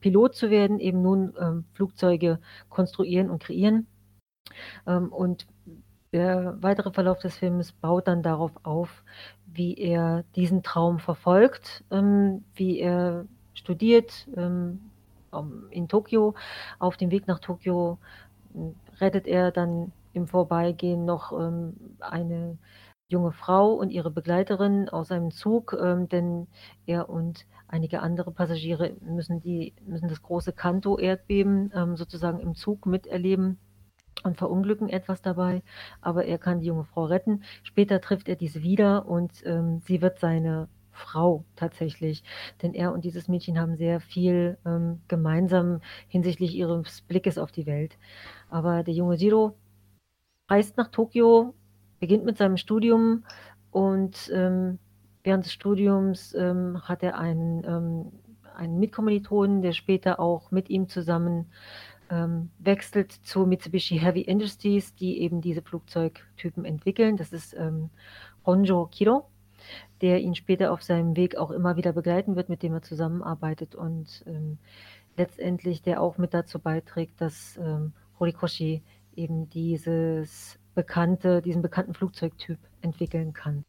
Speaker 5: Pilot zu werden, eben nun Flugzeuge konstruieren und kreieren. Und der weitere Verlauf des Films baut dann darauf auf, wie er diesen Traum verfolgt, wie er studiert in Tokio. Auf dem Weg nach Tokio rettet er dann im Vorbeigehen noch eine junge Frau und ihre Begleiterin aus einem Zug, denn er und einige andere Passagiere müssen das große Kanto-Erdbeben sozusagen im Zug miterleben und verunglücken etwas dabei, aber er kann die junge Frau retten. Später trifft er diese wieder und sie wird seine Frau tatsächlich, denn er und dieses Mädchen haben sehr viel gemeinsam hinsichtlich ihres Blickes auf die Welt. Aber der junge Jiro reist nach Tokio, beginnt mit seinem Studium und während des Studiums hat er einen Mitkommilitonen, der später auch mit ihm zusammen wechselt zu Mitsubishi Heavy Industries, die eben diese Flugzeugtypen entwickeln. Das ist Honjo Kiro, der ihn später auf seinem Weg auch immer wieder begleiten wird, mit dem er zusammenarbeitet und letztendlich der auch mit dazu beiträgt, dass Horikoshi eben diesen bekannten Flugzeugtyp entwickeln kann.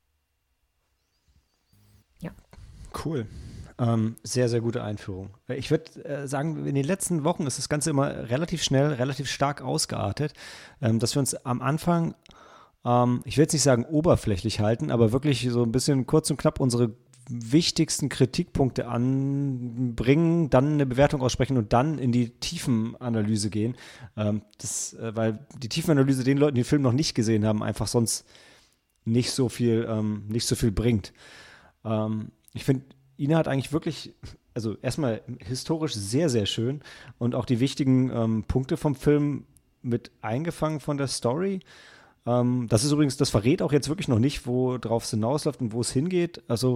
Speaker 5: Ja.
Speaker 1: Cool. Sehr, sehr gute Einführung. Ich würde sagen, in den letzten Wochen ist das Ganze immer relativ schnell, relativ stark ausgeartet, dass wir uns am Anfang, ich will jetzt nicht sagen oberflächlich halten, aber wirklich so ein bisschen kurz und knapp unsere wichtigsten Kritikpunkte anbringen, dann eine Bewertung aussprechen und dann in die Tiefenanalyse gehen. Weil die Tiefenanalyse den Leuten, die den Film noch nicht gesehen haben, einfach sonst nicht so viel bringt. Ich finde, Ina hat eigentlich wirklich, also erstmal historisch sehr, sehr schön und auch die wichtigen Punkte vom Film mit eingefangen von der Story. Das ist übrigens, das verrät auch jetzt wirklich noch nicht, worauf es hinausläuft und wo es hingeht. Also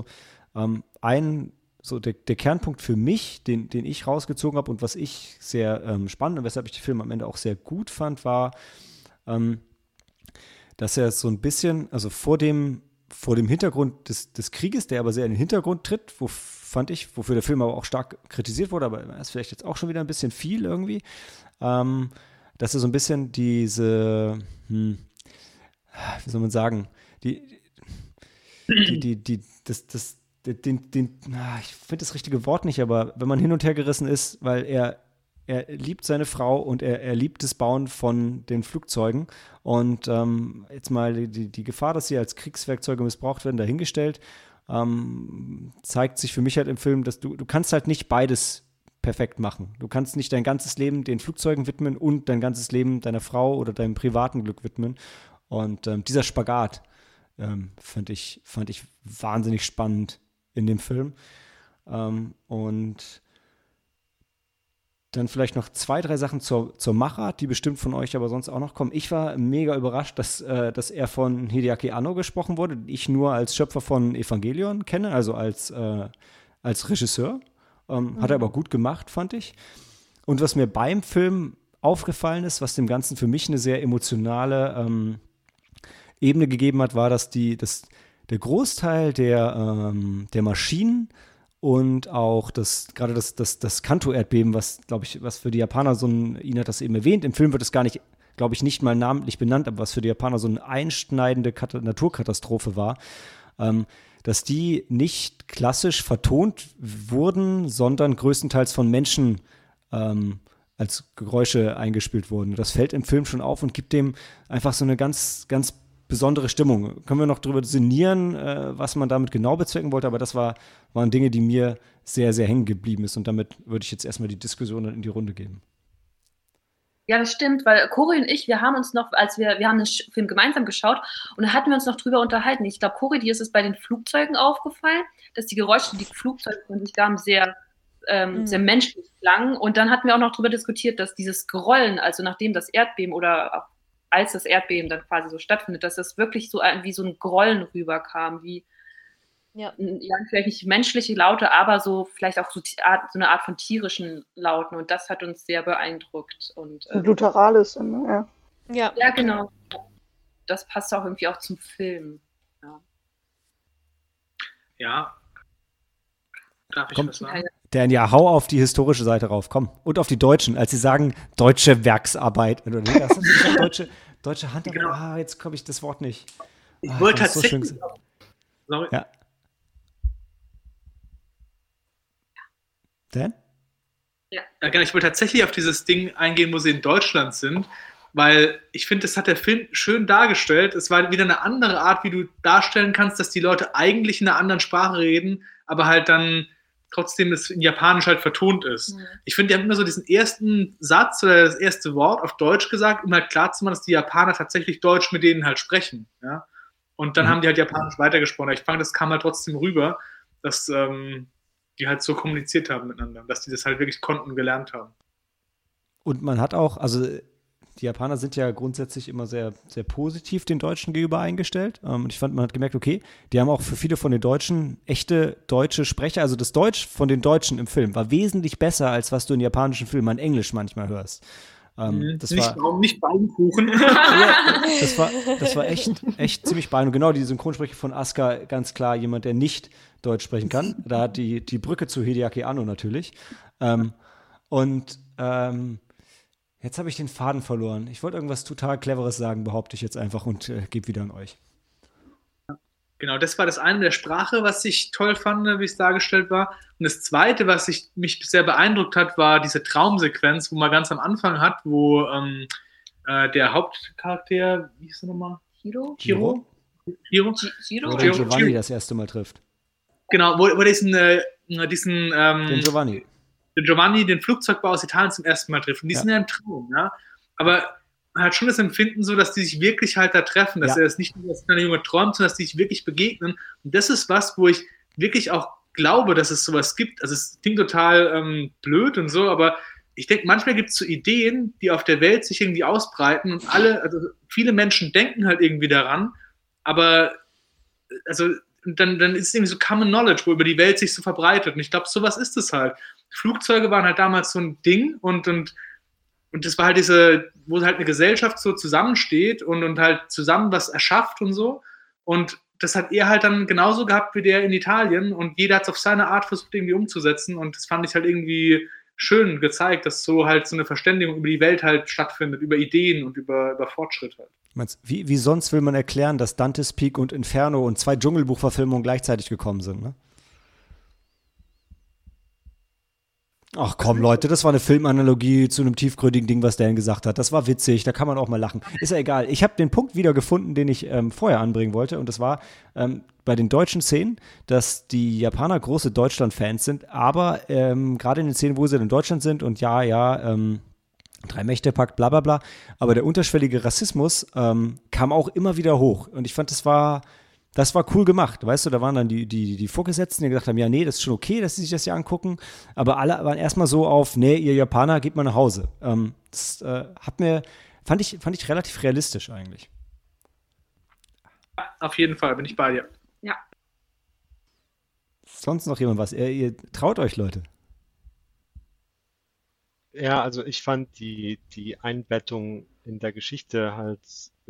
Speaker 1: der Kernpunkt für mich, den ich rausgezogen habe und was ich sehr spannend und weshalb ich den Film am Ende auch sehr gut fand, war, dass er so ein bisschen, also vor dem Hintergrund des Krieges, der aber sehr in den Hintergrund tritt, wofür der Film aber auch stark kritisiert wurde, aber ist vielleicht jetzt auch schon wieder ein bisschen viel irgendwie, dass er so ein bisschen diese, wie soll man sagen, ich finde das richtige Wort nicht, aber wenn man hin und her gerissen ist, weil er liebt seine Frau und er liebt das Bauen von den Flugzeugen und jetzt mal die Gefahr, dass sie als Kriegswerkzeuge missbraucht werden, dahingestellt, zeigt sich für mich halt im Film, dass du kannst halt nicht beides perfekt machen. Du kannst nicht dein ganzes Leben den Flugzeugen widmen und dein ganzes Leben deiner Frau oder deinem privaten Glück widmen. Und dieser Spagat fand ich wahnsinnig spannend in dem Film. Und dann vielleicht noch 2, 3 Sachen zur Machart, die bestimmt von euch aber sonst auch noch kommen. Ich war mega überrascht, dass er von Hideaki Anno gesprochen wurde, den ich nur als Schöpfer von Evangelion kenne, also als Regisseur. Hat er aber gut gemacht, fand ich. Und was mir beim Film aufgefallen ist, was dem Ganzen für mich eine sehr emotionale Ebene gegeben hat, war, dass der Großteil der Maschinen und auch das Kanto-Erdbeben, was für die Japaner Ina hat das eben erwähnt, im Film wird es gar nicht, glaube ich, nicht mal namentlich benannt, aber was für die Japaner so eine einschneidende Naturkatastrophe war, dass die nicht klassisch vertont wurden, sondern größtenteils von Menschen als Geräusche eingespielt wurden. Das fällt im Film schon auf und gibt dem einfach so eine ganz, ganz besondere Stimmung. Können wir noch darüber sinnieren, was man damit genau bezwecken wollte, aber das waren Dinge, die mir sehr, sehr hängen geblieben ist und damit würde ich jetzt erstmal die Diskussion in die Runde geben.
Speaker 3: Ja, das stimmt, weil Cori und ich, wir haben uns noch, wir haben den Film gemeinsam geschaut und da hatten wir uns noch drüber unterhalten. Ich glaube, Cori, dir ist es bei den Flugzeugen aufgefallen, dass die Geräusche, die die Flugzeuge von sich gaben, sehr menschlich klangen. Und dann hatten wir auch noch darüber diskutiert, dass dieses Grollen, also nachdem das Erdbeben oder als das Erdbeben dann quasi so stattfindet, dass das wirklich so wie so ein Grollen rüberkam, wie vielleicht nicht menschliche Laute, aber so vielleicht auch so eine Art von tierischen Lauten. Und das hat uns sehr beeindruckt. Und
Speaker 6: Gutturales, ne?
Speaker 3: Ja, genau. Das passt auch irgendwie auch zum Film.
Speaker 4: Ja. Darf ich
Speaker 1: Komm.
Speaker 4: was sagen?
Speaker 1: Dan, ja, hau auf die historische Seite rauf, komm. Und auf die Deutschen, als sie sagen, deutsche Werksarbeit. Oder nee, das ist deutsche Handarbeit.
Speaker 4: Genau.
Speaker 1: Jetzt komme ich das Wort nicht.
Speaker 4: Ich wollte
Speaker 1: das ist so schön
Speaker 4: tatsächlich.
Speaker 1: gesagt.
Speaker 4: Sorry.
Speaker 1: Ja. Dan?
Speaker 4: Ja, genau. Ich wollte tatsächlich auf dieses Ding eingehen, wo sie in Deutschland sind, weil ich finde, das hat der Film schön dargestellt. Es war wieder eine andere Art, wie du darstellen kannst, dass die Leute eigentlich in einer anderen Sprache reden, aber halt dann trotzdem das in Japanisch halt vertont ist.
Speaker 2: Mhm.
Speaker 4: Ich finde, die haben immer so diesen ersten Satz oder das erste Wort auf Deutsch gesagt, um halt klarzumachen, dass die Japaner tatsächlich Deutsch mit denen halt sprechen. Ja? Und dann haben die halt Japanisch weitergesprochen. Ich fand, das kam halt trotzdem rüber, dass die halt so kommuniziert haben miteinander, dass die das halt wirklich konnten und gelernt haben.
Speaker 1: Und man hat auch, also die Japaner sind ja grundsätzlich immer sehr, sehr positiv den Deutschen gegenüber eingestellt. Und ich fand, man hat gemerkt, okay, die haben auch für viele von den Deutschen echte deutsche Sprecher. Also das Deutsch von den Deutschen im Film war wesentlich besser, als was du in japanischen Filmen an Englisch manchmal hörst.
Speaker 4: Warum nicht Beidenkuchen?
Speaker 1: Ja, das war echt ziemlich beeindruckend. Genau, die Synchronsprecher von Asuka, ganz klar jemand, der nicht Deutsch sprechen kann. Da hat die Brücke zu Hideaki Anno natürlich. Jetzt habe ich den Faden verloren. Ich wollte irgendwas total Cleveres sagen, behaupte ich jetzt einfach und gebe wieder an euch.
Speaker 4: Genau, das war das eine der Sprache, was ich toll fand, wie es dargestellt war. Und das zweite, was mich sehr beeindruckt hat, war diese Traumsequenz, wo man ganz am Anfang hat, wo der Hauptcharakter, wie hieß er nochmal?
Speaker 1: Wo
Speaker 2: Giro?
Speaker 1: der Giovanni das erste Mal trifft.
Speaker 4: Genau, wo den Giovanni, den Flugzeugbau aus Italien zum ersten Mal trifft. Und die sind ja im Traum, ja. Aber man hat schon das Empfinden so, dass die sich wirklich halt da treffen, dass er es nicht nur als kleiner Junge träumt, sondern dass die sich wirklich begegnen. Und das ist was, wo ich wirklich auch glaube, dass es sowas gibt. Also es klingt total blöd und so, aber ich denke, manchmal gibt es so Ideen, die auf der Welt sich irgendwie ausbreiten und viele Menschen denken halt irgendwie daran, aber dann ist es irgendwie so Common Knowledge, wo über die Welt sich so verbreitet. Und ich glaube, sowas ist es halt. Flugzeuge waren halt damals so ein Ding und das war halt wo halt eine Gesellschaft so zusammensteht und halt zusammen was erschafft und so. Und das hat er halt dann genauso gehabt wie der in Italien und jeder hat es auf seine Art versucht irgendwie umzusetzen und das fand ich halt irgendwie schön gezeigt, dass so halt so eine Verständigung über die Welt halt stattfindet, über Ideen und über Fortschritt halt.
Speaker 1: Meinst, wie sonst will man erklären, dass Dante's Peak und Inferno und 2 Dschungelbuchverfilmungen gleichzeitig gekommen sind, ne? Ach komm, Leute, das war eine Filmanalogie zu einem tiefgründigen Ding, was Dan gesagt hat. Das war witzig, da kann man auch mal lachen. Ist ja egal. Ich habe den Punkt wieder gefunden, den ich vorher anbringen wollte. Und das war bei den deutschen Szenen, dass die Japaner große Deutschland-Fans sind. Aber gerade in den Szenen, wo sie in Deutschland sind und Drei-Mächte-Pakt, bla bla bla. Aber der unterschwellige Rassismus kam auch immer wieder hoch. Und ich fand, das war cool gemacht, weißt du, da waren dann die Vorgesetzten, die gesagt haben, ja, nee, das ist schon okay, dass sie sich das hier angucken, aber alle waren erstmal so auf, nee, ihr Japaner, geht mal nach Hause. Das fand ich relativ realistisch eigentlich.
Speaker 4: Auf jeden Fall, bin ich bei dir.
Speaker 3: Ja.
Speaker 1: Sonst noch jemand was? Ihr traut euch, Leute.
Speaker 7: Ja, also ich fand die Einbettung in der Geschichte halt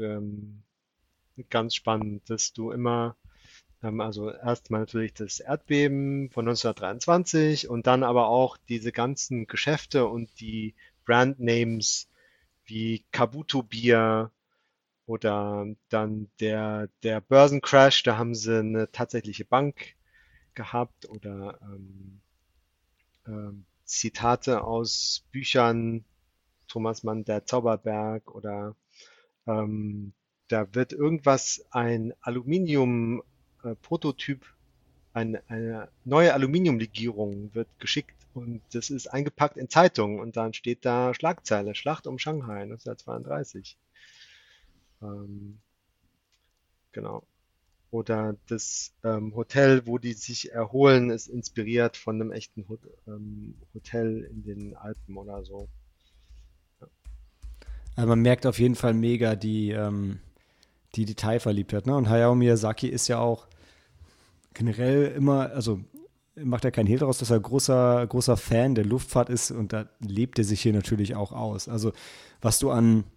Speaker 7: ganz spannend, dass du immer, also erstmal natürlich das Erdbeben von 1923 und dann aber auch diese ganzen Geschäfte und die Brandnames wie Kabuto Bier oder dann der Börsencrash, da haben sie eine tatsächliche Bank gehabt oder Zitate aus Büchern, Thomas Mann, der Zauberberg oder da wird irgendwas, ein Aluminium-Prototyp, eine neue Aluminiumlegierung wird geschickt und das ist eingepackt in Zeitungen und dann steht da Schlagzeile, Schlacht um Shanghai 1932. Genau. Oder das Hotel, wo die sich erholen, ist inspiriert von einem echten Hotel in den Alpen oder so. Ja.
Speaker 1: Also man merkt auf jeden Fall mega die Detailverliebtheit, ne? Und Hayao Miyazaki ist ja auch generell immer, also macht er keinen Hehl daraus, dass er großer Fan der Luftfahrt ist und da lebt er sich hier natürlich auch aus. Also was du an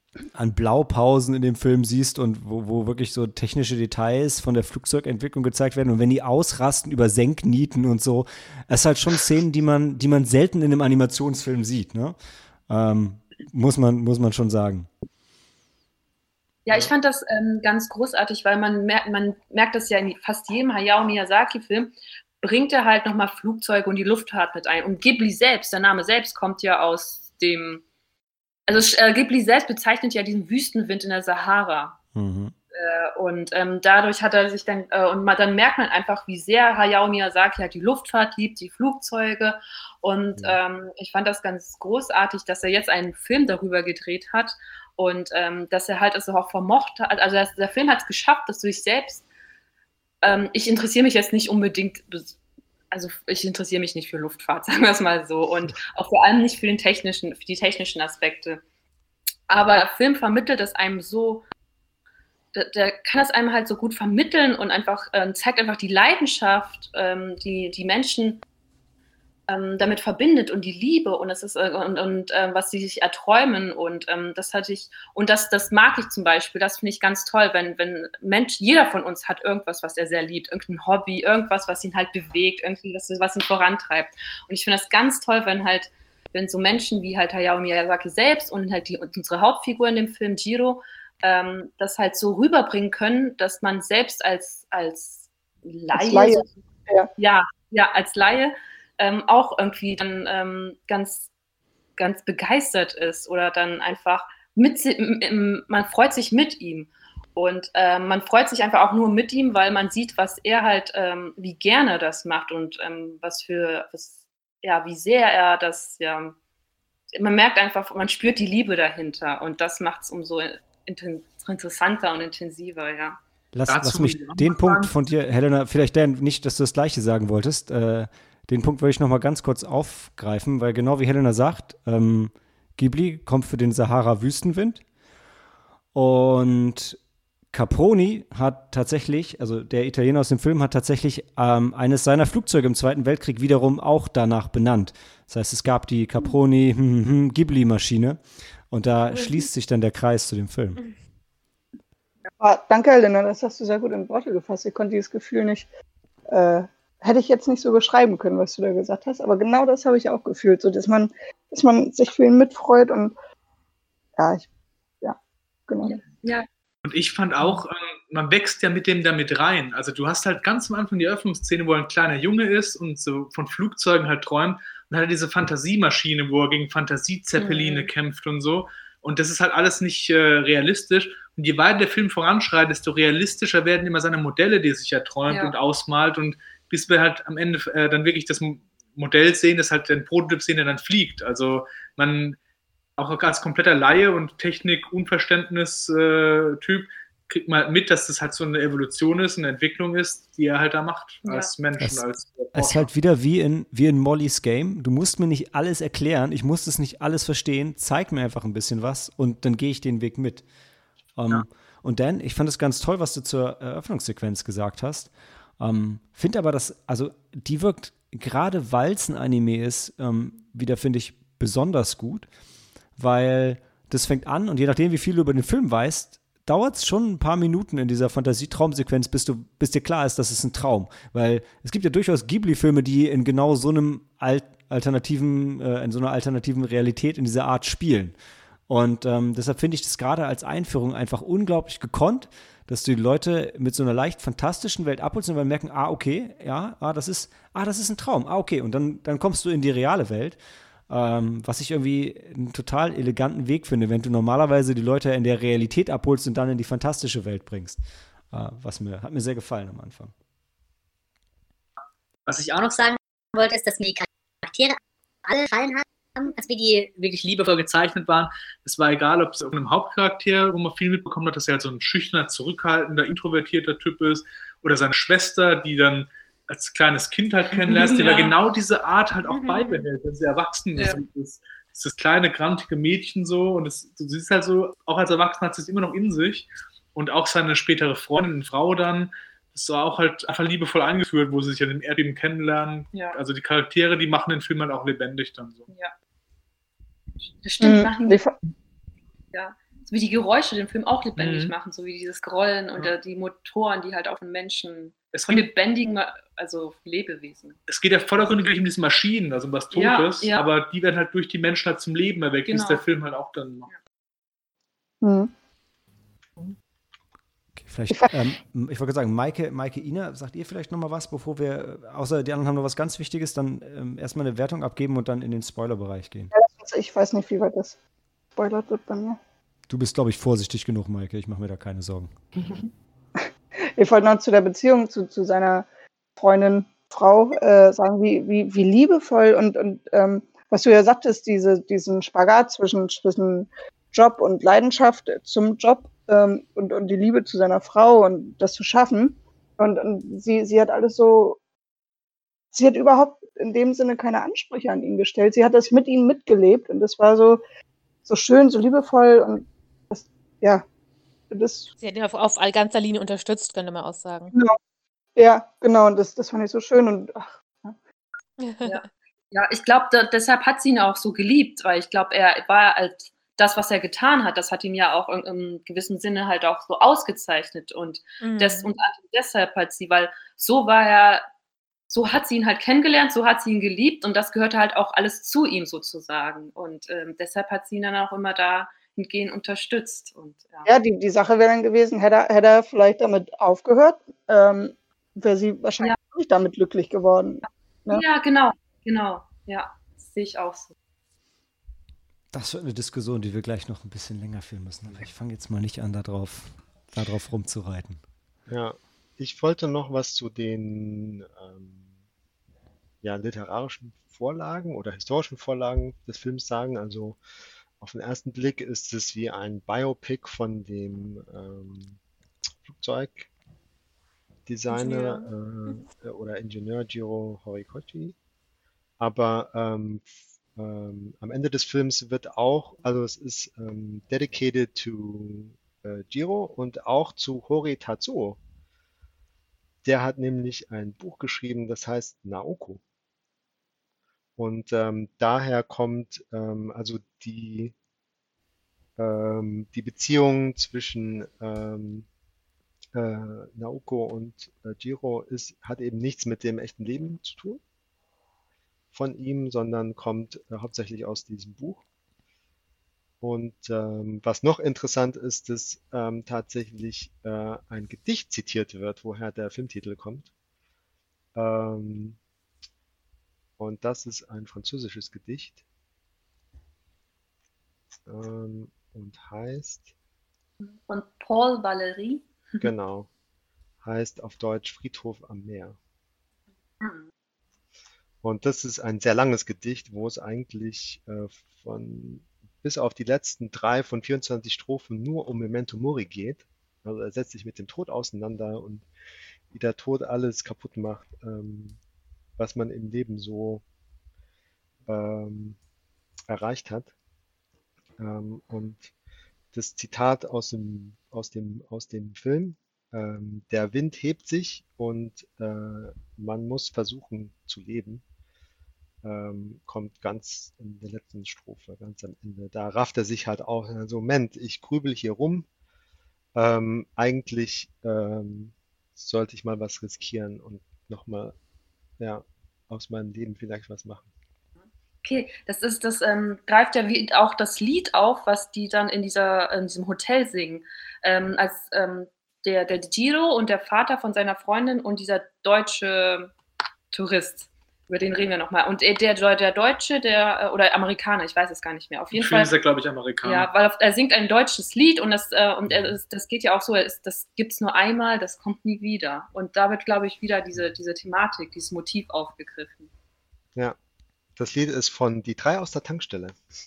Speaker 1: an Blaupausen in dem Film siehst und wo wirklich so technische Details von der Flugzeugentwicklung gezeigt werden und wenn die ausrasten über Senknieten und so, es ist halt schon Szenen, die man selten in einem Animationsfilm sieht, ne? Muss man schon sagen.
Speaker 3: Ja, ich fand das ganz großartig, weil man merkt das ja in fast jedem Hayao Miyazaki-Film, bringt er halt nochmal Flugzeuge und die Luftfahrt mit ein. Und Ghibli selbst, der Name selbst kommt ja aus dem, also Ghibli selbst bezeichnet ja diesen Wüstenwind in der Sahara.
Speaker 1: Mhm.
Speaker 3: Und dadurch hat er sich dann, dann merkt man einfach, wie sehr Hayao Miyazaki halt die Luftfahrt liebt, die Flugzeuge. Und ich fand das ganz großartig, dass er jetzt einen Film darüber gedreht hat und dass er halt es auch vermocht hat. Also der Film hat es geschafft, dass du dich selbst, ich interessiere mich jetzt nicht unbedingt, also ich interessiere mich nicht für Luftfahrt, sagen wir es mal so, und auch vor allem nicht für die technischen Aspekte. Aber der Film vermittelt es einem so, der kann es einem halt so gut vermitteln und einfach zeigt einfach die Leidenschaft, die Menschen damit verbindet und die Liebe und das ist was sie sich erträumen und das mag ich zum Beispiel, das finde ich ganz toll, wenn jeder von uns hat irgendwas, was er sehr liebt, irgendein Hobby, irgendwas, was ihn halt bewegt, irgendwie was ihn vorantreibt und ich finde das ganz toll, wenn so Menschen wie halt Hayao Miyazaki selbst und halt unsere Hauptfigur in dem Film Jiro das halt so rüberbringen können, dass man selbst als Laie, als Laie auch irgendwie dann ganz, ganz begeistert ist oder dann einfach man freut sich mit ihm und man freut sich einfach auch nur mit ihm, weil man sieht, was er halt, wie gerne das macht und wie sehr er das, man merkt einfach, man spürt die Liebe dahinter und das macht es umso interessanter und intensiver, ja.
Speaker 1: Lass mich den Punkt von dir, Helena, vielleicht nicht, dass du das Gleiche sagen wolltest, den Punkt würde ich noch mal ganz kurz aufgreifen, weil genau wie Helena sagt, Ghibli kommt für den Sahara-Wüstenwind und Caproni hat tatsächlich, also der Italiener aus dem Film, hat tatsächlich eines seiner Flugzeuge im Zweiten Weltkrieg wiederum auch danach benannt. Das heißt, es gab die Caproni-Ghibli-Maschine und da schließt sich dann der Kreis zu dem Film.
Speaker 6: Danke, Helena, das hast du sehr gut in Worte gefasst. Ich konnte dieses Gefühl nicht, hätte ich jetzt nicht so beschreiben können, was du da gesagt hast, aber genau das habe ich auch gefühlt, so dass man sich für ihn mitfreut und genau.
Speaker 3: Ja.
Speaker 4: Und ich fand auch, man wächst ja mit dem damit rein. Also du hast halt ganz am Anfang die Eröffnungsszene, wo er ein kleiner Junge ist und so von Flugzeugen halt träumt und dann hat er diese Fantasiemaschine, wo er gegen Fantasiezeppeline kämpft und so. Und das ist halt alles nicht realistisch. Und je weiter der Film voranschreitet, desto realistischer werden immer seine Modelle, die er sich erträumt und ausmalt. Und bis wir halt am Ende dann wirklich das Modell sehen, das halt den Prototyp sehen, der dann fliegt. Also man, auch als kompletter Laie und Technik-Unverständnis-Typ, kriegt man halt mit, dass das halt so eine Evolution ist, eine Entwicklung ist, die er halt da macht als Menschen. Es
Speaker 1: ist halt wieder wie in Mollys Game. Du musst mir nicht alles erklären, ich muss das nicht alles verstehen, zeig mir einfach ein bisschen was und dann gehe ich den Weg mit. Und Dan, ich fand es ganz toll, was du zur Eröffnungssequenz gesagt hast. Finde aber, die wirkt, gerade weil es ein Anime ist, wieder, finde ich, besonders gut, weil das fängt an und je nachdem, wie viel du über den Film weißt, dauert es schon ein paar Minuten in dieser Fantasie-Traumsequenz, bis dir klar ist, dass es ein Traum. Weil es gibt ja durchaus Ghibli-Filme, die in genau so einem in so einer alternativen Realität in dieser Art spielen. Und deshalb finde ich das gerade als Einführung einfach unglaublich gekonnt, dass du die Leute mit so einer leicht fantastischen Welt abholst und dann merken, das ist ein Traum, okay, und dann kommst du in die reale Welt. Was ich irgendwie einen total eleganten Weg finde, wenn du normalerweise die Leute in der Realität abholst und dann in die fantastische Welt bringst. Hat mir sehr gefallen am Anfang.
Speaker 8: Was ich auch noch sagen wollte, ist, dass mir die Charaktere alle gefallen haben, als wie die wirklich liebevoll gezeichnet waren.
Speaker 4: Es war egal, ob es irgendeinem Hauptcharakter, wo man viel mitbekommen hat, dass er halt so ein schüchterner, zurückhaltender, introvertierter Typ ist, oder seine Schwester, die dann als kleines Kind halt kennenlernst, die genau diese Art halt auch beibehält, wenn sie erwachsen ist. Das kleine, grantige Mädchen so und du siehst halt so, auch als Erwachsener hat sie es immer noch in sich und auch seine spätere Freundin und Frau dann, das war auch halt einfach liebevoll eingeführt, wo sie sich an dem Erdbeben kennenlernen. Ja. Also die Charaktere, die machen den Film halt auch lebendig dann so.
Speaker 3: Ja. Das stimmt. so wie die Geräusche den Film auch lebendig
Speaker 4: Mhm.
Speaker 3: machen, so wie dieses Grollen und
Speaker 4: Ja.
Speaker 3: die Motoren, die halt auch von Menschen,
Speaker 4: Es
Speaker 3: von
Speaker 4: geht,
Speaker 3: lebendigen, also Lebewesen.
Speaker 4: es geht ja vordergründig um diese Maschinen, also um was
Speaker 3: Ja,
Speaker 4: Totes,
Speaker 3: ja.
Speaker 4: aber die werden halt durch die Menschen halt zum Leben erweckt, wie es
Speaker 3: Genau.
Speaker 4: der Film halt auch dann macht.
Speaker 6: Hm.
Speaker 1: Okay, vielleicht, ich wollte gerade sagen, Maike, Ina, sagt ihr vielleicht nochmal was, bevor wir, außer die anderen haben noch was ganz Wichtiges, dann erstmal eine Wertung abgeben und dann in den Spoilerbereich gehen.
Speaker 6: Ich weiß nicht, wie weit das spoilert wird bei mir.
Speaker 1: Du bist, glaube ich, vorsichtig genug, Maike. Ich mache mir da keine Sorgen.
Speaker 6: Ich wollte noch zu der Beziehung zu seiner Freundin, Frau sagen, wie liebevoll und was du ja sagtest, diesen Spagat zwischen Job und Leidenschaft zum Job und die Liebe zu seiner Frau und das zu schaffen. Und sie hat alles so, sie hat überhaupt in dem Sinne keine Ansprüche an ihn gestellt. Sie hat das mit ihm mitgelebt und das war so schön, so liebevoll und das, ja, das.
Speaker 2: Sie hat ihn auf ganzer Linie unterstützt, könnte man auch sagen.
Speaker 6: Genau. Ja, genau, und das fand ich so schön und ach.
Speaker 3: Ja, ich glaube, deshalb hat sie ihn auch so geliebt, weil ich glaube, er war halt das, was er getan hat, das hat ihn ja auch im gewissen Sinne halt auch so ausgezeichnet und deshalb hat sie, weil so hat sie ihn halt kennengelernt, so hat sie ihn geliebt und das gehörte halt auch alles zu ihm sozusagen und deshalb hat sie ihn dann auch immer dahingehend unterstützt. Und,
Speaker 6: ja, die Sache wäre dann gewesen, hätte er vielleicht damit aufgehört, wäre sie wahrscheinlich nicht damit glücklich geworden. Ne?
Speaker 3: Ja, genau, ja, das sehe ich auch so.
Speaker 1: Das wird eine Diskussion, die wir gleich noch ein bisschen länger führen müssen. Aber ich fange jetzt mal nicht an, da drauf rumzureiten.
Speaker 7: Ja, ich wollte noch was zu den literarischen Vorlagen oder historischen Vorlagen des Films sagen. Also auf den ersten Blick ist es wie ein Biopic von dem Flugzeugdesigner oder Ingenieur Jiro Horikoshi. Aber am Ende des Films wird auch, also es ist dedicated to Jiro und auch zu Hori Tatsuo. Der hat nämlich ein Buch geschrieben, das heißt Naoko. Und daher kommt also die Beziehung zwischen Naoko und Jiro hat eben nichts mit dem echten Leben zu tun von ihm, sondern kommt hauptsächlich aus diesem Buch. Und was noch interessant ist, dass tatsächlich ein Gedicht zitiert wird, woher der Filmtitel kommt. Und das ist ein französisches Gedicht und heißt
Speaker 3: von Paul Valéry.
Speaker 7: Genau, heißt auf Deutsch Friedhof am Meer. Und das ist ein sehr langes Gedicht, wo es eigentlich bis auf die letzten 3 von 24 Strophen nur um Memento Mori geht. Also er setzt sich mit dem Tod auseinander und wie der Tod alles kaputt macht, was man im Leben so erreicht hat. Und das Zitat aus dem Film, der Wind hebt sich und man muss versuchen zu leben, kommt ganz in der letzten Strophe, ganz am Ende. Da rafft er sich halt auch, also Moment, ich grübel hier rum, eigentlich sollte ich mal was riskieren und nochmal aus meinem Leben vielleicht was machen.
Speaker 3: Okay, das greift ja auch das Lied auf, was die dann in diesem Hotel singen. Als der Jiro und der Vater von seiner Freundin und dieser deutsche Tourist, über den reden wir nochmal. Und der Deutsche, oder Amerikaner, ich weiß es gar nicht mehr. Auf jeden Fall
Speaker 4: ist er, glaube ich, Amerikaner.
Speaker 3: Ja, weil er singt ein deutsches Lied und das geht ja auch so, das gibt es nur einmal, das kommt nie wieder. Und da wird, glaube ich, wieder diese Thematik, dieses Motiv aufgegriffen.
Speaker 7: Ja. Das Lied ist von Die 3 aus der Tankstelle.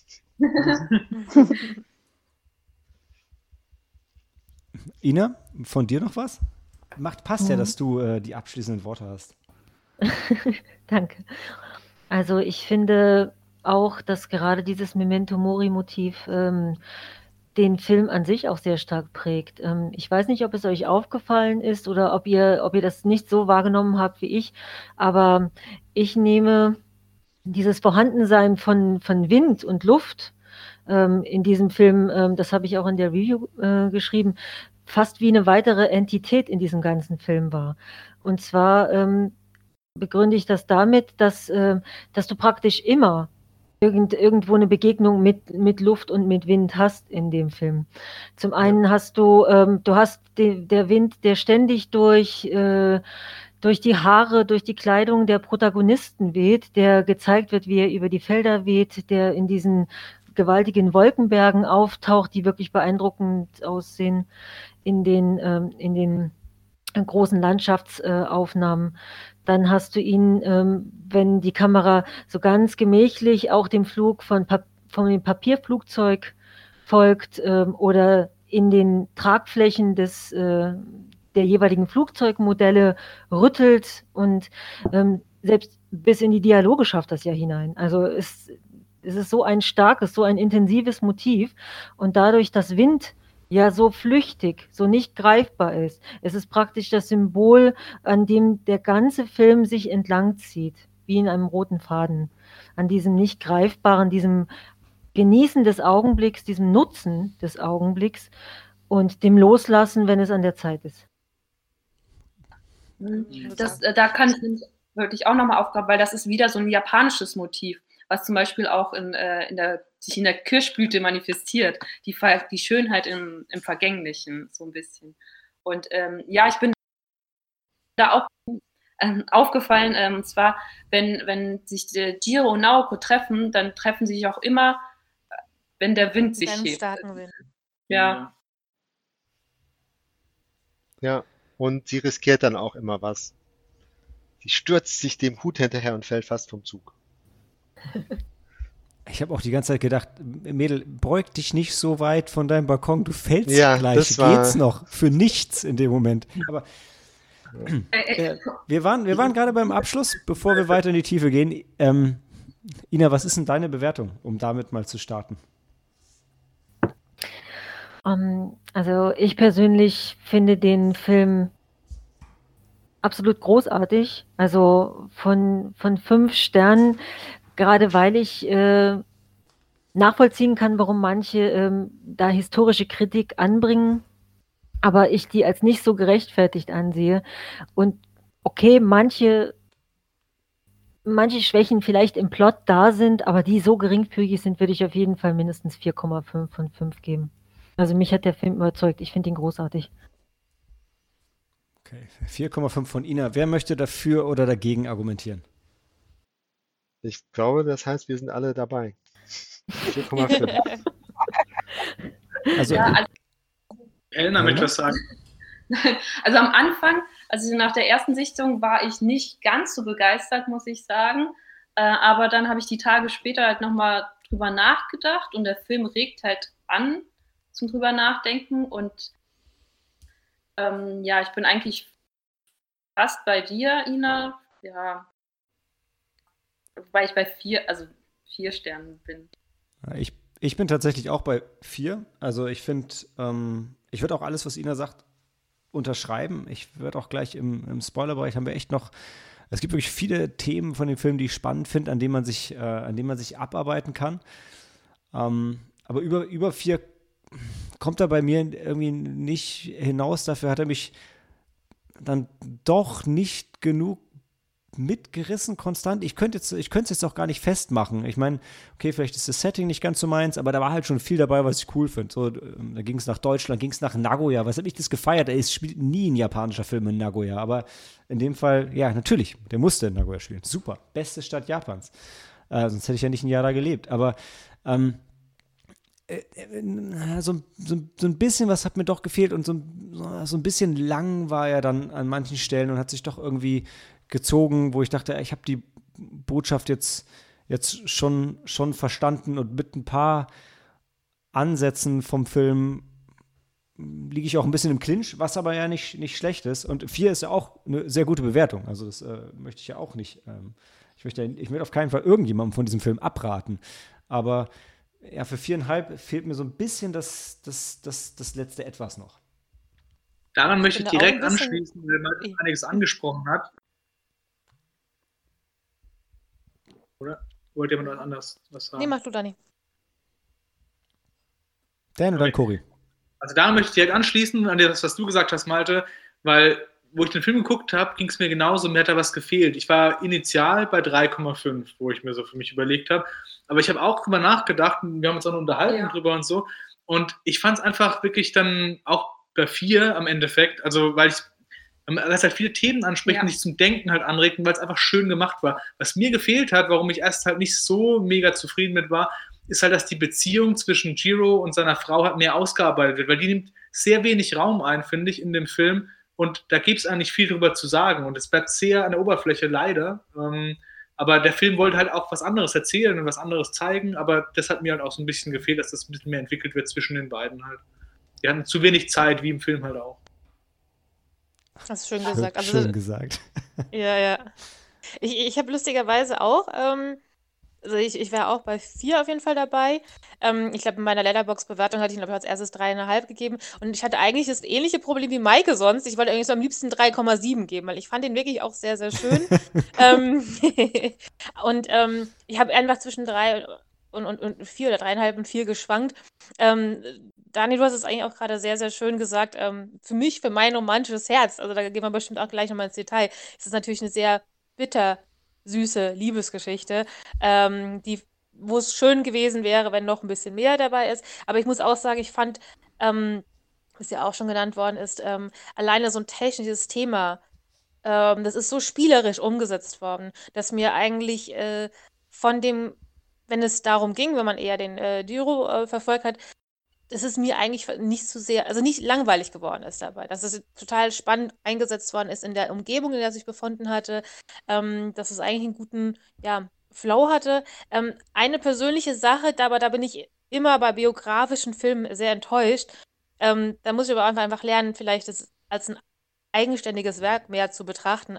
Speaker 1: Ina, von dir noch was? Passt ja, dass du die abschließenden Worte hast.
Speaker 5: Danke. Also ich finde auch, dass gerade dieses Memento Mori-Motiv den Film an sich auch sehr stark prägt. Ich weiß nicht, ob es euch aufgefallen ist oder ob ihr das nicht so wahrgenommen habt wie ich, aber ich nehme dieses Vorhandensein von Wind und Luft in diesem Film, das habe ich auch in der Review geschrieben, fast wie eine weitere Entität in diesem ganzen Film war. Und zwar begründe ich das damit, dass du praktisch immer irgendwo eine Begegnung mit Luft und mit Wind hast in dem Film. Zum einen hast du hast der Wind, der ständig durch die Haare, durch die Kleidung der Protagonisten weht, der gezeigt wird, wie er über die Felder weht, der in diesen gewaltigen Wolkenbergen auftaucht, die wirklich beeindruckend aussehen in den großen Landschaftsaufnahmen. Dann hast du ihn, wenn die Kamera so ganz gemächlich auch dem Flug von dem Papierflugzeug folgt oder in den Tragflächen der jeweiligen Flugzeugmodelle rüttelt und selbst bis in die Dialoge schafft das ja hinein. Also es ist so ein starkes, so ein intensives Motiv und dadurch, dass Wind ja so flüchtig, so nicht greifbar ist. Es ist praktisch das Symbol, an dem der ganze Film sich entlang zieht, wie in einem roten Faden. An diesem nicht greifbaren, diesem Genießen des Augenblicks, diesem Nutzen des Augenblicks und dem Loslassen, wenn es an der Zeit ist.
Speaker 3: Da kann ich nämlich wirklich auch nochmal aufgraben, weil das ist wieder so ein japanisches Motiv, was zum Beispiel auch sich in der Kirschblüte manifestiert, die Schönheit im Vergänglichen so ein bisschen. Und ich bin da auch aufgefallen, und zwar, wenn sich Jiro und Naoko treffen, dann treffen sie sich auch immer, wenn der Wind sich hebt.
Speaker 2: Starken Wind.
Speaker 3: Ja.
Speaker 7: Ja, und sie riskiert dann auch immer was. Sie stürzt sich dem Hut hinterher und fällt fast vom Zug.
Speaker 1: Ich habe auch die ganze Zeit gedacht, Mädel, beug dich nicht so weit von deinem Balkon, du fällst gleich. Geht's noch? Für nichts in dem Moment. Aber wir waren gerade beim Abschluss, bevor wir weiter in die Tiefe gehen. Ina, was ist denn deine Bewertung, um damit mal zu starten?
Speaker 5: Also ich persönlich finde den Film absolut großartig. Also von 5 Sternen, gerade weil ich nachvollziehen kann, warum manche da historische Kritik anbringen, aber ich die als nicht so gerechtfertigt ansehe. Und okay, manche Schwächen vielleicht im Plot da sind, aber die so geringfügig sind, würde ich auf jeden Fall mindestens 4,5 von 5 geben. Also mich hat der Film überzeugt. Ich finde ihn großartig.
Speaker 1: Okay, 4,5 von Ina. Wer möchte dafür oder dagegen argumentieren?
Speaker 7: Ich glaube, das heißt, wir sind alle dabei. 4,5.
Speaker 1: Also,
Speaker 4: Helena möchte was sagen.
Speaker 3: Also am Anfang, also nach der ersten Sichtung, war ich nicht ganz so begeistert, muss ich sagen. Aber dann habe ich die Tage später halt nochmal drüber nachgedacht und der Film regt halt an zum drüber nachdenken. Und ich bin eigentlich fast bei dir, Ina. Ja, weil ich bei 4 Sternen bin.
Speaker 1: Ich bin tatsächlich auch bei 4. Also ich finde, ich würde auch alles, was Ina sagt, unterschreiben. Ich würde auch gleich im Spoilerbereich haben wir echt noch, es gibt wirklich viele Themen von dem Film, die ich spannend finde, an denen man sich abarbeiten kann. Aber über 4 kommt er bei mir irgendwie nicht hinaus. Dafür hat er mich dann doch nicht genug mitgerissen konstant. Ich könnte es jetzt auch gar nicht festmachen. Ich meine, okay, vielleicht ist das Setting nicht ganz so meins, aber da war halt schon viel dabei, was ich cool finde. So, da ging es nach Deutschland, ging es nach Nagoya. Was habe ich das gefeiert? Es spielt nie ein japanischer Film in Nagoya, aber in dem Fall, ja, natürlich, der musste in Nagoya spielen. Super, beste Stadt Japans. Sonst hätte ich ja nicht ein Jahr da gelebt. Aber so ein bisschen was hat mir doch gefehlt und so ein bisschen lang war er dann an manchen Stellen und hat sich doch irgendwie gezogen, wo ich dachte, ich habe die Botschaft jetzt schon verstanden und mit ein paar Ansätzen vom Film liege ich auch ein bisschen im Clinch, was aber ja nicht schlecht ist. Und 4 ist ja auch eine sehr gute Bewertung. Also das möchte ich ja auch nicht. Ich möchte auf keinen Fall irgendjemandem von diesem Film abraten. Aber ja, für 4,5 fehlt mir so ein bisschen das letzte Etwas noch.
Speaker 4: Daran möchte ich direkt anschließen, weil Malte einiges angesprochen hat. Oder wollt jemand was anderes was sagen?
Speaker 2: Nee, mach du, Dani.
Speaker 1: Dan und dann Cory.
Speaker 4: Also da möchte ich direkt anschließen an das, was du gesagt hast, Malte, weil wo ich den Film geguckt habe, ging es mir genauso, mir hat da was gefehlt. Ich war initial bei 3,5, wo ich mir so für mich überlegt habe. Aber ich habe auch drüber nachgedacht und wir haben uns auch noch unterhalten drüber und so. Und ich fand es einfach wirklich dann auch bei 4 am Endeffekt, also weil es halt viele Themen anspricht und dich zum Denken halt anregt, weil es einfach schön gemacht war. Was mir gefehlt hat, warum ich erst halt nicht so mega zufrieden mit war, ist halt, dass die Beziehung zwischen Jiro und seiner Frau halt mehr ausgearbeitet wird, weil die nimmt sehr wenig Raum ein, finde ich, in dem Film. Und da gibt es eigentlich viel drüber zu sagen. Und es bleibt sehr an der Oberfläche, leider. Aber der Film wollte halt auch was anderes erzählen und was anderes zeigen. Aber das hat mir halt auch so ein bisschen gefehlt, dass das ein bisschen mehr entwickelt wird zwischen den beiden halt. Die hatten zu wenig Zeit, wie im Film halt auch.
Speaker 2: Das ist schön gesagt. Also,
Speaker 1: schön gesagt.
Speaker 2: Ja. Ich habe lustigerweise auch, also ich wäre auch bei 4 auf jeden Fall dabei. Ich glaube, in meiner Letterboxd-Bewertung hatte ich, glaube ich, als erstes 3,5 gegeben. Und ich hatte eigentlich das ähnliche Problem wie Maike sonst. Ich wollte eigentlich so am liebsten 3,7 geben, weil ich fand den wirklich auch sehr, sehr schön. Und ich habe einfach zwischen 3 und 4 oder 3,5 und 4 geschwankt. Daniel, du hast es eigentlich auch gerade sehr, sehr schön gesagt. Für mich, für mein romantisches Herz, also da gehen wir bestimmt auch gleich nochmal ins Detail, ist es natürlich eine sehr bittersüße Liebesgeschichte, wo es schön gewesen wäre, wenn noch ein bisschen mehr dabei ist. Aber ich muss auch sagen, ich fand, was ja auch schon genannt worden ist, alleine so ein technisches Thema, das ist so spielerisch umgesetzt worden, dass mir eigentlich von dem, wenn es darum ging, wenn man eher den Jiro verfolgt hat, dass es mir eigentlich nicht so sehr, also nicht langweilig geworden ist dabei, dass es total spannend eingesetzt worden ist in der Umgebung, in der es sich befunden hatte, dass es eigentlich einen guten, ja, Flow hatte. Eine persönliche Sache, aber da bin ich immer bei biografischen Filmen sehr enttäuscht. Da muss ich aber einfach lernen, vielleicht das als ein eigenständiges Werk mehr zu betrachten,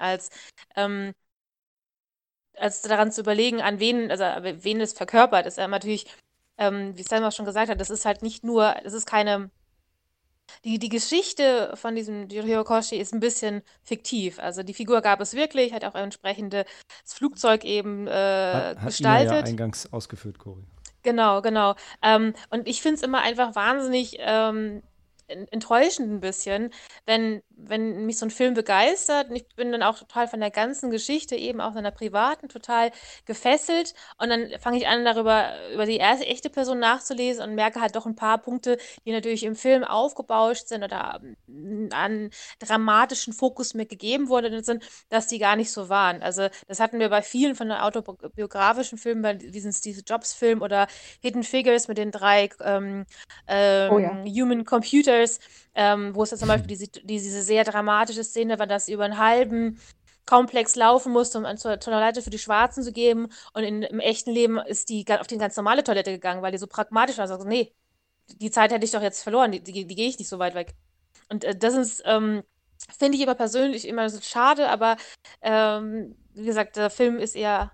Speaker 2: als daran zu überlegen, an wen, also wen es verkörpert. Ist ja natürlich, wie Selma schon gesagt hat, das ist halt nicht nur, das ist keine, die Geschichte von diesem Horikoshi ist ein bisschen fiktiv. Also die Figur gab es wirklich, hat auch entsprechend das Flugzeug eben
Speaker 1: Hat Ina ja
Speaker 2: gestaltet.
Speaker 1: eingangs ausgeführt, Cory.
Speaker 2: Genau. Und ich finde es immer einfach wahnsinnig enttäuschend ein bisschen, wenn mich so ein Film begeistert und ich bin dann auch total von der ganzen Geschichte, eben auch seiner privaten, total gefesselt und dann fange ich an, über die erste echte Person nachzulesen und merke halt doch ein paar Punkte, die natürlich im Film aufgebauscht sind oder an dramatischen Fokus mir gegeben worden sind, dass die gar nicht so waren. Also das hatten wir bei vielen von den autobiografischen Filmen, bei diesem Steve Jobs-Film oder Hidden Figures mit den 3 Human Computers, wo es ja zum Beispiel diese sehr dramatische Szene war, dass sie über einen halben Komplex laufen musste, um zur Toilette für die Schwarzen zu geben. Und im echten Leben ist die auf die ganz normale Toilette gegangen, weil die so pragmatisch war. Also, nee, die Zeit hätte ich doch jetzt verloren, die gehe ich nicht so weit weg. Und das ist, finde ich aber persönlich immer so schade, aber wie gesagt, der Film ist eher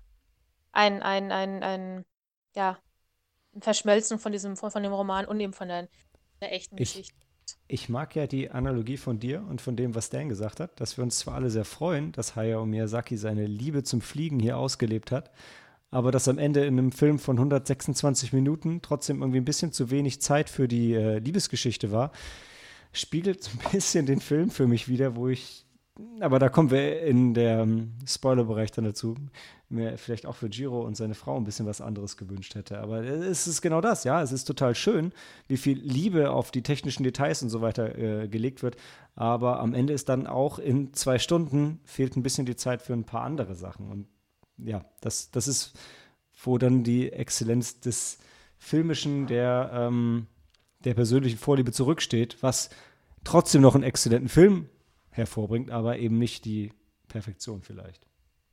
Speaker 2: ein ja, ein Verschmelzen von dem Roman und eben von der echten Geschichte.
Speaker 1: Ich mag ja die Analogie von dir und von dem, was Dan gesagt hat, dass wir uns zwar alle sehr freuen, dass Hayao Miyazaki seine Liebe zum Fliegen hier ausgelebt hat, aber dass am Ende in einem Film von 126 Minuten trotzdem irgendwie ein bisschen zu wenig Zeit für die Liebesgeschichte war, spiegelt ein bisschen den Film für mich wieder, aber da kommen wir in der Spoilerbereich dann dazu, mir vielleicht auch für Jiro und seine Frau ein bisschen was anderes gewünscht hätte. Aber es ist genau das, ja. Es ist total schön, wie viel Liebe auf die technischen Details und so weiter gelegt wird. Aber am Ende ist dann auch in 2 Stunden fehlt ein bisschen die Zeit für ein paar andere Sachen. Und ja, das ist, wo dann die Exzellenz des Filmischen, der persönlichen Vorliebe zurücksteht, was trotzdem noch einen exzellenten Film hervorbringt, aber eben nicht die Perfektion vielleicht.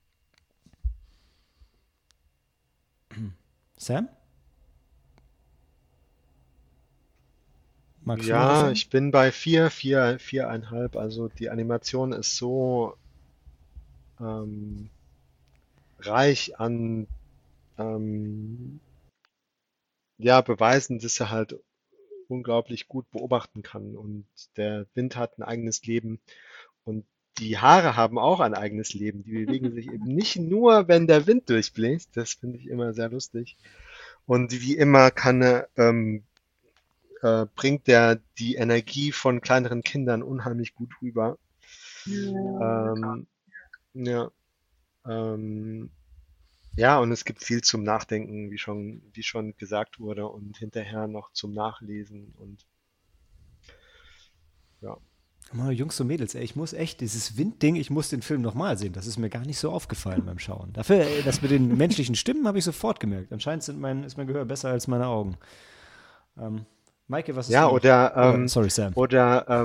Speaker 1: Sam? Magst du noch was
Speaker 7: Ja,
Speaker 1: sagen?
Speaker 7: ich bin bei 4,5. Also die Animation ist so reich an Beweisen, dass er halt unglaublich gut beobachten kann. Und der Wind hat ein eigenes Leben und die Haare haben auch ein eigenes Leben. Die bewegen sich eben nicht nur, wenn der Wind durchbläst. Das finde ich immer sehr lustig. Und wie immer kann er bringt der die Energie von kleineren Kindern unheimlich gut rüber. Ja, ja, und es gibt viel zum Nachdenken, wie schon gesagt wurde, und hinterher noch zum Nachlesen und ja.
Speaker 1: Jungs und Mädels, ey, ich muss echt, dieses Windding, ich muss den Film nochmal sehen. Das ist mir gar nicht so aufgefallen beim Schauen. Dafür, das mit den menschlichen Stimmen habe ich sofort gemerkt. Anscheinend ist mein Gehör besser als meine Augen. Maike, was ist
Speaker 7: Ja,
Speaker 1: oder sorry, Sam.
Speaker 7: Oder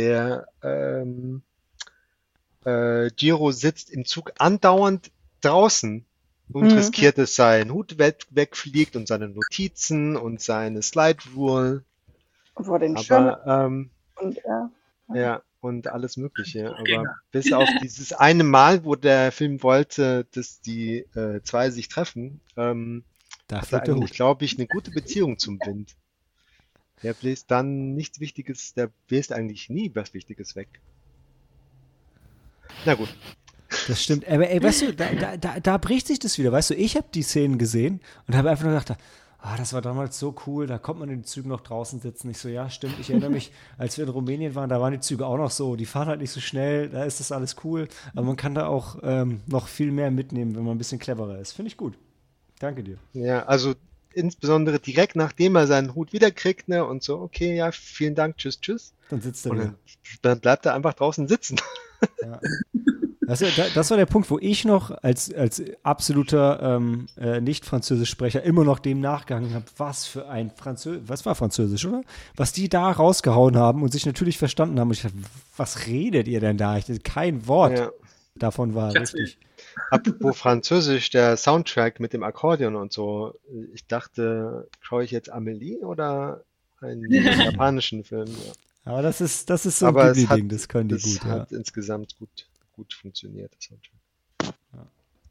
Speaker 7: Giro sitzt im Zug andauernd draußen und riskiert es, sein Hut wegfliegt und seine Notizen und seine Slide Rule.
Speaker 6: Und vor den
Speaker 7: Aber
Speaker 6: und
Speaker 7: ja, und alles Mögliche. Aber bis auf dieses eine Mal, wo der Film wollte, dass die zwei sich treffen,
Speaker 1: Da
Speaker 7: hat er
Speaker 1: fliegt der
Speaker 7: eigentlich,
Speaker 1: Hut.
Speaker 7: glaube ich, eine gute Beziehung zum Wind. Der bläst dann nichts Wichtiges, der bläst eigentlich nie was Wichtiges weg. Na gut.
Speaker 1: Das stimmt. Aber ey, weißt du, da bricht sich das wieder. Weißt du, ich habe die Szenen gesehen und habe einfach nur gedacht, das war damals so cool, da konnte man in den Zügen noch draußen sitzen. Ich so, ja, stimmt. Ich erinnere mich, als wir in Rumänien waren, da waren die Züge auch noch so. Die fahren halt nicht so schnell, da ist das alles cool. Aber man kann da auch noch viel mehr mitnehmen, wenn man ein bisschen cleverer ist. Finde ich gut. Danke dir.
Speaker 7: Ja, also insbesondere direkt nachdem er seinen Hut wiederkriegt, ne, und so, okay, ja, vielen Dank, tschüss, tschüss.
Speaker 1: Dann sitzt er
Speaker 7: Und
Speaker 1: wieder.
Speaker 7: dann bleibt er einfach draußen sitzen.
Speaker 1: Ja. Das war der Punkt, wo ich noch als absoluter Nicht-Französisch-Sprecher immer noch dem nachgegangen habe, was war Französisch, oder? Was die da rausgehauen haben und sich natürlich verstanden haben. Und ich dachte, was redet ihr denn da? Kein Wort davon war richtig.
Speaker 7: Apropos Französisch, der Soundtrack mit dem Akkordeon und so. Ich dachte, schaue ich jetzt Amélie oder einen japanischen Film? Ja.
Speaker 1: Aber das ist so ein
Speaker 7: Aber
Speaker 1: Ghibli-Ding, das können die gut.
Speaker 7: Das hat insgesamt gut funktioniert, das Soundtrack.
Speaker 1: Ja.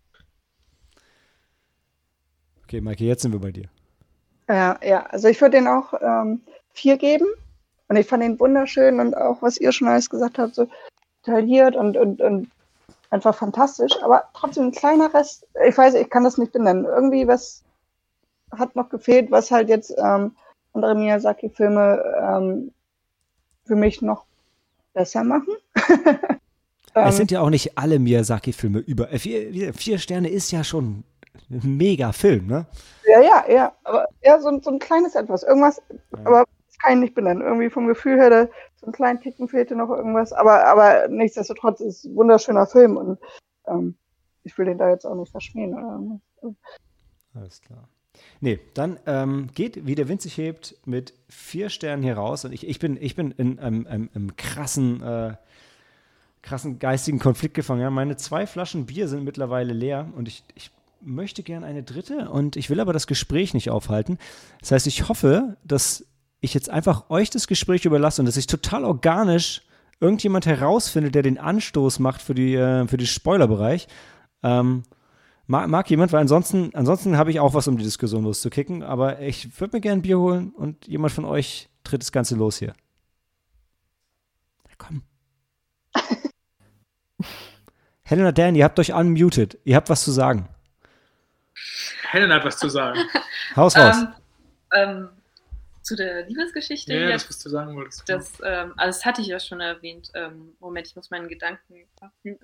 Speaker 1: Okay, Maike, jetzt sind wir bei dir.
Speaker 6: Ja, also ich würde den auch 4 geben. Und ich fand ihn wunderschön und auch, was ihr schon alles gesagt habt, so detailliert und einfach fantastisch. Aber trotzdem ein kleiner Rest, ich weiß, ich kann das nicht benennen. Irgendwie was hat noch gefehlt, was halt jetzt andere Miyazaki-Filme für mich noch besser machen.
Speaker 1: Es sind ja auch nicht alle Miyazaki-Filme über. 4 Sterne ist ja schon ein mega Film, ne?
Speaker 6: Ja. Aber ja, so ein kleines Etwas. Irgendwas, aber das kann ich nicht benennen. Irgendwie vom Gefühl her, so einen kleinen Ticken fehlte noch irgendwas. Aber nichtsdestotrotz ist es ein wunderschöner Film und ich will den da jetzt auch nicht verschmähen.
Speaker 1: Alles klar. Nee, dann geht, wie der Wind sich hebt, mit 4 Sternen hier raus. Und ich bin in einem krassen geistigen Konflikt gefangen. Ja? Meine 2 Flaschen Bier sind mittlerweile leer und ich möchte gern eine dritte und ich will aber das Gespräch nicht aufhalten. Das heißt, ich hoffe, dass ich jetzt einfach euch das Gespräch überlasse und dass ich total organisch irgendjemand herausfindet, der den Anstoß macht für den Spoilerbereich. Mag jemand, weil ansonsten habe ich auch was, um die Diskussion loszukicken, aber ich würde mir gerne ein Bier holen und jemand von euch tritt das Ganze los hier. Na komm. Helena, Dan, ihr habt euch unmuted. Ihr habt was zu sagen.
Speaker 4: Helena hat was zu sagen.
Speaker 1: Haus raus.
Speaker 3: Zu der Liebesgeschichte.
Speaker 4: Ja, das, was du sagen wolltest.
Speaker 3: Also das hatte ich ja schon erwähnt. Moment, ich muss meinen Gedanken fassen.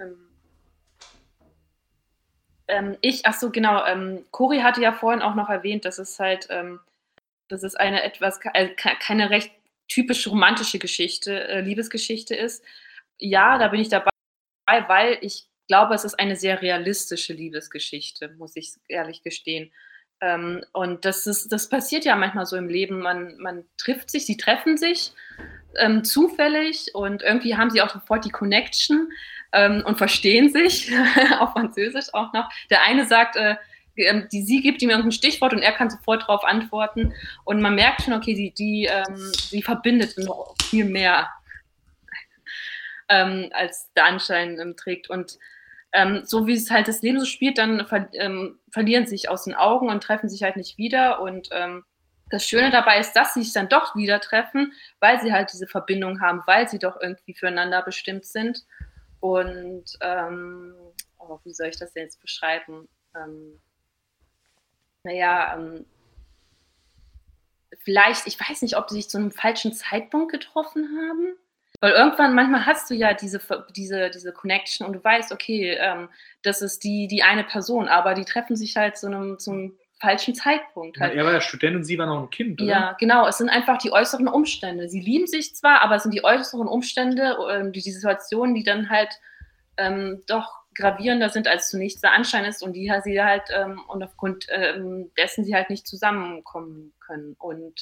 Speaker 3: Cory hatte ja vorhin auch noch erwähnt, dass es halt, dass es keine recht typisch romantische Geschichte, Liebesgeschichte ist. Ja, da bin ich dabei, weil ich glaube, es ist eine sehr realistische Liebesgeschichte, muss ich ehrlich gestehen. Und das passiert ja manchmal so im Leben. Man trifft sich, sie treffen sich zufällig und irgendwie haben sie auch sofort die Connection und verstehen sich, auf Französisch auch noch. Der eine sagt, sie gibt ihm irgendein Stichwort und er kann sofort darauf antworten. Und man merkt schon, okay, sie verbindet noch viel mehr, als der Anschein trägt. Und so wie es halt das Leben so spielt, dann verlieren sie sich aus den Augen und treffen sich halt nicht wieder. Und das Schöne dabei ist, dass sie sich dann doch wieder treffen, weil sie halt diese Verbindung haben, weil sie doch irgendwie füreinander bestimmt sind. Und wie soll ich das denn jetzt beschreiben? vielleicht, ich weiß nicht, ob sie sich zu einem falschen Zeitpunkt getroffen haben. Weil irgendwann, manchmal hast du ja diese Connection und du weißt, okay, das ist die eine Person, aber die treffen sich halt zum falschen Zeitpunkt. Halt.
Speaker 4: Er war ja Student und sie war noch ein Kind, oder?
Speaker 3: Ja, genau. Es sind einfach die äußeren Umstände. Sie lieben sich zwar, aber es sind die äußeren Umstände, die Situationen, die dann halt doch gravierender sind, als zunächst der Anschein ist und die sie halt und aufgrund dessen sie halt nicht zusammenkommen können. Und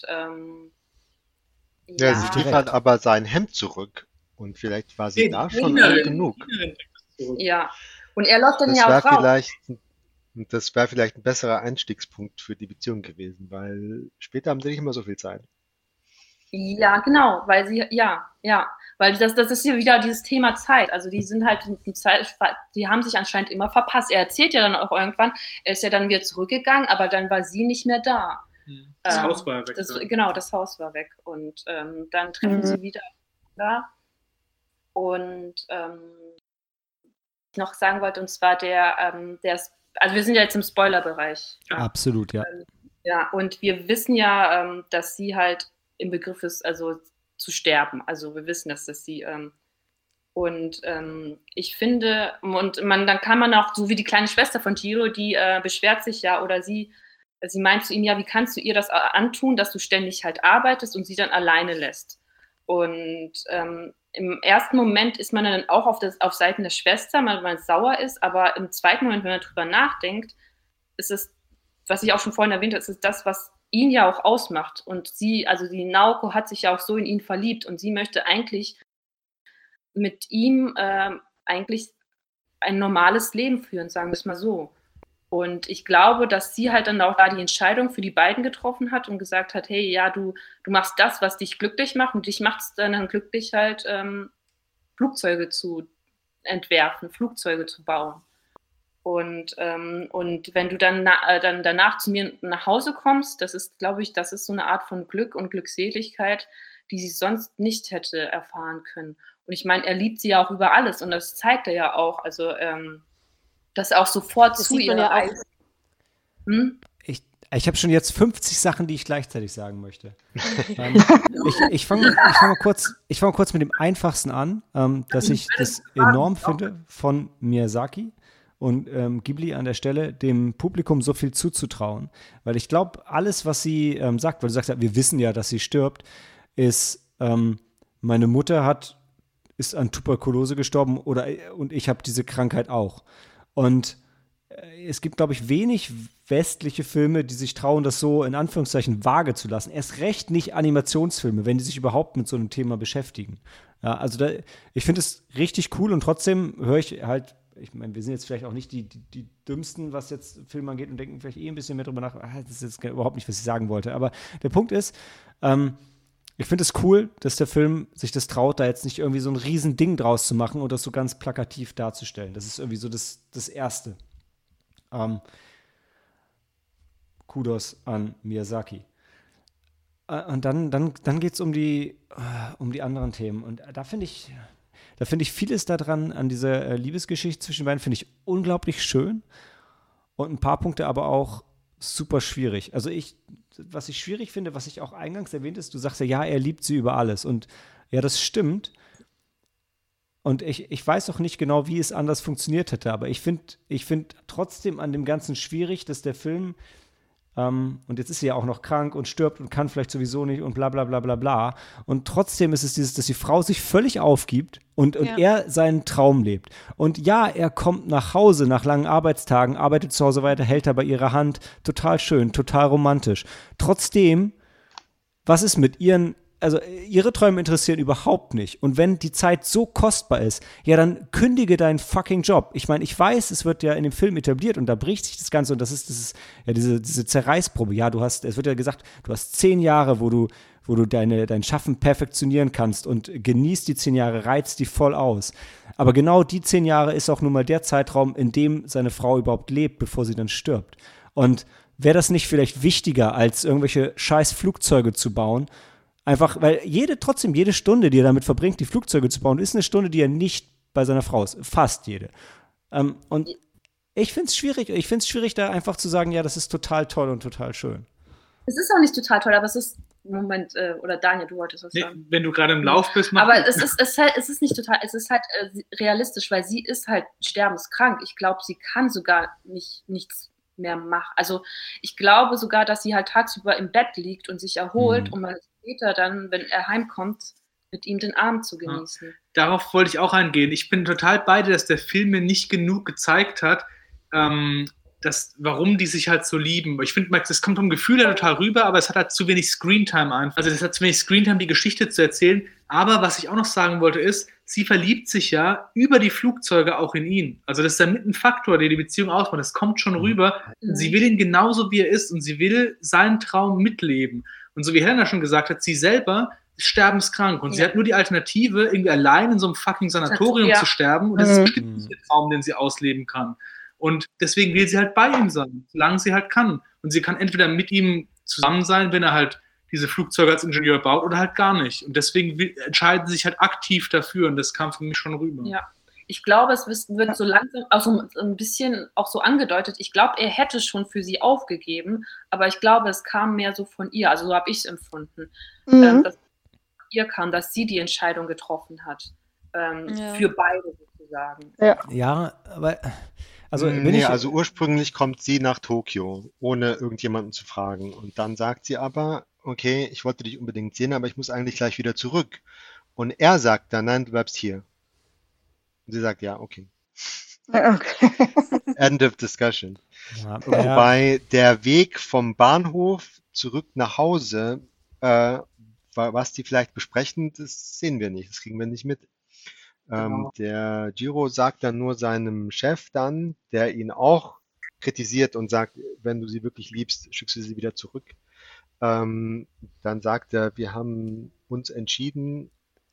Speaker 7: Ja, sie stieg halt aber sein Hemd zurück und vielleicht war sie da schon alt genug.
Speaker 3: Ja, und er läuft dann
Speaker 7: Das
Speaker 3: ja auch raus.
Speaker 7: Das wäre vielleicht ein besserer Einstiegspunkt für die Beziehung gewesen, weil später haben sie nicht immer so viel Zeit.
Speaker 3: Ja, genau, weil weil das ist ja wieder dieses Thema Zeit. Also die sind halt die haben sich anscheinend immer verpasst. Er erzählt ja dann auch irgendwann, er ist ja dann wieder zurückgegangen, aber dann war sie nicht mehr da.
Speaker 4: Das Haus war weg.
Speaker 3: Genau, das Haus war weg. Und dann treffen sie wieder da. Und ich noch sagen wollte, und zwar also wir sind ja jetzt im Spoilerbereich.
Speaker 1: Ja. Absolut, ja.
Speaker 3: Ja, und wir wissen ja, dass sie halt im Begriff ist, also zu sterben. Also wir wissen, dass das sie ich finde, dann kann man auch, so wie die kleine Schwester von Jiro, die beschwert sich ja, oder sie meint zu ihm, ja, wie kannst du ihr das antun, dass du ständig halt arbeitest und sie dann alleine lässt. Und im ersten Moment ist man dann auch auf Seiten der Schwester, weil man sauer ist, aber im zweiten Moment, wenn man drüber nachdenkt, ist es, was ich auch schon vorhin erwähnt habe, ist es das, was ihn ja auch ausmacht. Und die Naoko hat sich ja auch so in ihn verliebt und sie möchte eigentlich mit ihm eigentlich ein normales Leben führen, sagen wir es mal so. Und ich glaube, dass sie halt dann auch da die Entscheidung für die beiden getroffen hat und gesagt hat, hey, ja, du machst das, was dich glücklich macht und dich macht es dann glücklich halt, Flugzeuge zu entwerfen, Flugzeuge zu bauen. Und wenn du dann danach zu mir nach Hause kommst, das ist, glaube ich, das ist so eine Art von Glück und Glückseligkeit, die sie sonst nicht hätte erfahren können. Und ich meine, er liebt sie ja auch über alles und das zeigt er ja auch. Also dass er auch sofort
Speaker 2: Das
Speaker 3: zu
Speaker 2: sieht
Speaker 3: ihr
Speaker 2: man ja
Speaker 3: reist.
Speaker 1: Ich habe schon jetzt 50 Sachen, die ich gleichzeitig sagen möchte. Ich fange mal kurz mit dem Einfachsten an, dass ich das enorm finde von Miyazaki und Ghibli an der Stelle, dem Publikum so viel zuzutrauen. Weil ich glaube, alles, was sie sagt, weil du sagst, wir wissen ja, dass sie stirbt, ist, meine Mutter ist an Tuberkulose gestorben und ich habe diese Krankheit auch. Und es gibt, glaube ich, wenig westliche Filme, die sich trauen, das so in Anführungszeichen vage zu lassen. Erst recht nicht Animationsfilme, wenn die sich überhaupt mit so einem Thema beschäftigen. Ja, also ich finde es richtig cool und trotzdem höre ich halt, ich meine, wir sind jetzt vielleicht auch nicht die Dümmsten, was jetzt Filme angeht und denken vielleicht ein bisschen mehr drüber nach, das ist jetzt überhaupt nicht, was ich sagen wollte. Aber der Punkt ist, ich finde es cool, dass der Film sich das traut, da jetzt nicht irgendwie so ein riesen Ding draus zu machen und das so ganz plakativ darzustellen. Das ist irgendwie so das Erste. Kudos an Miyazaki. Und dann geht es um die anderen Themen. Und da finde ich vieles daran, an dieser Liebesgeschichte zwischen beiden, finde ich unglaublich schön. Und ein paar Punkte aber auch super schwierig. Also was ich schwierig finde, was ich auch eingangs erwähnt ist, du sagst ja, er liebt sie über alles. Und ja, das stimmt. Und ich weiß auch nicht genau, wie es anders funktioniert hätte, aber ich finde trotzdem an dem Ganzen schwierig, dass der Film, und jetzt ist sie ja auch noch krank und stirbt und kann vielleicht sowieso nicht und bla bla bla bla bla. Und trotzdem ist es dieses, dass die Frau sich völlig aufgibt und er seinen Traum lebt. Und ja, er kommt nach Hause nach langen Arbeitstagen, arbeitet zu Hause weiter, hält da bei ihrer Hand. Total schön, total romantisch. Trotzdem, was ist mit ihre Träume interessieren überhaupt nicht. Und wenn die Zeit so kostbar ist, ja, dann kündige deinen fucking Job. Ich meine, ich weiß, es wird ja in dem Film etabliert und da bricht sich das Ganze und das ist ja diese Zerreißprobe. Ja, es wird ja gesagt, du hast 10 Jahre, wo du dein Schaffen perfektionieren kannst und genießt die 10 Jahre, reizt die voll aus. Aber genau die 10 Jahre ist auch nun mal der Zeitraum, in dem seine Frau überhaupt lebt, bevor sie dann stirbt. Und wäre das nicht vielleicht wichtiger, als irgendwelche scheiß Flugzeuge zu bauen? Einfach, weil jede Stunde, die er damit verbringt, die Flugzeuge zu bauen, ist eine Stunde, die er nicht bei seiner Frau ist. Fast jede. Und ich finde es schwierig. Ich finde es schwierig, da einfach zu sagen, ja, das ist total toll und total schön.
Speaker 3: Es ist auch nicht total toll, aber es ist Moment, oder Daniel, du wolltest was
Speaker 4: Nee,
Speaker 3: sagen.
Speaker 4: wenn du gerade im Lauf bist, mach
Speaker 3: Aber
Speaker 4: du.
Speaker 3: es ist nicht total, es ist halt realistisch, weil sie ist halt sterbenskrank. Ich glaube, sie kann sogar nichts mehr machen. Also ich glaube sogar, dass sie halt tagsüber im Bett liegt und sich erholt, um mal später dann, wenn er heimkommt, mit ihm den Abend zu genießen.
Speaker 4: Darauf wollte ich auch eingehen. Ich bin total bei dir, dass der Film mir nicht genug gezeigt hat, warum die sich halt so lieben. Ich finde, das kommt vom Gefühl her total rüber, aber es hat halt zu wenig Screentime einfach. Also es hat zu wenig Screentime, die Geschichte zu erzählen. Aber was ich auch noch sagen wollte ist, sie verliebt sich ja über die Flugzeuge auch in ihn. Also das ist ja mit ein Faktor, der die Beziehung ausmacht. Das kommt schon rüber. Und sie will ihn genauso, wie er ist. Und sie will seinen Traum mitleben. Und so wie Helena schon gesagt hat, sie selber ist sterbenskrank. Und sie hat nur die Alternative, irgendwie allein in so einem fucking Sanatorium zu sterben. Und das ist bestimmt nicht der Traum, den sie ausleben kann. Und deswegen will sie halt bei ihm sein, solange sie halt kann. Und sie kann entweder mit ihm zusammen sein, wenn er halt diese Flugzeuge als Ingenieur baut, oder halt gar nicht. Und deswegen entscheiden sie sich halt aktiv dafür. Und das kam für mich schon rüber.
Speaker 3: Ja, ich glaube, es wird so langsam auch so ein bisschen auch so angedeutet. Ich glaube, er hätte schon für sie aufgegeben, aber ich glaube, es kam mehr so von ihr. Also so habe ich es empfunden. Dass es von ihr kam, dass sie die Entscheidung getroffen hat. Für beide sozusagen.
Speaker 1: Ja, aber...
Speaker 7: Also ursprünglich kommt sie nach Tokio, ohne irgendjemanden zu fragen. Und dann sagt sie aber, okay, ich wollte dich unbedingt sehen, aber ich muss eigentlich gleich wieder zurück. Und er sagt dann, nein, du bleibst hier. Und sie sagt, ja, okay. End of discussion.
Speaker 1: Ja.
Speaker 7: Wobei der Weg vom Bahnhof zurück nach Hause, was die vielleicht besprechen, das sehen wir nicht, das kriegen wir nicht mit. Der Jiro sagt dann nur seinem Chef dann, der ihn auch kritisiert und sagt, wenn du sie wirklich liebst, schickst du sie wieder zurück. Dann sagt er, wir haben uns entschieden,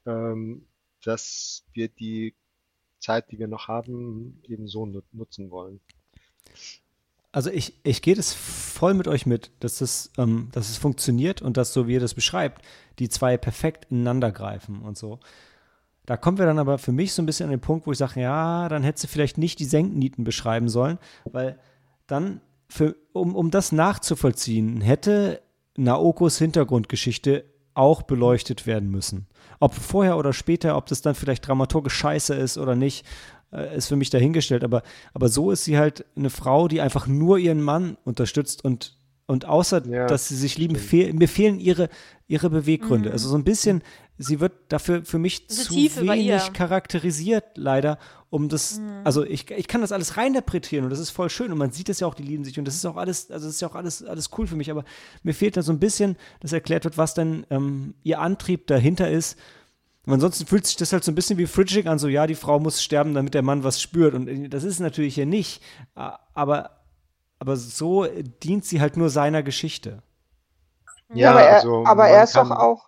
Speaker 7: dass wir die Zeit, die wir noch haben, eben so nutzen wollen.
Speaker 1: Also ich gehe das voll mit euch mit, dass es funktioniert und dass, so wie ihr das beschreibt, die zwei perfekt ineinander greifen und so. Da kommen wir dann aber für mich so ein bisschen an den Punkt, wo ich sage, ja, dann hättest du vielleicht nicht die Senknieten beschreiben sollen, weil dann, um das nachzuvollziehen, hätte Naokos Hintergrundgeschichte auch beleuchtet werden müssen. Ob vorher oder später, ob das dann vielleicht dramaturgisch scheiße ist oder nicht, ist für mich dahingestellt. Aber so ist sie halt eine Frau, die einfach nur ihren Mann unterstützt und außer, dass sie sich lieben, mir fehlen ihre Beweggründe. Also so ein bisschen, sie wird dafür für mich zu wenig charakterisiert, leider, um das, also ich kann das alles reininterpretieren und das ist voll schön und man sieht es ja auch, die lieben sich und das ist auch alles, also das ist ja auch alles cool für mich, aber mir fehlt da so ein bisschen, dass erklärt wird, was denn ihr Antrieb dahinter ist. Und ansonsten fühlt sich das halt so ein bisschen wie Fridging an, so ja, die Frau muss sterben, damit der Mann was spürt und das ist natürlich hier nicht, aber so dient sie halt nur seiner Geschichte.
Speaker 6: Ja, aber er ist doch auch.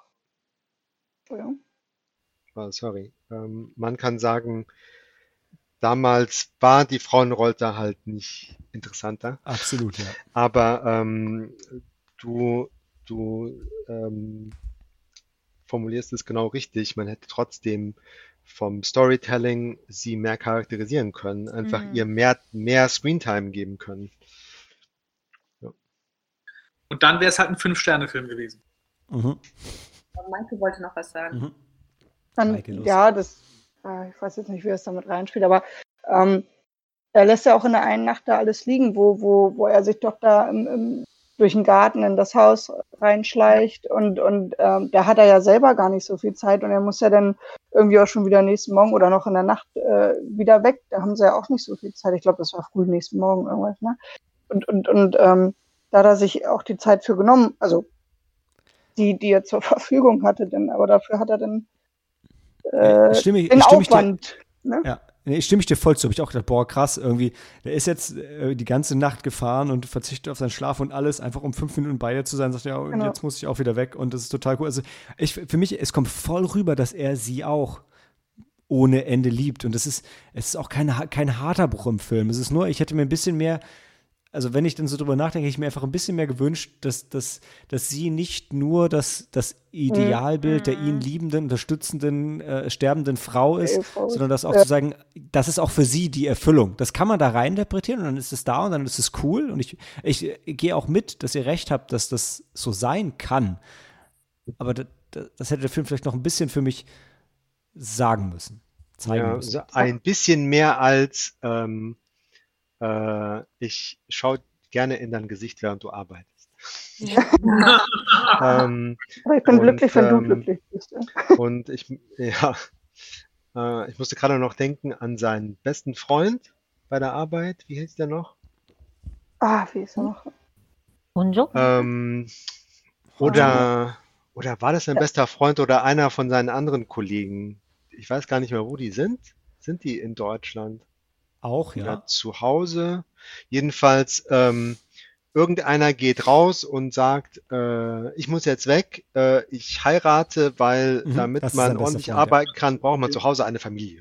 Speaker 7: Sorry. Man kann sagen, damals war die Frauenrolle halt nicht interessanter.
Speaker 1: Absolut, ja.
Speaker 7: Aber du formulierst es genau richtig. Man hätte trotzdem vom Storytelling sie mehr charakterisieren können, einfach ihr mehr Screentime geben können. Ja.
Speaker 4: Und dann wäre es halt ein 5-Sterne-Film gewesen.
Speaker 3: Maike wollte noch was sagen.
Speaker 6: Dann, ja, ich weiß jetzt nicht, wie er es damit reinspielt, aber er lässt ja auch in der einen Nacht da alles liegen, wo er sich doch da durch den Garten in das Haus reinschleicht und da hat er ja selber gar nicht so viel Zeit und er muss ja dann irgendwie auch schon wieder nächsten Morgen oder noch in der Nacht wieder weg. Da haben sie ja auch nicht so viel Zeit. Ich glaube, das war früh nächsten Morgen irgendwas, ne? Und da hat er sich auch die Zeit für genommen, also die er zur Verfügung hatte, aber dafür hat er dann den Aufwand. Ne?
Speaker 1: Ja. Nee, stimme ich dir voll zu. Habe ich auch gedacht, boah, krass, irgendwie, der ist jetzt die ganze Nacht gefahren und verzichtet auf seinen Schlaf und alles, einfach um 5 Minuten bei ihr zu sein, sagt, ja, und jetzt muss ich auch wieder weg und das ist total cool. Also für mich, es kommt voll rüber, dass er sie auch ohne Ende liebt und es ist auch kein harter Bruch im Film. Es ist nur, ich hätte mir ein bisschen mehr, also wenn ich dann so drüber nachdenke, ich mir einfach ein bisschen mehr gewünscht, dass sie nicht nur das Idealbild der ihn liebenden, unterstützenden, sterbenden Frau ist, sondern dass auch zu sagen, das ist auch für sie die Erfüllung. Das kann man da rein interpretieren und dann ist es da und dann ist es cool und ich gehe auch mit, dass ihr recht habt, dass das so sein kann. aber das hätte der Film vielleicht noch ein bisschen für mich sagen müssen, zeigen müssen.
Speaker 7: So ein bisschen mehr als ich schaue gerne in dein Gesicht, während du arbeitest.
Speaker 6: Aber ich bin glücklich, wenn du glücklich bist.
Speaker 7: Und ich musste gerade noch denken an seinen besten Freund bei der Arbeit. Wie hieß der noch?
Speaker 6: Wie ist er noch?
Speaker 5: Honjo?
Speaker 7: Oder war das sein bester Freund oder einer von seinen anderen Kollegen? Ich weiß gar nicht mehr, wo die sind. Sind die in Deutschland?
Speaker 1: Auch,
Speaker 7: Oder
Speaker 1: ja.
Speaker 7: zu Hause? Jedenfalls, irgendeiner geht raus und sagt, ich muss jetzt weg, ich heirate, weil damit
Speaker 1: das ist
Speaker 7: man
Speaker 1: sein bester
Speaker 7: ordentlich
Speaker 1: Freund,
Speaker 7: arbeiten kann, braucht man zu Hause eine Familie.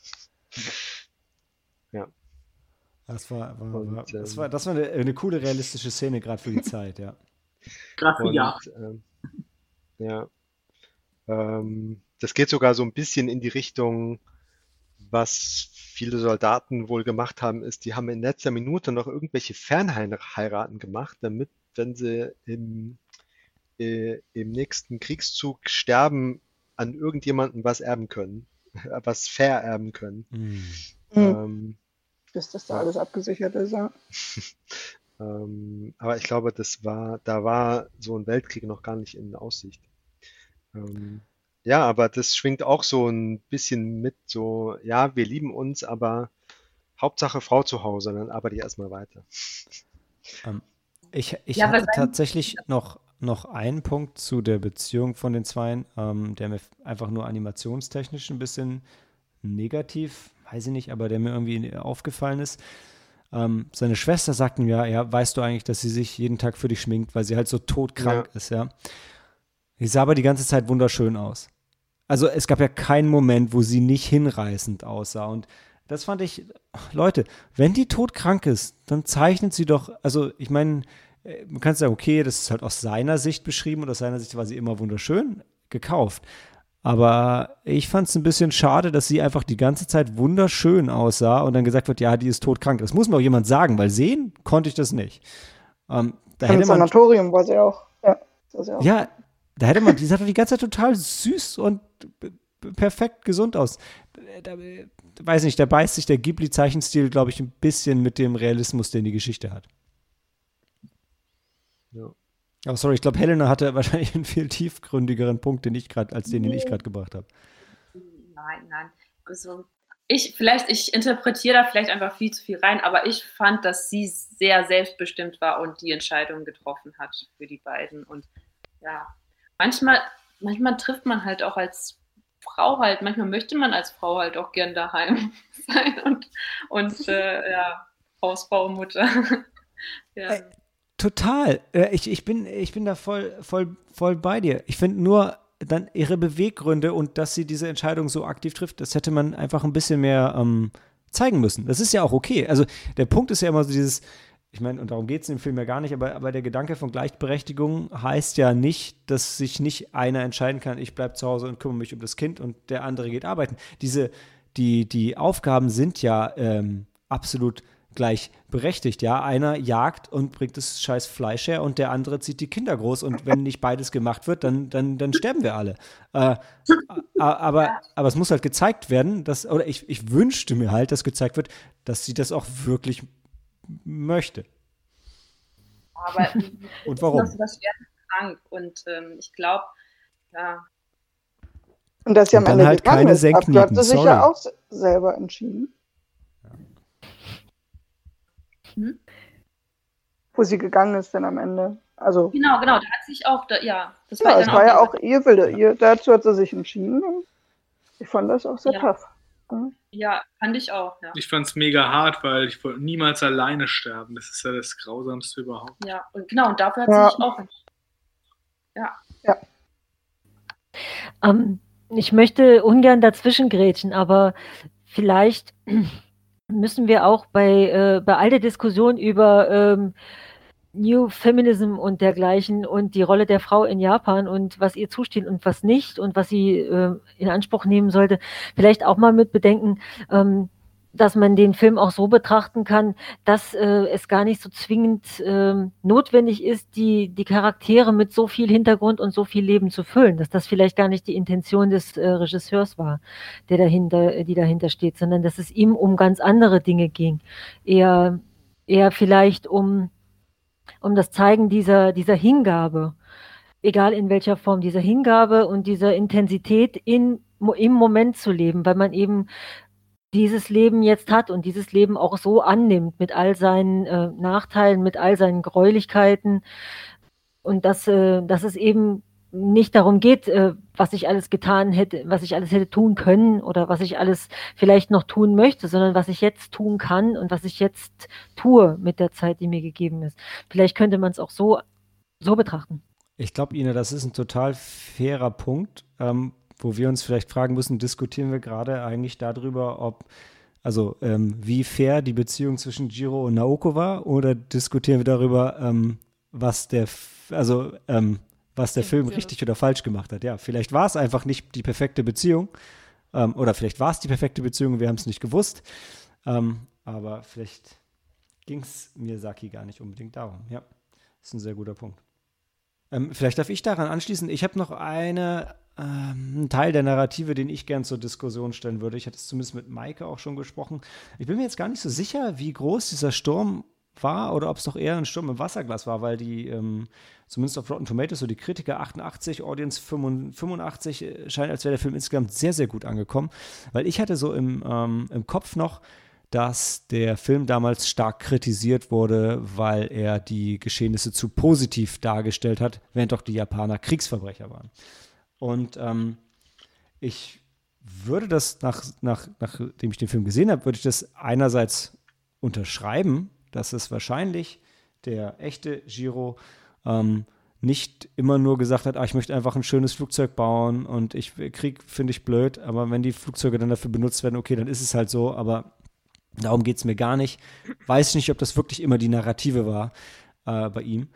Speaker 7: Ja.
Speaker 1: Das war
Speaker 7: Und,
Speaker 1: eine coole, realistische Szene, gerade für die Zeit, ja.
Speaker 4: Gerade für
Speaker 7: Und
Speaker 4: ja.
Speaker 7: ja, das geht sogar so ein bisschen in die Richtung, was viele Soldaten wohl gemacht haben, ist, die haben in letzter Minute noch irgendwelche Fernheiraten gemacht, damit, wenn sie im nächsten Kriegszug sterben, an irgendjemanden was erben können, was vererben können.
Speaker 6: Bis das da alles abgesichert ist, ja.
Speaker 7: Aber ich glaube, da war so ein Weltkrieg noch gar nicht in Aussicht. Ja, aber das schwingt auch so ein bisschen mit, so, ja, wir lieben uns, aber Hauptsache Frau zu Hause, dann arbeite ich erstmal weiter.
Speaker 1: Ich hatte tatsächlich noch einen Punkt zu der Beziehung von den Zweien, der mir einfach nur animationstechnisch ein bisschen negativ, weiß ich nicht, aber der mir irgendwie aufgefallen ist. Seine Schwester sagt ihm ja, weißt du eigentlich, dass sie sich jeden Tag für dich schminkt, weil sie halt so todkrank ist, ja. Sie sah aber die ganze Zeit wunderschön aus. Also es gab ja keinen Moment, wo sie nicht hinreißend aussah. Und das fand ich, Leute, wenn die todkrank ist, dann zeichnet sie doch, also ich meine, man kann sagen, okay, das ist halt aus seiner Sicht beschrieben und aus seiner Sicht war sie immer wunderschön gekauft. Aber ich fand es ein bisschen schade, dass sie einfach die ganze Zeit wunderschön aussah und dann gesagt wird, ja, die ist todkrank. Das muss mir auch jemand sagen, weil sehen konnte ich das nicht.
Speaker 6: Im Sanatorium war sie auch.
Speaker 1: Ja, da hätte man, die sah doch die ganze Zeit total süß und perfekt gesund aus. Weiß nicht, da beißt sich der Ghibli-Zeichenstil, glaube ich, ein bisschen mit dem Realismus, den die Geschichte hat.
Speaker 7: Ja.
Speaker 1: Aber sorry, ich glaube, Helena hatte wahrscheinlich einen viel tiefgründigeren Punkt, als den ich gerade gebracht habe.
Speaker 3: Nein. Also ich interpretiere da vielleicht einfach viel zu viel rein, aber ich fand, dass sie sehr selbstbestimmt war und die Entscheidung getroffen hat für die beiden. Und ja, manchmal trifft man halt auch als Frau halt, manchmal möchte man als Frau halt auch gern daheim sein und Hausfrau, Mutter. Ja.
Speaker 1: Total. Ich bin da voll bei dir. Ich finde nur dann ihre Beweggründe und dass sie diese Entscheidung so aktiv trifft, das hätte man einfach ein bisschen mehr zeigen müssen. Das ist ja auch okay. Also der Punkt ist ja immer so dieses, ich meine, und darum geht es im Film ja gar nicht, aber der Gedanke von Gleichberechtigung heißt ja nicht, dass sich nicht einer entscheiden kann, ich bleibe zu Hause und kümmere mich um das Kind und der andere geht arbeiten. Die Aufgaben sind ja absolut gleichberechtigt, ja. Einer jagt und bringt das scheiß Fleisch her und der andere zieht die Kinder groß und wenn nicht beides gemacht wird, dann sterben wir alle. Aber es muss halt gezeigt werden, oder ich wünschte mir halt, dass gezeigt wird, dass sie das auch wirklich möchte.
Speaker 3: Aber
Speaker 1: und warum?
Speaker 3: Das wäre krank und ich glaube, ja.
Speaker 6: Und dass sie am Ende
Speaker 1: halt keine Senknieten.
Speaker 6: Hat sie sich ja auch selber entschieden. Wo sie gegangen ist dann am Ende. Also,
Speaker 3: genau, da hat sich auch, das
Speaker 6: war es war ja auch ihr Wille. Dazu hat sie sich entschieden. Ich fand das auch sehr tough.
Speaker 3: Ja, fand ich auch. Ja.
Speaker 4: Ich fand es mega hart, weil ich wollte niemals alleine sterben. Das ist ja das Grausamste überhaupt.
Speaker 3: Ja, und genau, und dafür hat sie sich auch entschieden.
Speaker 5: Ja. Ich möchte ungern dazwischen grätschen, aber vielleicht müssen wir auch bei all der Diskussion über New Feminism und dergleichen und die Rolle der Frau in Japan und was ihr zusteht und was nicht und was sie in Anspruch nehmen sollte, vielleicht auch mal mit bedenken, dass man den Film auch so betrachten kann, dass es gar nicht so zwingend notwendig ist, die Charaktere mit so viel Hintergrund und so viel Leben zu füllen, dass das vielleicht gar nicht die Intention des Regisseurs war, die dahinter steht, sondern dass es ihm um ganz andere Dinge ging. Eher vielleicht um das Zeigen dieser Hingabe, egal in welcher Form, dieser Hingabe und dieser Intensität im Moment zu leben, weil man eben dieses Leben jetzt hat und dieses Leben auch so annimmt, mit all seinen Nachteilen, mit all seinen Gräulichkeiten, und dass es eben nicht darum geht, was ich alles getan hätte, was ich alles hätte tun können oder was ich alles vielleicht noch tun möchte, sondern was ich jetzt tun kann und was ich jetzt tue mit der Zeit, die mir gegeben ist. Vielleicht könnte man es auch so betrachten.
Speaker 1: Ich glaube, Ina, das ist ein total fairer Punkt, wo wir uns vielleicht fragen müssen, diskutieren wir gerade eigentlich darüber, wie fair die Beziehung zwischen Jiro und Naoko war, oder diskutieren wir darüber, was der Film richtig oder falsch gemacht hat. Ja, vielleicht war es einfach nicht die perfekte Beziehung, oder vielleicht war es die perfekte Beziehung und wir haben es nicht gewusst, aber vielleicht ging es Miyazaki gar nicht unbedingt darum. Ja, das ist ein sehr guter Punkt. Vielleicht darf ich daran anschließen. Ich habe noch einen Teil der Narrative, den ich gern zur Diskussion stellen würde. Ich hatte es zumindest mit Maike auch schon gesprochen. Ich bin mir jetzt gar nicht so sicher, wie groß dieser Sturm war oder ob es doch eher ein Sturm im Wasserglas war, weil die, zumindest auf Rotten Tomatoes, so die Kritiker 88, Audience 85, scheint, als wäre der Film insgesamt sehr, sehr gut angekommen. Weil ich hatte so im Kopf noch, dass der Film damals stark kritisiert wurde, weil er die Geschehnisse zu positiv dargestellt hat, während doch die Japaner Kriegsverbrecher waren. Und ich würde das, nachdem ich den Film gesehen habe, würde ich das einerseits unterschreiben, dass es wahrscheinlich der echte Jiro nicht immer nur gesagt hat, ich möchte einfach ein schönes Flugzeug bauen und Krieg finde ich blöd, aber wenn die Flugzeuge dann dafür benutzt werden, okay, dann ist es halt so, aber darum geht es mir gar nicht. Weiß nicht, ob das wirklich immer die Narrative war bei ihm.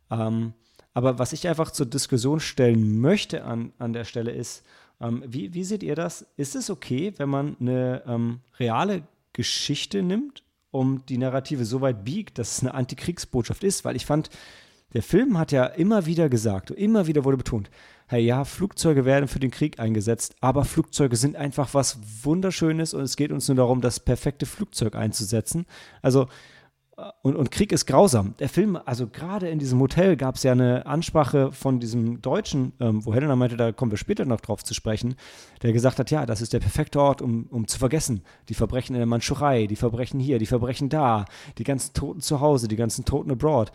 Speaker 1: Aber was ich einfach zur Diskussion stellen möchte an der Stelle ist, wie seht ihr das? Ist es okay, wenn man eine reale Geschichte nimmt, um die Narrative so weit biegt, dass es eine Antikriegsbotschaft ist? Weil ich fand, der Film hat ja immer wieder gesagt, immer wieder wurde betont, hey, ja, Flugzeuge werden für den Krieg eingesetzt, aber Flugzeuge sind einfach was Wunderschönes und es geht uns nur darum, das perfekte Flugzeug einzusetzen. Also, und Krieg ist grausam. Der Film, also gerade in diesem Hotel gab es ja eine Ansprache von diesem Deutschen, wo Helena meinte, da kommen wir später noch drauf zu sprechen, der gesagt hat, ja, das ist der perfekte Ort, um zu vergessen. Die Verbrechen in der Mandschurei, die Verbrechen hier, die Verbrechen da, die ganzen Toten zu Hause, die ganzen Toten abroad.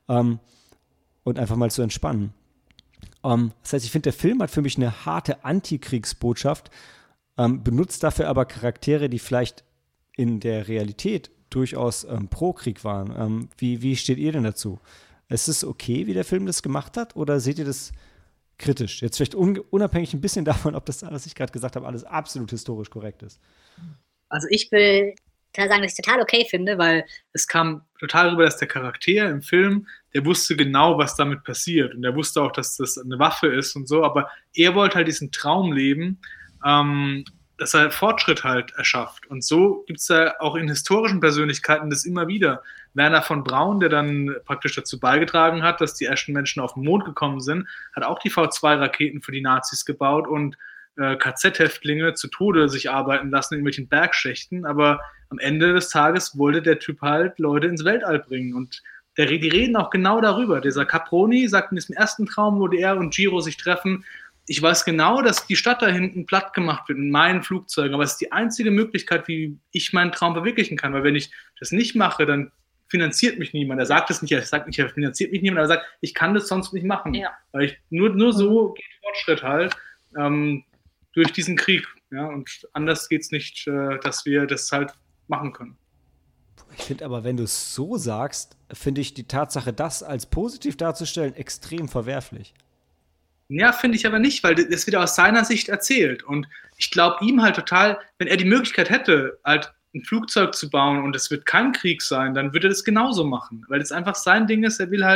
Speaker 1: Und einfach mal zu entspannen. Das heißt, ich finde, der Film hat für mich eine harte Antikriegsbotschaft, benutzt dafür aber Charaktere, die vielleicht in der Realität durchaus pro Krieg waren. Wie steht ihr denn dazu? Ist es okay, wie der Film das gemacht hat, oder seht ihr das kritisch? Jetzt vielleicht unabhängig ein bisschen davon, ob das, was ich gerade gesagt habe, alles absolut historisch korrekt ist.
Speaker 8: Also ich will sagen, dass ich es total okay finde, weil
Speaker 4: es kam total rüber, dass der Charakter im Film, der wusste genau, was damit passiert, und der wusste auch, dass das eine Waffe ist und so, aber er wollte halt diesen Traum leben, dass er Fortschritt halt erschafft. Und so gibt es da auch in historischen Persönlichkeiten das immer wieder. Werner von Braun, der dann praktisch dazu beigetragen hat, dass die ersten Menschen auf den Mond gekommen sind, hat auch die V2-Raketen für die Nazis gebaut und KZ-Häftlinge zu Tode sich arbeiten lassen in irgendwelchen Bergschächten, aber am Ende des Tages wollte der Typ halt Leute ins Weltall bringen, und die reden auch genau darüber. Dieser Caproni sagt in diesem ersten Traum, wo er und Jiro sich treffen, ich weiß genau, dass die Stadt da hinten platt gemacht wird in meinen Flugzeugen, aber es ist die einzige Möglichkeit, wie ich meinen Traum verwirklichen kann, weil wenn ich das nicht mache, dann finanziert mich niemand. Er sagt es nicht, er finanziert mich niemand, aber er sagt, ich kann das sonst nicht machen. Ja. Weil ich nur so geht Fortschritt halt, durch diesen Krieg. Ja, und anders geht es nicht, dass wir das halt machen können.
Speaker 1: Ich finde aber, wenn du es so sagst, finde ich die Tatsache, das als positiv darzustellen, extrem verwerflich.
Speaker 4: Ja, finde ich aber nicht, weil das wieder aus seiner Sicht erzählt. Und ich glaube ihm halt total, wenn er die Möglichkeit hätte, halt ein Flugzeug zu bauen und es wird kein Krieg sein, dann würde er das genauso machen. Weil das einfach sein Ding ist, er will halt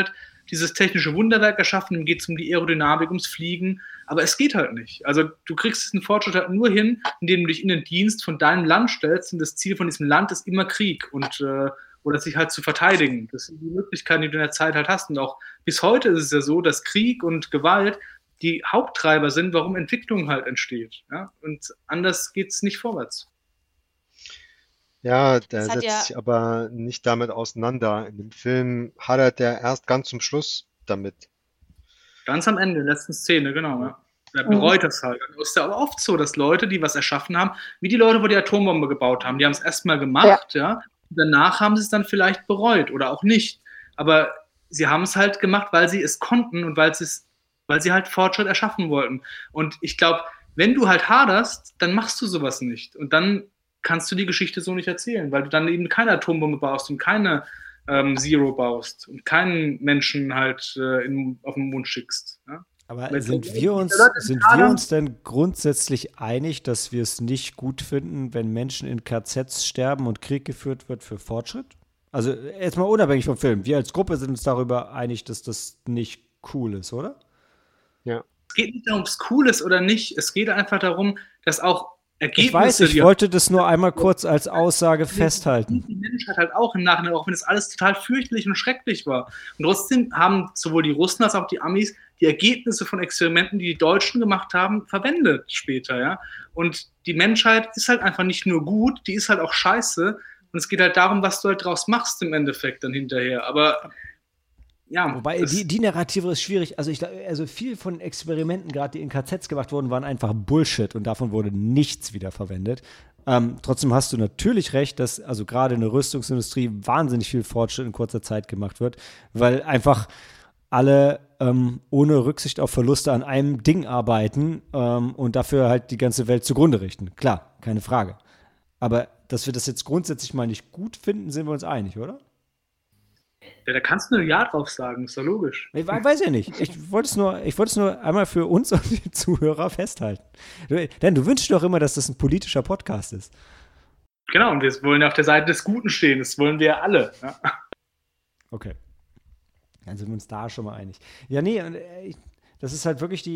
Speaker 4: dieses technische Wunderwerk erschaffen, ihm geht es um die Aerodynamik, ums Fliegen, aber es geht halt nicht. Also du kriegst diesen Fortschritt halt nur hin, indem du dich in den Dienst von deinem Land stellst und das Ziel von diesem Land ist immer Krieg und oder sich halt zu verteidigen. Das sind die Möglichkeiten, die du in der Zeit halt hast. Und auch bis heute ist es ja so, dass Krieg und Gewalt die Haupttreiber sind, warum Entwicklung halt entsteht. Ja? Und anders geht es nicht vorwärts.
Speaker 7: Ja, der
Speaker 2: Das hat
Speaker 7: setzt
Speaker 2: ja,
Speaker 7: sich aber nicht damit auseinander. In dem Film hadert der erst ganz zum Schluss damit.
Speaker 4: Ganz am Ende, in der letzten Szene, genau. Ja. Er
Speaker 6: Mhm.
Speaker 4: bereut das halt. Es ist ja aber oft so, dass Leute, die was erschaffen haben, wie die Leute, wo die Atombombe gebaut haben, die haben es erstmal gemacht, ja. Und danach haben sie es dann vielleicht bereut oder auch nicht. Aber sie haben es halt gemacht, weil sie es konnten und weil sie halt Fortschritt erschaffen wollten. Und ich glaube, wenn du halt haderst, dann machst du sowas nicht. Und dann kannst du die Geschichte so nicht erzählen, weil du dann eben keine Atombombe baust und keine Zero baust und keinen Menschen halt auf den Mond schickst. Ja?
Speaker 1: Aber
Speaker 4: Wenn-
Speaker 1: sind wir uns denn grundsätzlich einig, dass wir es nicht gut finden, wenn Menschen in KZs sterben und Krieg geführt wird für Fortschritt? Also jetzt mal unabhängig vom Film. Wir als Gruppe sind uns darüber einig, dass das nicht cool ist, oder?
Speaker 7: Ja.
Speaker 4: Es geht nicht darum, ob es cool ist oder nicht. Es geht einfach darum, dass auch Ergebnisse.
Speaker 1: Ich weiß, ich wollte das nur einmal kurz als Aussage festhalten.
Speaker 4: Die Menschheit halt auch im Nachhinein, auch wenn es alles total fürchterlich und schrecklich war. Und trotzdem haben sowohl die Russen als auch die Amis die Ergebnisse von Experimenten, die die Deutschen gemacht haben, verwendet später, ja. Und die Menschheit ist halt einfach nicht nur gut, die ist halt auch scheiße. Und es geht halt darum, was du halt draus machst im Endeffekt dann hinterher. Aber ja.
Speaker 1: Wobei, die Narrative ist schwierig. Also viel von Experimenten, gerade die in KZs gemacht wurden, waren einfach Bullshit und davon wurde nichts wiederverwendet. Trotzdem hast du natürlich recht, dass also gerade in der Rüstungsindustrie wahnsinnig viel Fortschritt in kurzer Zeit gemacht wird, weil einfach alle ohne Rücksicht auf Verluste an einem Ding arbeiten und dafür halt die ganze Welt zugrunde richten. Klar, keine Frage. Aber dass wir das jetzt grundsätzlich mal nicht gut finden, sind wir uns einig, oder?
Speaker 4: Ja, da kannst du nur Ja drauf sagen, ist doch logisch.
Speaker 1: Ich weiß ja nicht. Ich wollte es nur einmal für uns und die Zuhörer festhalten. Denn du wünschst doch immer, dass das ein politischer Podcast ist.
Speaker 4: Genau, und wir wollen ja auf der Seite des Guten stehen. Das wollen wir ja alle. Ja.
Speaker 1: Okay. Dann sind wir uns da schon mal einig. Ja, nee, das ist halt wirklich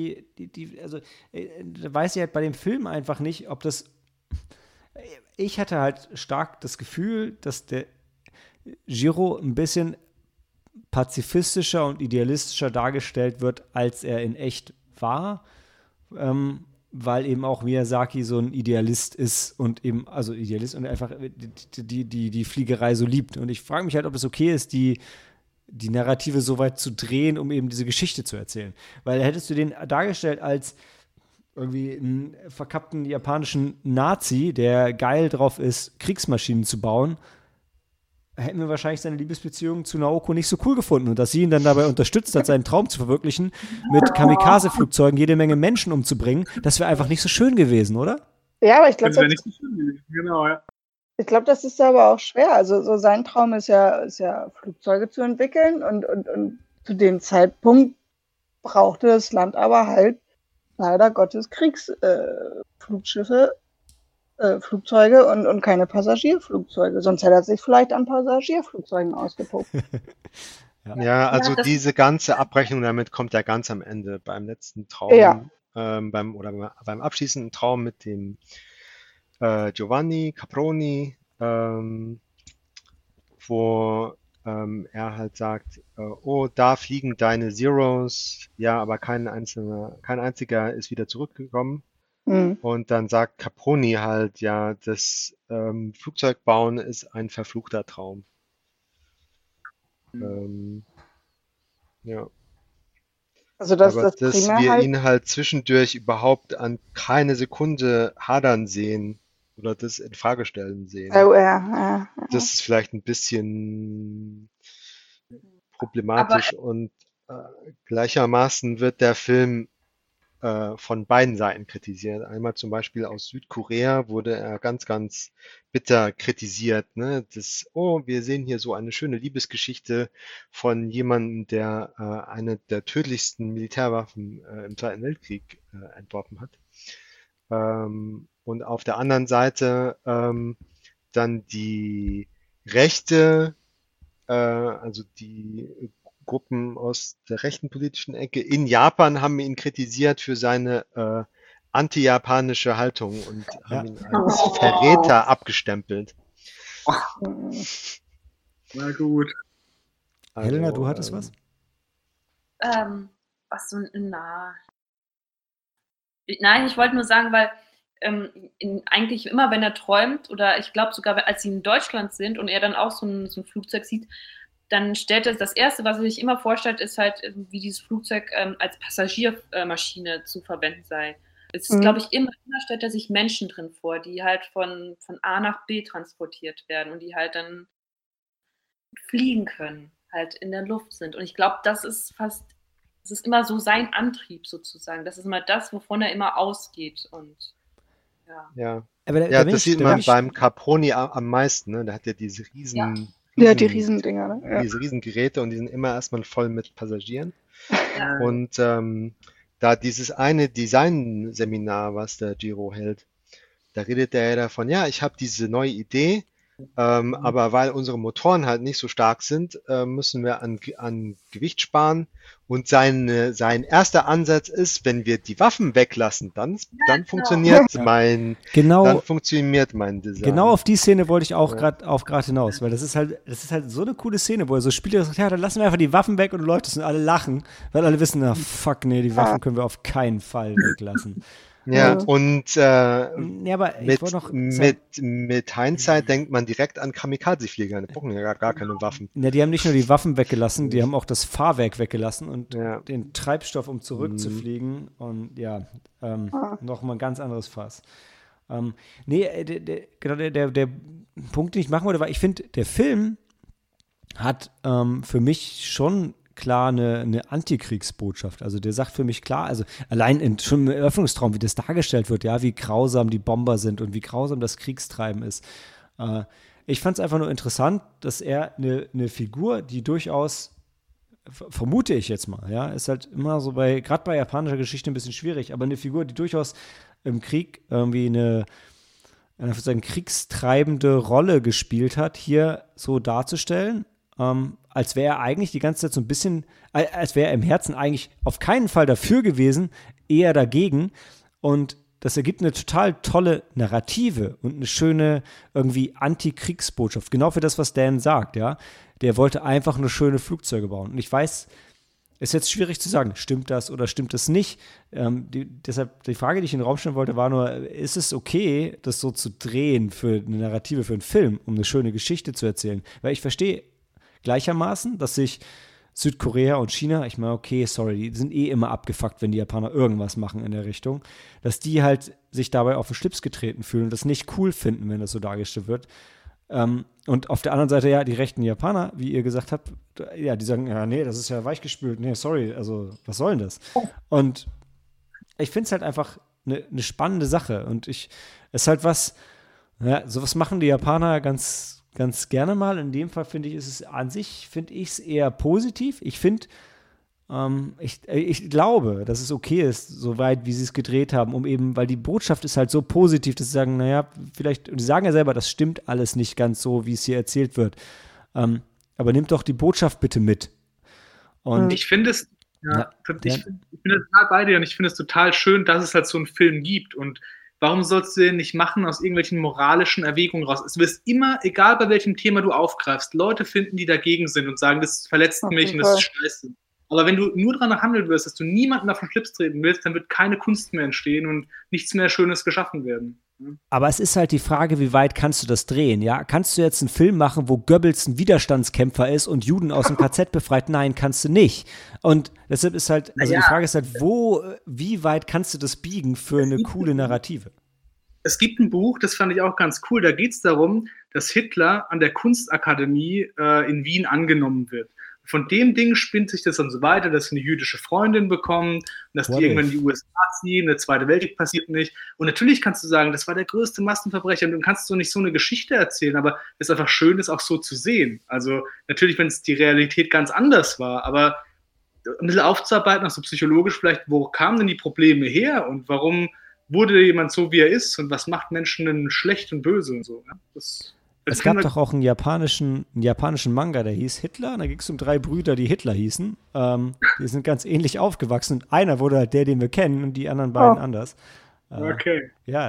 Speaker 1: da weiß ich halt bei dem Film einfach nicht, ob das. Ich hatte halt stark das Gefühl, dass der Jiro ein bisschen pazifistischer und idealistischer dargestellt wird, als er in echt war, weil eben auch Miyazaki so ein Idealist ist und eben, also Idealist und einfach die Fliegerei so liebt. Und ich frage mich halt, ob es okay ist, die Narrative so weit zu drehen, um eben diese Geschichte zu erzählen. Weil hättest du den dargestellt als irgendwie einen verkappten japanischen Nazi, der geil drauf ist, Kriegsmaschinen zu bauen, hätten wir wahrscheinlich seine Liebesbeziehung zu Naoko nicht so cool gefunden. Und dass sie ihn dann dabei unterstützt hat, seinen Traum zu verwirklichen, mit Kamikaze-Flugzeugen jede Menge Menschen umzubringen, das wäre einfach nicht so schön gewesen, oder?
Speaker 6: Ja, aber ich
Speaker 4: Das
Speaker 6: glaube,
Speaker 4: wäre nicht so schön gewesen. Genau, ja.
Speaker 6: ich glaube, das ist aber auch schwer. Also so sein Traum ist ja Flugzeuge zu entwickeln und zu dem Zeitpunkt brauchte das Land aber halt leider Gottes Kriegsflugschiffe, Flugzeuge und keine Passagierflugzeuge. Sonst hätte er sich vielleicht an Passagierflugzeugen ausgetobt.
Speaker 7: Ja, also
Speaker 3: das-
Speaker 7: diese ganze Abrechnung damit kommt ja ganz am Ende beim letzten Traum,
Speaker 6: Ja.
Speaker 7: beim abschließenden Traum mit dem Giovanni Caproni, wo er halt sagt, oh, da fliegen deine Zeros, ja, aber kein einziger ist wieder zurückgekommen.
Speaker 6: Hm.
Speaker 7: Und dann sagt Caproni halt, ja, das Flugzeugbauen ist ein verfluchter Traum. Ja.
Speaker 6: Also dass
Speaker 7: Aber
Speaker 6: das
Speaker 7: dass
Speaker 6: primär
Speaker 7: wir
Speaker 6: halt
Speaker 7: ihn halt zwischendurch überhaupt an keine Sekunde hadern sehen oder das in Frage stellen sehen, das ist vielleicht ein bisschen problematisch und gleichermaßen wird der Film von beiden Seiten kritisiert. Einmal zum Beispiel aus Südkorea wurde er ganz, ganz bitter kritisiert, ne? Wir sehen hier so eine schöne Liebesgeschichte von jemandem, der eine der tödlichsten Militärwaffen im Zweiten Weltkrieg entworfen hat. Und auf der anderen Seite dann die Rechte, also die Gruppen aus der rechten politischen Ecke in Japan haben ihn kritisiert für seine anti-japanische Haltung und haben ihn als Verräter abgestempelt.
Speaker 4: Na gut.
Speaker 1: Helena, du hattest was?
Speaker 3: Was so Nein, ich wollte nur sagen, weil eigentlich immer, wenn er träumt, oder ich glaube sogar, als sie in Deutschland sind und er dann auch so ein Flugzeug sieht, dann stellt er das Erste, was er sich immer vorstellt, ist halt, wie dieses Flugzeug als Passagiermaschine zu verwenden sei. Es ist, glaube ich, immer stellt er sich Menschen drin vor, die halt von A nach B transportiert werden und die halt dann fliegen können, halt in der Luft sind. Und ich glaube, das ist immer so sein Antrieb sozusagen. Das ist immer das, wovon er immer ausgeht. Und
Speaker 7: ja.
Speaker 1: Aber
Speaker 7: Das sieht man beim Caproni am meisten. Ne? Der hat ja diese riesen
Speaker 6: die Riesendinger. Ne? Ja.
Speaker 7: Diese Riesengeräte und die sind immer erstmal voll mit Passagieren. Ja. Und da dieses eine Design-Seminar, was der Giro hält, da redet er ja davon, ja, ich habe diese neue Idee, aber weil unsere Motoren halt nicht so stark sind, müssen wir an Gewicht sparen. Und sein erster Ansatz ist, wenn wir die Waffen weglassen, dann funktioniert mein Design.
Speaker 1: Genau auf die Szene wollte ich auch gerade hinaus, weil das ist halt so eine coole Szene, wo er so Spieler sagt, ja, dann lassen wir einfach die Waffen weg und Leute und alle lachen, weil alle wissen, na fuck, nee, die Waffen können wir auf keinen Fall weglassen.
Speaker 7: Ja, und
Speaker 1: aber
Speaker 7: mit Hindsight denkt man direkt an Kamikaze-Flieger. Die brauchen ja gar keine Waffen.
Speaker 1: Ja, die haben nicht nur die Waffen weggelassen, die haben auch das Fahrwerk weggelassen und den Treibstoff, um zurückzufliegen. Und nochmal ein ganz anderes Fass. Der Punkt, den ich machen wollte, war, ich finde, der Film hat für mich schon klar eine Antikriegsbotschaft. Also der sagt für mich klar, also allein schon im Eröffnungstraum, wie das dargestellt wird, ja, wie grausam die Bomber sind und wie grausam das Kriegstreiben ist. Ich fand es einfach nur interessant, dass er eine Figur, die durchaus, vermute ich jetzt mal, ja, ist halt immer so gerade bei japanischer Geschichte ein bisschen schwierig, aber eine Figur, die durchaus im Krieg irgendwie eine kriegstreibende Rolle gespielt hat, hier so darzustellen, als wäre er eigentlich die ganze Zeit so ein bisschen, als wäre er im Herzen eigentlich auf keinen Fall dafür gewesen, eher dagegen. Und das ergibt eine total tolle Narrative und eine schöne irgendwie Antikriegsbotschaft. Genau für das, was Dan sagt, ja. Der wollte einfach nur schöne Flugzeuge bauen. Und ich weiß, ist jetzt schwierig zu sagen, stimmt das oder stimmt das nicht? Deshalb die Frage, die ich in den Raum stellen wollte, war nur, ist es okay, das so zu drehen für eine Narrative, für einen Film, um eine schöne Geschichte zu erzählen? Weil ich verstehe gleichermaßen, dass sich Südkorea und China, ich meine, okay, sorry, die sind immer abgefuckt, wenn die Japaner irgendwas machen in der Richtung, dass die halt sich dabei auf den Schlips getreten fühlen und das nicht cool finden, wenn das so dargestellt wird. Und auf der anderen Seite, ja, die rechten Japaner, wie ihr gesagt habt, ja, die sagen, ja, nee, das ist ja weichgespült, nee, sorry, also, was soll denn das? Und ich finde es halt einfach eine spannende Sache und es ist halt was, ja, sowas machen die Japaner ganz gerne mal. In dem Fall finde ich, ist es an sich, finde ich es eher positiv. Ich finde, ich glaube, dass es okay ist, soweit wie sie es gedreht haben, weil die Botschaft ist halt so positiv, dass sie sagen, naja, vielleicht, und die sagen ja selber, das stimmt alles nicht ganz so, wie es hier erzählt wird. Aber nimmt doch die Botschaft bitte mit. Und
Speaker 4: ich finde es, ich bin total bei dir und ich finde es total schön, dass es halt so einen Film gibt und warum sollst du den nicht machen aus irgendwelchen moralischen Erwägungen raus? Es wird immer, egal bei welchem Thema du aufgreifst, Leute finden, die dagegen sind und sagen, das verletzt mich und das ist scheiße. Aber wenn du nur daran handeln wirst, dass du niemanden auf den Schlips treten willst, dann wird keine Kunst mehr entstehen und nichts mehr Schönes geschaffen werden.
Speaker 1: Aber es ist halt die Frage, wie weit kannst du das drehen, ja? Kannst du jetzt einen Film machen, wo Goebbels ein Widerstandskämpfer ist und Juden aus dem KZ befreit? Nein, kannst du nicht. Und deshalb ist halt, also die Frage ist halt, wie weit kannst du das biegen für eine coole Narrative?
Speaker 4: Es gibt ein Buch, das fand ich auch ganz cool, da geht es darum, dass Hitler an der Kunstakademie in Wien angenommen wird. Von dem Ding spinnt sich das dann so weiter, dass sie eine jüdische Freundin bekommt und dass die irgendwann in die USA ziehen, der Zweite Weltkrieg passiert nicht. Und natürlich kannst du sagen, das war der größte Massenverbrecher und du kannst so nicht so eine Geschichte erzählen, aber es ist einfach schön, das auch so zu sehen. Also natürlich, wenn es die Realität ganz anders war, aber ein bisschen aufzuarbeiten, auch so psychologisch vielleicht, wo kamen denn die Probleme her und warum wurde jemand so, wie er ist und was macht Menschen denn schlecht und böse und so. Ja?
Speaker 1: Es gab doch auch einen japanischen Manga, der hieß Hitler. Da ging es um 3 Brüder, die Hitler hießen. Die sind ganz ähnlich aufgewachsen. Und einer wurde halt der, den wir kennen, und die anderen beiden anders.
Speaker 4: Okay.
Speaker 1: Ja,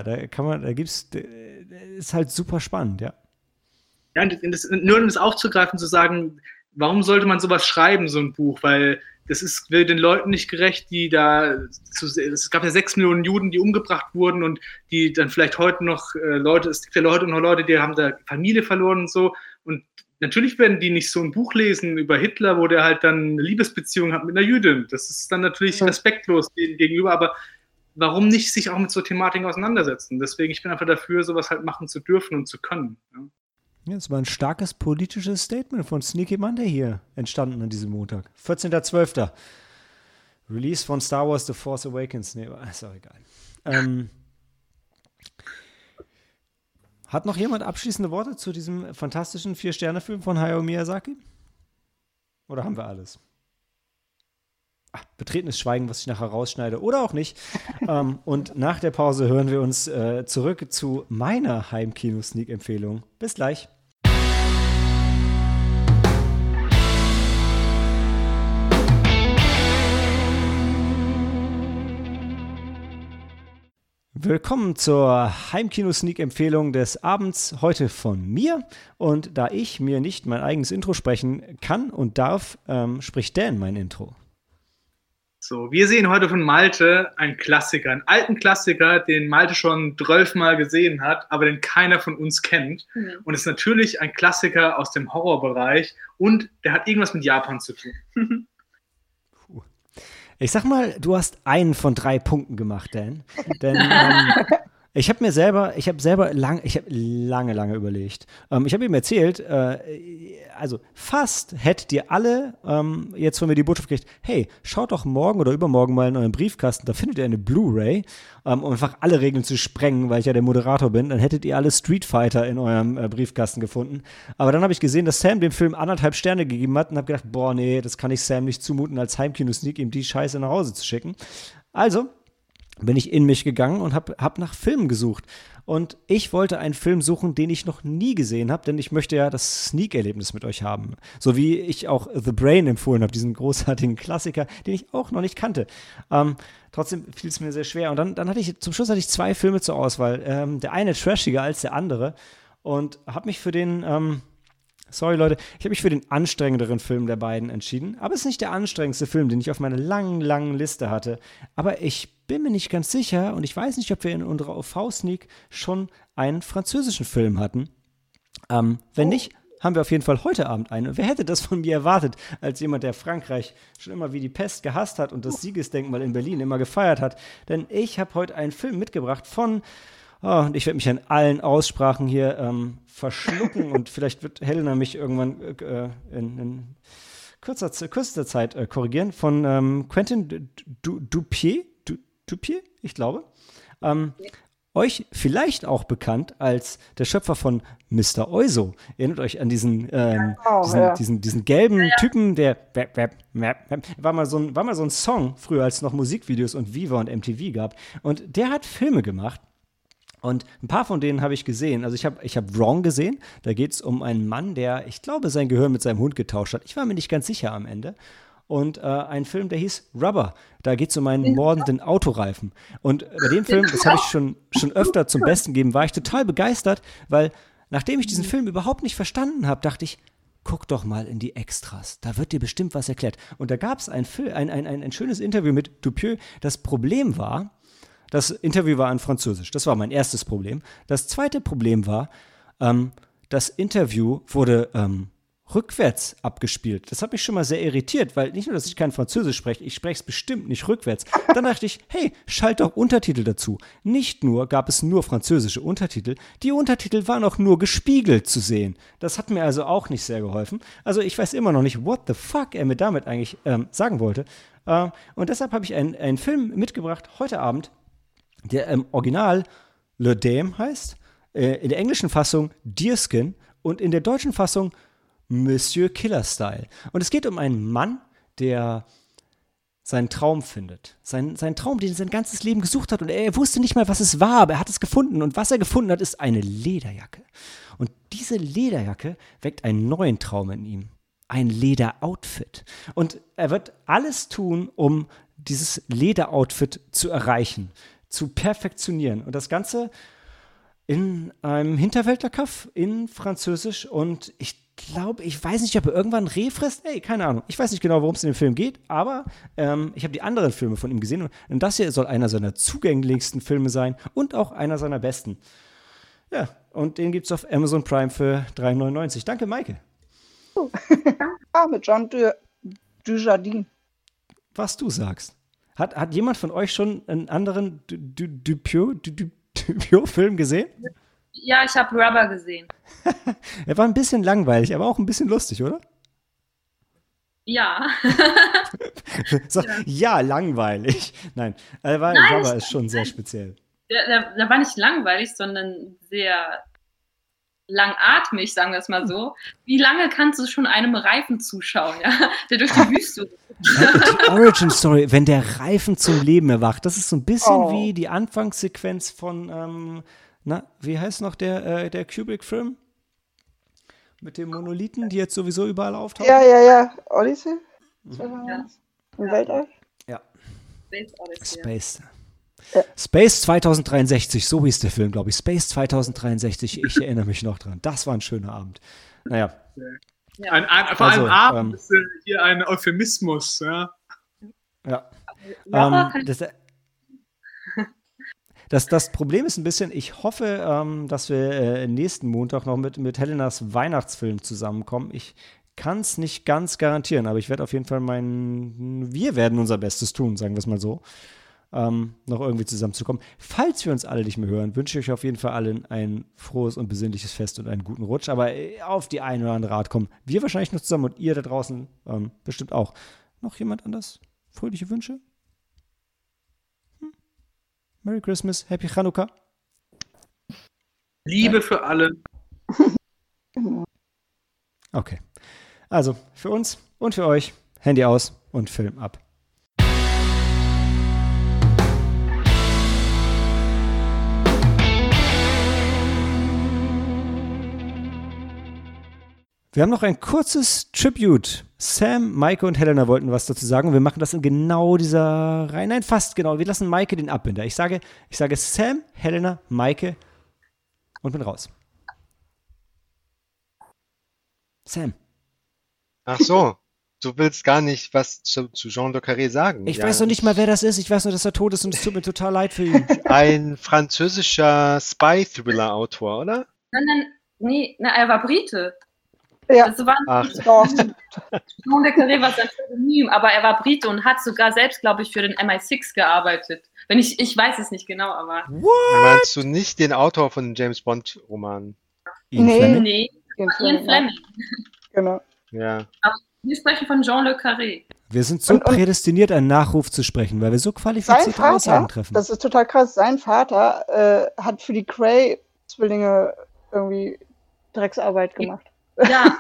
Speaker 1: ist halt super spannend, ja.
Speaker 4: Ja, nur um das aufzugreifen, zu sagen, warum sollte man sowas schreiben, so ein Buch? Weil wird den Leuten nicht gerecht, es gab ja 6 Millionen Juden, die umgebracht wurden und die dann vielleicht heute noch es gibt ja heute noch Leute, die haben da Familie verloren und so. Und natürlich werden die nicht so ein Buch lesen über Hitler, wo der halt dann eine Liebesbeziehung hat mit einer Jüdin. Das ist dann natürlich respektlos denen gegenüber, aber warum nicht sich auch mit so Thematiken auseinandersetzen? Deswegen, ich bin einfach dafür, sowas halt machen zu dürfen und zu können. Ja.
Speaker 1: Ja, das war ein starkes politisches Statement von Sneaky Monday hier entstanden an diesem Montag. 14.12. Release von Star Wars The Force Awakens. Nee, ist auch egal. Hat noch jemand abschließende Worte zu diesem fantastischen 4-Sterne-Film von Hayao Miyazaki? Oder haben wir alles? Betretenes Schweigen, was ich nachher rausschneide oder auch nicht. Und nach der Pause hören wir uns zurück zu meiner Heimkino-Sneak-Empfehlung. Bis gleich. Willkommen zur Heimkino-Sneak-Empfehlung des Abends, heute von mir. Und da ich mir nicht mein eigenes Intro sprechen kann und darf, spricht Dan mein Intro.
Speaker 4: So, wir sehen heute von Malte einen Klassiker, einen alten Klassiker, den Malte schon 12 Mal gesehen hat, aber den keiner von uns kennt. Mhm. Und es ist natürlich ein Klassiker aus dem Horrorbereich und der hat irgendwas mit Japan zu tun.
Speaker 1: Ich sag mal, du hast einen von 3 Punkten gemacht, Dan. Denn ich habe lange überlegt. Ich habe ihm erzählt, also fast hättet ihr alle jetzt von mir die Botschaft gekriegt, hey, schaut doch morgen oder übermorgen mal in euren Briefkasten, da findet ihr eine Blu-ray, um einfach alle Regeln zu sprengen, weil ich ja der Moderator bin, dann hättet ihr alle Street Fighter in eurem Briefkasten gefunden. Aber dann habe ich gesehen, dass Sam dem Film 1,5 Sterne gegeben hat und habe gedacht, boah, nee, das kann ich Sam nicht zumuten, als Heimkino-Sneak ihm die Scheiße nach Hause zu schicken. Also bin ich in mich gegangen und hab nach Filmen gesucht. Und ich wollte einen Film suchen, den ich noch nie gesehen habe, denn ich möchte ja das Sneak-Erlebnis mit euch haben. So wie ich auch The Brain empfohlen habe, diesen großartigen Klassiker, den ich auch noch nicht kannte. Trotzdem fiel es mir sehr schwer. Und dann zum Schluss hatte ich 2 Filme zur Auswahl. Der eine trashiger als der andere. Und habe mich für den sorry, Leute, ich habe mich für den anstrengenderen Film der beiden entschieden. Aber es ist nicht der anstrengendste Film, den ich auf meiner langen Liste hatte. Aber ich bin mir nicht ganz sicher und ich weiß nicht, ob wir in unserer OV-Sneak schon einen französischen Film hatten. Wenn nicht, haben wir auf jeden Fall heute Abend einen. Und wer hätte das von mir erwartet, als jemand, der Frankreich schon immer wie die Pest gehasst hat und das Siegesdenkmal in Berlin immer gefeiert hat? Denn ich habe heute einen Film mitgebracht von... und ich werde mich an allen Aussprachen hier verschlucken und vielleicht wird Helena mich irgendwann in kürzester Zeit korrigieren, von Quentin Dupieux, ich glaube. Euch vielleicht auch bekannt als der Schöpfer von Mr. Oizo. Erinnert euch an diesen gelben Typen, der war mal so ein Song früher, als es noch Musikvideos und Viva und MTV gab. Und der hat Filme gemacht. Und ein paar von denen habe ich gesehen. Also ich hab Wrong gesehen. Da geht es um einen Mann, der, ich glaube, sein Gehirn mit seinem Hund getauscht hat. Ich war mir nicht ganz sicher am Ende. Und ein Film, der hieß Rubber. Da geht es um einen mordenden Autoreifen. Und bei dem Film, das habe ich schon öfter zum Besten gegeben, war ich total begeistert, weil nachdem ich diesen Film überhaupt nicht verstanden habe, dachte ich, guck doch mal in die Extras. Da wird dir bestimmt was erklärt. Und da gab es ein schönes Interview mit Dupieux. Das Problem war, das Interview war in Französisch. Das war mein erstes Problem. Das zweite Problem war, das Interview wurde rückwärts abgespielt. Das hat mich schon mal sehr irritiert, weil nicht nur, dass ich kein Französisch spreche, ich spreche es bestimmt nicht rückwärts. Dann dachte ich, hey, schalt doch Untertitel dazu. Nicht nur gab es nur französische Untertitel, die Untertitel waren auch nur gespiegelt zu sehen. Das hat mir also auch nicht sehr geholfen. Also ich weiß immer noch nicht, what the fuck er mir damit eigentlich sagen wollte. Und deshalb habe ich einen Film mitgebracht heute Abend, der im Original Le Dame heißt, in der englischen Fassung Deerskin und in der deutschen Fassung Monsieur Killer Style. Und es geht um einen Mann, der seinen Traum findet. Seinen Traum, den er sein ganzes Leben gesucht hat. Und er wusste nicht mal, was es war, aber er hat es gefunden. Und was er gefunden hat, ist eine Lederjacke. Und diese Lederjacke weckt einen neuen Traum in ihm. Ein Lederoutfit. Und er wird alles tun, um dieses Lederoutfit zu erreichen, zu perfektionieren. Und das Ganze in einem Hinterwäldlerkaff in Französisch. Und ich weiß nicht, ob er irgendwann Reh frisst. Ey, keine Ahnung. Ich weiß nicht genau, worum es in dem Film geht, aber ich habe die anderen Filme von ihm gesehen. Und das hier soll einer seiner zugänglichsten Filme sein und auch einer seiner besten. Ja, und den gibt es auf Amazon Prime für 3,99. Danke, Maike.
Speaker 6: Mit Jean Dujardin.
Speaker 1: Was du sagst. Hat jemand von euch schon einen anderen Dupieux-Film gesehen?
Speaker 3: Ja, ich habe Rubber gesehen.
Speaker 1: Er war ein bisschen langweilig, aber auch ein bisschen lustig, oder?
Speaker 3: Ja.
Speaker 1: So, ja, langweilig. Nein, Rubber ist schon sehr speziell.
Speaker 3: Der war nicht langweilig, sondern sehr langatmig, sagen wir es mal so. Wie lange kannst du schon einem Reifen zuschauen, ja? Der durch die Wüste.
Speaker 1: Die Origin Story, wenn der Reifen zum Leben erwacht, das ist so ein bisschen wie die Anfangssequenz von, wie heißt noch der Kubrick-Film? Mit den Monolithen, die jetzt sowieso überall auftauchen?
Speaker 6: Ja. Odyssey?
Speaker 3: Ja.
Speaker 6: Im Weltall?
Speaker 1: Ja.
Speaker 3: Space Odyssey.
Speaker 1: Space.
Speaker 6: Ja.
Speaker 1: Space 2063, so hieß der Film, glaube ich. Space 2063, ich erinnere mich noch dran. Das war ein schöner Abend. Naja.
Speaker 3: Ja.
Speaker 4: Vor allem Abend ist hier ein Euphemismus. Ja.
Speaker 1: Das Problem ist ein bisschen, ich hoffe, dass wir nächsten Montag noch mit Helenas Weihnachtsfilm zusammenkommen. Ich kann es nicht ganz garantieren, aber ich werde auf jeden Fall wir werden unser Bestes tun, sagen wir es mal so, noch irgendwie zusammenzukommen. Falls wir uns alle nicht mehr hören, wünsche ich euch auf jeden Fall allen ein frohes und besinnliches Fest und einen guten Rutsch, aber auf die eine oder andere Art kommen wir wahrscheinlich noch zusammen und ihr da draußen bestimmt auch. Noch jemand anders? Fröhliche Wünsche? Merry Christmas, Happy Chanukka.
Speaker 4: Liebe für alle.
Speaker 1: Okay. Also, für uns und für euch, Handy aus und Film ab. Wir haben noch ein kurzes Tribute. Sam, Maike und Helena wollten was dazu sagen. Wir machen das in genau dieser Reihe. Nein, fast genau. Wir lassen Maike den Abbinder. Ich sage Sam, Helena, Maike und bin raus. Sam.
Speaker 7: Ach so, du willst gar nicht was zu Jean le Carré sagen.
Speaker 1: Ich weiß noch nicht mal, wer das ist. Ich weiß nur, dass er tot ist und es tut mir total leid für ihn.
Speaker 7: Ein französischer Spy-Thriller-Autor, oder?
Speaker 3: Nein, er war Brite.
Speaker 6: Ja.
Speaker 3: Das war Jean le Carré war sein Pseudonym, aber er war Brite und hat sogar selbst, glaube ich, für den MI6 gearbeitet. Ich weiß es nicht genau, aber.
Speaker 7: Meinst du nicht den Autor von den James Bond-Romanen?
Speaker 3: Nee. Ian Fleming.
Speaker 6: Genau.
Speaker 7: Ja.
Speaker 3: Aber wir sprechen von Jean le Carré.
Speaker 1: Wir sind so prädestiniert, einen Nachruf zu sprechen, weil wir so qualifizierte Aussagen treffen.
Speaker 6: Das ist total krass, sein Vater hat für die Cray-Zwillinge irgendwie Drecksarbeit gemacht.
Speaker 3: Ja.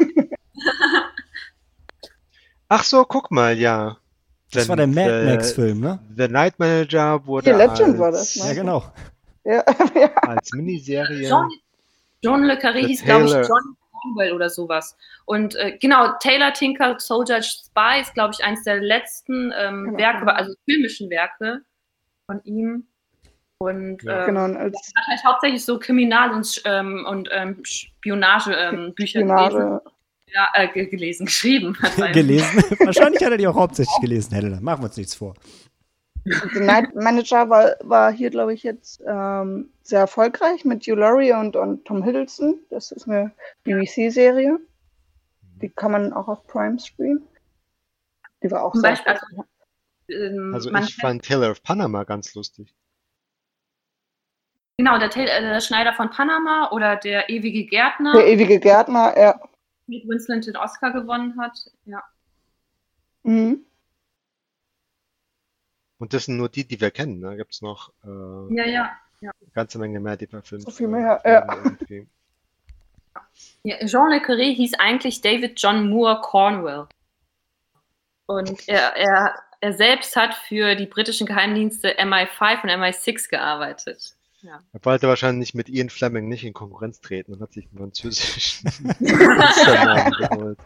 Speaker 7: Ach so, guck mal, ja.
Speaker 1: Das war der Mad Max-Film, ne?
Speaker 7: The Night Manager wurde
Speaker 6: Legend war das,
Speaker 1: ja, genau.
Speaker 6: Ja.
Speaker 7: als Miniserie.
Speaker 3: Jean le Carré hieß, glaube ich, John Cornwell oder sowas. Und genau, Taylor, Tinker, Soldier, Spy ist, glaube ich, eins der letzten Werke, also filmischen Werke von ihm. Und
Speaker 6: genau,
Speaker 3: er hat halt hauptsächlich so Kriminal- und Spionage-Bücher geschrieben.
Speaker 1: Gelesen? Wahrscheinlich hat er die auch hauptsächlich gelesen, Helena. Machen wir uns nichts vor.
Speaker 6: The Night Manager war hier, glaube ich, jetzt sehr erfolgreich mit Hugh Laurie und Tom Hiddleston. Das ist eine BBC-Serie. Die kann man auch auf Prime streamen. Die war auch
Speaker 3: Zum
Speaker 6: sehr
Speaker 3: Beispiel,
Speaker 7: also ich fand Taylor of Panama ganz lustig.
Speaker 3: Genau, der Schneider von Panama oder der ewige Gärtner.
Speaker 6: Der ewige Gärtner, ja.
Speaker 3: Mit Winslet den Oscar gewonnen hat, ja.
Speaker 6: Mhm.
Speaker 7: Und das sind nur die wir kennen, ne? Gibt es noch
Speaker 3: Ja.
Speaker 7: eine ganze Menge mehr, die verfilmt
Speaker 6: So viel mehr, ja.
Speaker 3: Ja, Jean le Carré hieß eigentlich David John Moore Cornwell. Und er er selbst hat für die britischen Geheimdienste MI5 und MI6 gearbeitet. Ja.
Speaker 7: Er wollte wahrscheinlich mit Ian Fleming nicht in Konkurrenz treten und hat sich einen französischen Namen geholt.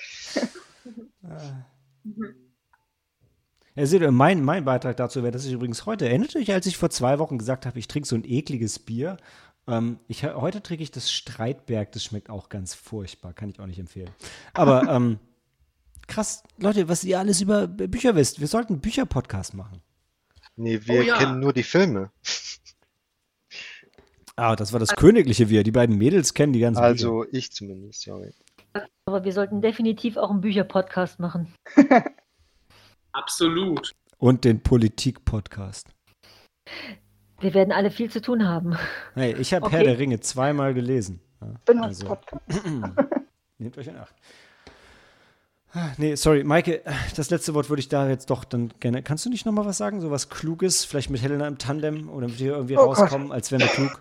Speaker 1: Ja, seht ihr, mein Beitrag dazu wäre, dass ich übrigens heute, erinnert euch, als ich vor 2 Wochen gesagt habe, ich trinke so ein ekliges Bier? Heute trinke ich das Streitberg, das schmeckt auch ganz furchtbar, kann ich auch nicht empfehlen. Aber krass, Leute, was ihr alles über Bücher wisst. Wir sollten einen Bücher-Podcast machen.
Speaker 7: Nee, wir kennen nur die Filme.
Speaker 1: Das war das königliche Wir. Die beiden Mädels kennen die ganzen Bücher.
Speaker 7: Also ich zumindest, sorry.
Speaker 5: Aber wir sollten definitiv auch einen Bücher-Podcast machen.
Speaker 4: Absolut.
Speaker 1: Und den Politik-Podcast.
Speaker 5: Wir werden alle viel zu tun haben.
Speaker 1: Hey, ich habe
Speaker 5: Okay.
Speaker 1: Herr der Ringe 2-mal gelesen. Ja,
Speaker 6: Benutzt Podcast.
Speaker 1: Nehmt euch in Acht. Nee, sorry, Maike, das letzte Wort würde ich da jetzt doch dann gerne. Kannst du nicht nochmal was sagen? So was Kluges? Vielleicht mit Helena im Tandem oder mit dir irgendwie rauskommen, als wären wir klug?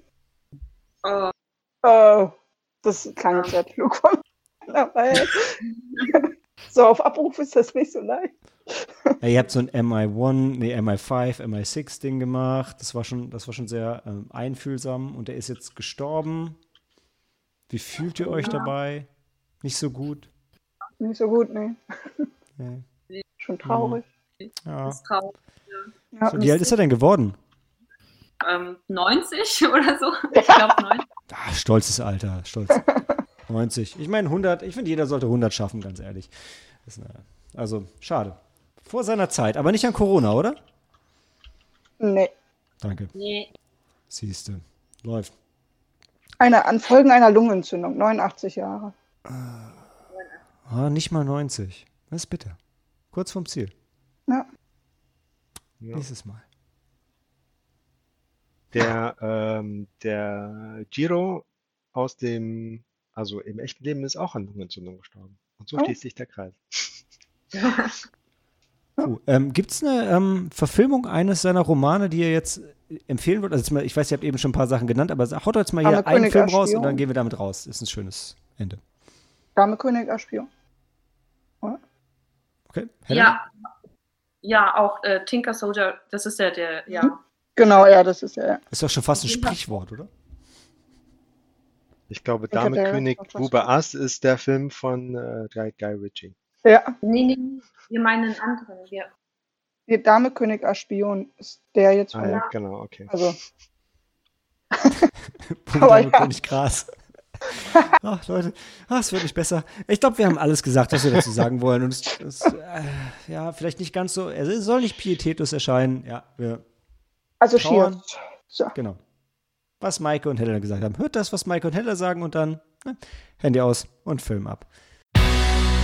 Speaker 6: Das klang jetzt sehr klug von mir. Weil so auf Abruf ist das nicht so leicht.
Speaker 1: Ja, ihr habt so ein MI5, MI6-Ding gemacht. Das war schon sehr einfühlsam und der ist jetzt gestorben. Wie fühlt ihr euch dabei? Nicht so gut?
Speaker 6: Nicht so gut, ne?
Speaker 1: Nee.
Speaker 6: Schon traurig.
Speaker 1: Ja.
Speaker 3: Das ist traurig.
Speaker 6: Ja.
Speaker 1: So, wie alt ist er denn geworden?
Speaker 3: 90 oder so. Ich glaube 90.
Speaker 1: Stolzes Alter, stolz. 90. Ich meine 100. Ich finde, jeder sollte 100 schaffen, ganz ehrlich. Also, schade. Vor seiner Zeit, aber nicht an Corona, oder?
Speaker 6: Nee.
Speaker 1: Danke.
Speaker 3: Nee.
Speaker 1: Siehste. Läuft.
Speaker 6: An Folgen einer Lungenentzündung, 89 Jahre.
Speaker 1: Nicht mal 90. Das ist bitter. Kurz vorm Ziel.
Speaker 6: Ja.
Speaker 1: Nächstes Mal.
Speaker 7: Der Giro also im echten Leben ist auch an Lungenentzündung gestorben. Und so schließt sich der Kreis.
Speaker 1: Gibt es eine Verfilmung eines seiner Romane, die ihr jetzt empfehlen würdet? Also ich weiß, ihr habt eben schon ein paar Sachen genannt, aber haut jetzt mal hier einen Film raus und dann gehen wir damit raus. Ist ein schönes Ende.
Speaker 6: Dame König Aspion.
Speaker 1: Okay.
Speaker 3: Ja, auch Tinker Soldier, das ist der.
Speaker 6: Genau, ja, das ist ja.
Speaker 1: Ist doch schon fast ein Sprichwort, oder?
Speaker 7: Ich glaube, Dame König Bube Ass ist der Film von Guy Ritchie.
Speaker 6: Ja.
Speaker 3: Nee, wir meinen einen anderen.
Speaker 6: Die Dame König Aspion ist der jetzt von.
Speaker 7: Ja, genau, okay.
Speaker 6: Also.
Speaker 1: Dame König Gras. Ach, Leute, es wird nicht besser. Ich glaube, wir haben alles gesagt, was wir dazu sagen wollen. Und vielleicht nicht ganz so, es soll nicht pietätlos erscheinen. Ja, wir
Speaker 6: also
Speaker 1: trauern.
Speaker 6: So.
Speaker 1: Genau. Was Maike und Helena gesagt haben. Hört das, was Maike und Helena sagen und dann Handy aus und Film ab.